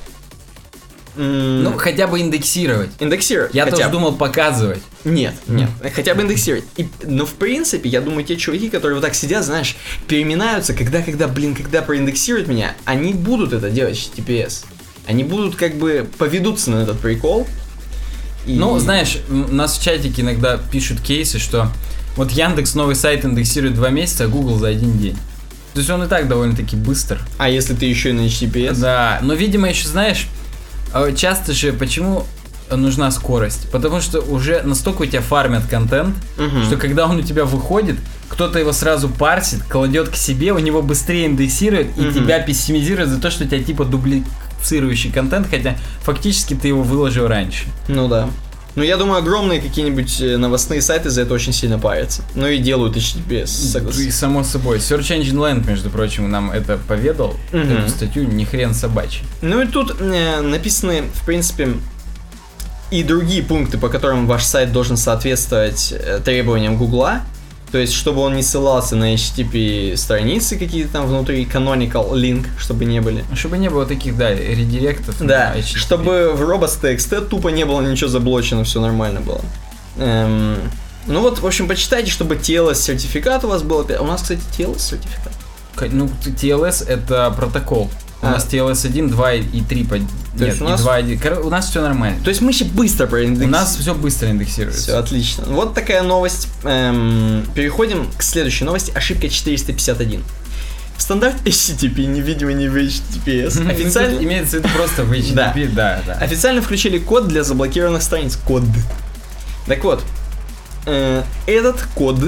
Ну, хотя бы индексировать. Индексировать. Я тоже думал показывать. Нет. Хотя бы индексировать. Но в принципе, я думаю, те чуваки, которые вот так сидят, знаешь, переминаются, когда проиндексируют меня, они будут это делать, HTTPS. Они будут как бы поведутся на этот прикол. Ну, знаешь, у нас в чатике иногда пишут кейсы, что вот Яндекс новый сайт индексирует 2 месяца, а Google за 1 день. То есть он и так довольно-таки быстр. А если ты еще и на HTTPS? Да, но, видимо, еще, знаешь, часто же почему нужна скорость? Потому что уже настолько у тебя фармят контент, что когда он у тебя выходит, кто-то его сразу парсит, кладет к себе, у него быстрее индексирует и тебя пессимизирует за то, что у тебя типа дублицирующий контент, хотя фактически ты его выложил раньше. Ну да. Ну, я думаю, огромные какие-нибудь новостные сайты за это очень сильно парятся. Ну и делают HTTPS, согласен. И само собой. Search Engine Land, между прочим, нам это поведал, эту статью, ни хрен собачий. Ну и тут написаны, в принципе, и другие пункты, по которым ваш сайт должен соответствовать требованиям Гугла. То есть, чтобы он не ссылался на HTTP страницы какие-то там внутри, canonical link, чтобы не были. Чтобы не было таких, да, редиректов. Да, чтобы в robots.txt тупо не было ничего заблочено, все нормально было. Ну вот, в общем, почитайте, чтобы TLS сертификат у вас был. У нас, кстати, TLS сертификат. Ну, TLS это протокол. У нас TLS 1, 2 и 3. Нет, у нас... 2, 1. У нас все нормально. То есть мы еще быстро проиндексируем. У нас все быстро индексируется. Все отлично. Вот такая новость. Переходим к следующей новости. Ошибка 451. В стандарт HTTP, невидимо не в HTTPS. Официально... Имеется в виду просто в HTTP, да. Официально включили код для заблокированных страниц. Код. Так вот. Этот код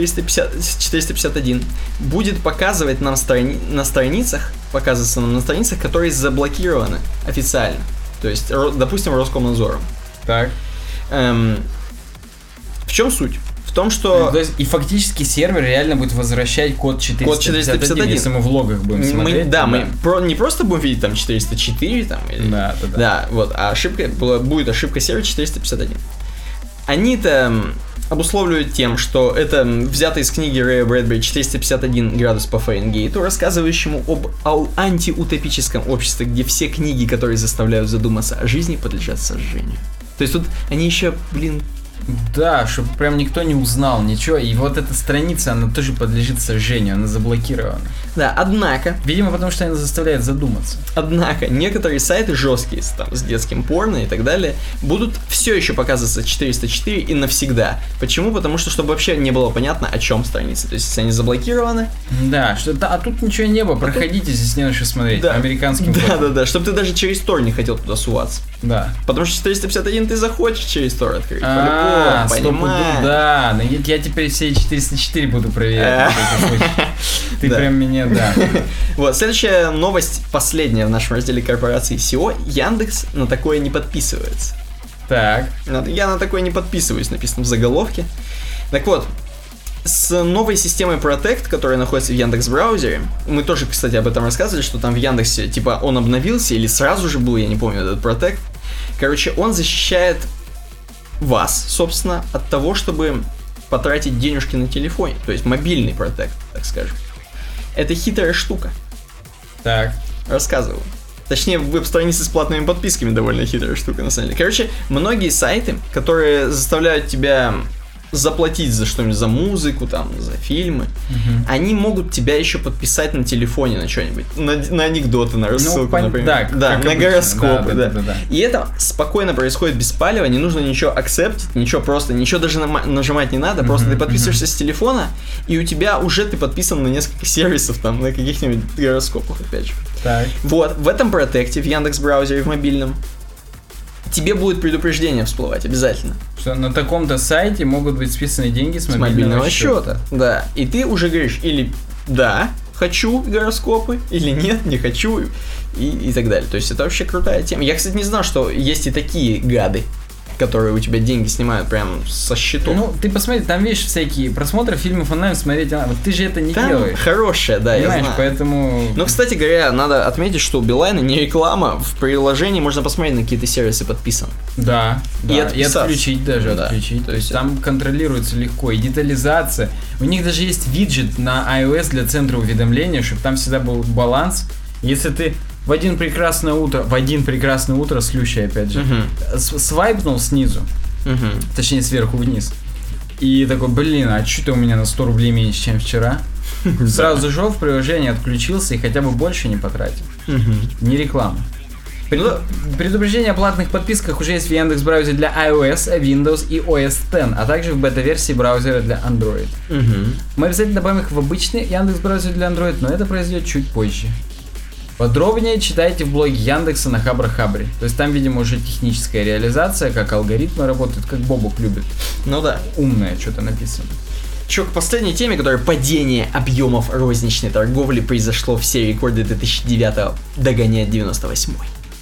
451 будет показывать нам на страницах, показываться нам на страницах, которые заблокированы официально. То есть, допустим, Роскомнадзором. Так. В чем суть? В том, что... То есть, и фактически сервер реально будет возвращать код 451, если мы в логах будем смотреть. Мы не просто будем видеть там 404, там, или... Да, вот, а ошибка будет ошибка сервера 451. Они-то обусловливают тем, что это взято из книги Рэя Брэдбери «451 градус по Фаренгейту», рассказывающему об антиутопическом обществе, где все книги, которые заставляют задуматься о жизни, подлежат сожжению. То есть тут они еще, Да, чтобы прям никто не узнал ничего. И вот эта страница, она тоже подлежит сожжению, она заблокирована. Да, однако... Видимо, потому что она заставляет задуматься. Однако, некоторые сайты жесткие, там, с детским порно и так далее, будут все еще показываться 404 и навсегда. Почему? Потому что, чтобы вообще не было понятно, о чем страница. То есть, если они заблокированы... Да, а тут ничего не было, проходите, здесь не на что смотреть. Да. Американским Да, чтобы ты даже через Tor не хотел туда суваться. Да. Потому что 451 ты захочешь через Tor открыть. Понимаешь? Да, я теперь все 404 буду проверять. Ты прям меня, да. Вот, следующая новость, последняя в нашем разделе корпорации SEO. Яндекс на такое не подписывается. Так. Я на такое не подписываюсь, написано в заголовке. Так вот, с новой системой Protect, которая находится в Яндекс.Браузере, мы тоже, кстати, об этом рассказывали, что там в Яндексе, типа, он обновился или сразу же был, я не помню, этот Protect. Короче, он защищает вас, собственно, от того, чтобы потратить денежки на телефоне. То есть мобильный Protect, так скажем. Это хитрая штука. Так. Рассказываю. Точнее, веб-страницы с платными подписками довольно хитрая штука, на самом деле. Короче, многие сайты, которые заставляют тебя заплатить за что-нибудь, за музыку, там, за фильмы, они могут тебя еще подписать на телефоне на что-нибудь, на анекдоты, на рассылку, например. Да, на гороскопы, да. И это спокойно происходит без палева, не нужно ничего акцептить, ничего даже нажимать не надо, просто ты подписываешься с телефона, и у тебя уже ты подписан на несколько сервисов, там, на каких-нибудь гороскопах, опять же. Так. Вот, в этом Protect, в Яндекс.Браузере, в мобильном, тебе будет предупреждение всплывать обязательно. Что на таком-то сайте могут быть списаны деньги с мобильного счета. Да. И ты уже говоришь, или да, хочу гороскопы, или нет, не хочу, и так далее. То есть это вообще крутая тема. Я, кстати, не знал, что есть и такие гады, которые у тебя деньги снимают прям со счетов. Ну, ты посмотри, там, видишь, всякие просмотры фильмов онлайн смотреть, вот ты же это не делаешь. Хорошая, да, понимаешь, я знаю. Поэтому... Но, кстати говоря, надо отметить, что у Билайна не реклама, в приложении можно посмотреть, на какие-то сервисы подписан. Да, и отключить даже, да. отключить. То есть там контролируется легко. И детализация. У них даже есть виджет на iOS для центра уведомления, чтобы там всегда был баланс. Если ты в один прекрасное утро, слющий, опять же, свайпнул снизу, точнее сверху вниз, и такой, а что-то у меня на 100 рублей меньше, чем вчера. Сразу зашел в приложение, отключился и хотя бы больше не потратил. Не реклама. Предупреждение о платных подписках уже есть в Яндекс.Браузере для iOS, Windows и OS X, а также в бета-версии браузера для Android. Мы обязательно добавим их в обычный Яндекс.Браузер для Android, но это произойдет чуть позже. Подробнее читайте в блоге Яндекса на Хабра-Хабре. То есть там, видимо, уже техническая реализация, как алгоритмы работают, как Бобук любит. Ну да. Умное что-то написано. К последней теме, которая падение объемов розничной торговли произошло, все рекорды 2009 догоняет 98-й.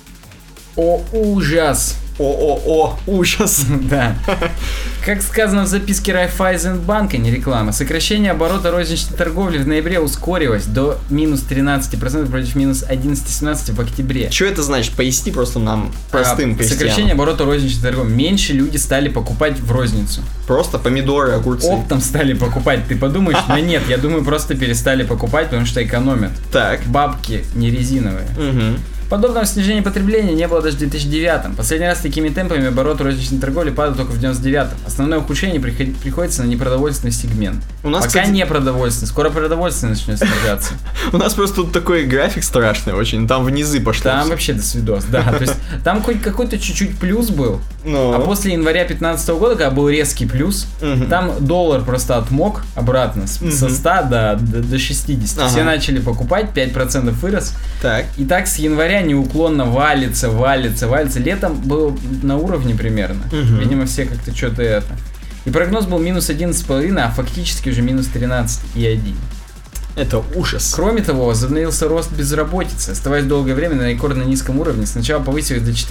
О, ужас! Ужас. Да. Как сказано в записке Райффайзенбанка, не реклама, сокращение оборота розничной торговли в ноябре ускорилось до минус 13% против минус 11-17% в октябре. Что это значит? Поясни просто нам, простым крестьянам. Сокращение оборота розничной торговли. Меньше люди стали покупать в розницу. Просто помидоры, огурцы. Оптом стали покупать. Ты подумаешь, но нет, я думаю, просто перестали покупать, потому что экономят. Так. Бабки не резиновые. Подобного снижения потребления не было даже в 2009-м. Последний раз такими темпами оборот розничной торговли падал только в 99-м. Основное ухудшение приходится на непродовольственный сегмент. Пока кстати... не продовольственный, скоро продовольственный начнет снижаться. У нас просто тут такой график страшный очень, там внизы пошло. Там вообще до свидос, да. То есть там хоть какой-то чуть-чуть плюс был, а после января 2015 года, когда был резкий плюс, там доллар просто отмок обратно со 100 до 60. Все начали покупать, 5% вырос. И так с января неуклонно валится. Летом был на уровне примерно. Видимо, все как-то что-то это. И прогноз был минус 11,5, а фактически уже минус 13,1. Это ужас. Кроме того, возобновился рост безработицы, оставаясь долгое время на рекордно низком уровне. Сначала повысилось до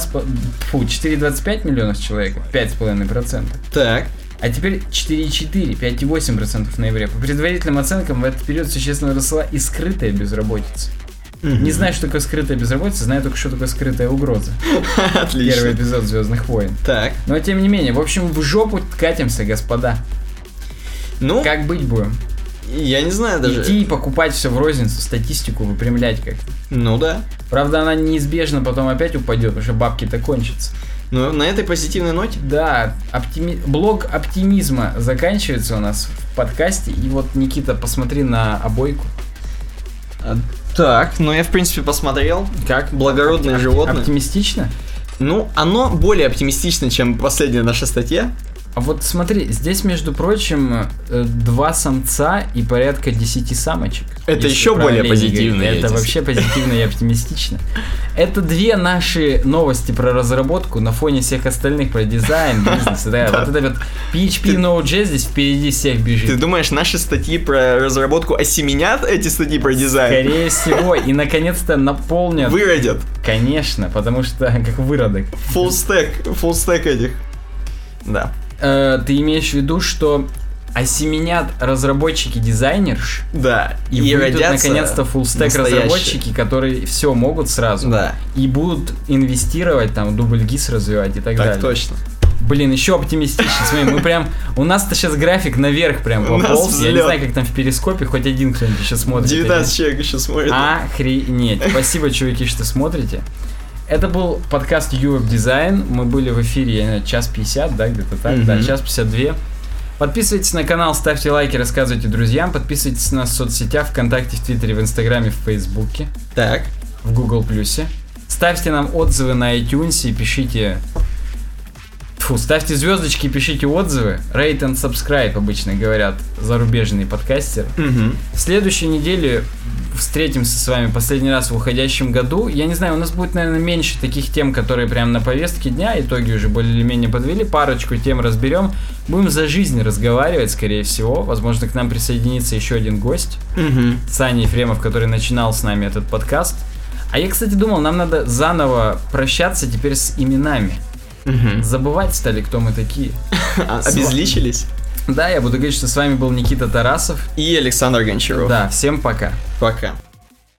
4,25 миллионов человек, 5,5%. Так. А теперь 4,4, 5,8% в ноябре. По предварительным оценкам, в этот период существенно росла и скрытая безработица. Не знаю, что такое скрытая безработица, знаю только, что такое скрытая угроза. Отлично. Первый эпизод «Звездных войн». Так. Но тем не менее, в общем, в жопу катимся, господа. Ну, Как быть будем? я не знаю даже. Идти и покупать все в розницу, статистику выпрямлять как-то. Ну да. Правда, она неизбежно потом опять упадет, потому что бабки-то кончатся. Но на этой позитивной ноте. Да, блок оптимизма заканчивается у нас в подкасте. И вот, Никита, посмотри на обойку. Так, ну я в принципе посмотрел. Как? Благородное животное. Оптимистично? Ну, оно более оптимистично, чем последняя наша статья. А вот смотри, здесь, между прочим, 2 самца и порядка 10 самочек. Это если еще более правильно позитивно. говорить. Это я вообще позитивно и оптимистично. Это 2 наши новости про разработку на фоне всех остальных про дизайн, бизнес. Да. Вот это вот PHP Node.js здесь впереди всех бежит. Ты думаешь, наши статьи про разработку осеменят эти статьи про дизайн? Скорее всего, и наконец-то наполнят. Выродят. Конечно, потому что как выродок. Full stack этих. Да. Ты имеешь в виду, что осеменят разработчики-дизайнерш, Да. и выйдут наконец-то фуллстек разработчики, которые все могут сразу. Да. И будут инвестировать, там, дубль GIS развивать и так далее. Так точно. Блин, еще оптимистично. Смотри, мы прям... У нас-то сейчас график наверх прям пополз. Я не знаю, как там в перископе, хоть один кто-нибудь еще смотрит. 19 человек еще смотрят. Охренеть. Спасибо, чуваки, что смотрите. Это был подкаст UWeb Design. Мы были в эфире, я не знаю, час 50, да, где-то так, да, час 52. Подписывайтесь на канал, ставьте лайки, рассказывайте друзьям. Подписывайтесь на нас в соцсетях, ВКонтакте, в Твиттере, в Инстаграме, в Фейсбуке. Так. В Google Плюсе. Ставьте нам отзывы на iTunes и пишите... ставьте звездочки и пишите отзывы. Rate and subscribe, обычно говорят зарубежные подкастеры. В следующей неделе встретимся с вами последний раз в уходящем году. Я не знаю, у нас будет, наверное, меньше таких тем, которые прям на повестке дня. Итоги уже более-менее подвели. Парочку тем разберем. Будем за жизнь разговаривать, скорее всего. Возможно, к нам присоединится еще один гость. Саня Ефремов, который начинал с нами этот подкаст. А я, кстати, думал, нам надо заново прощаться теперь с именами. Забывать стали, кто мы такие. Обезличились? Да, я буду говорить, что с вами был Никита Тарасов и Александр Гончаров. Да, всем пока. Пока.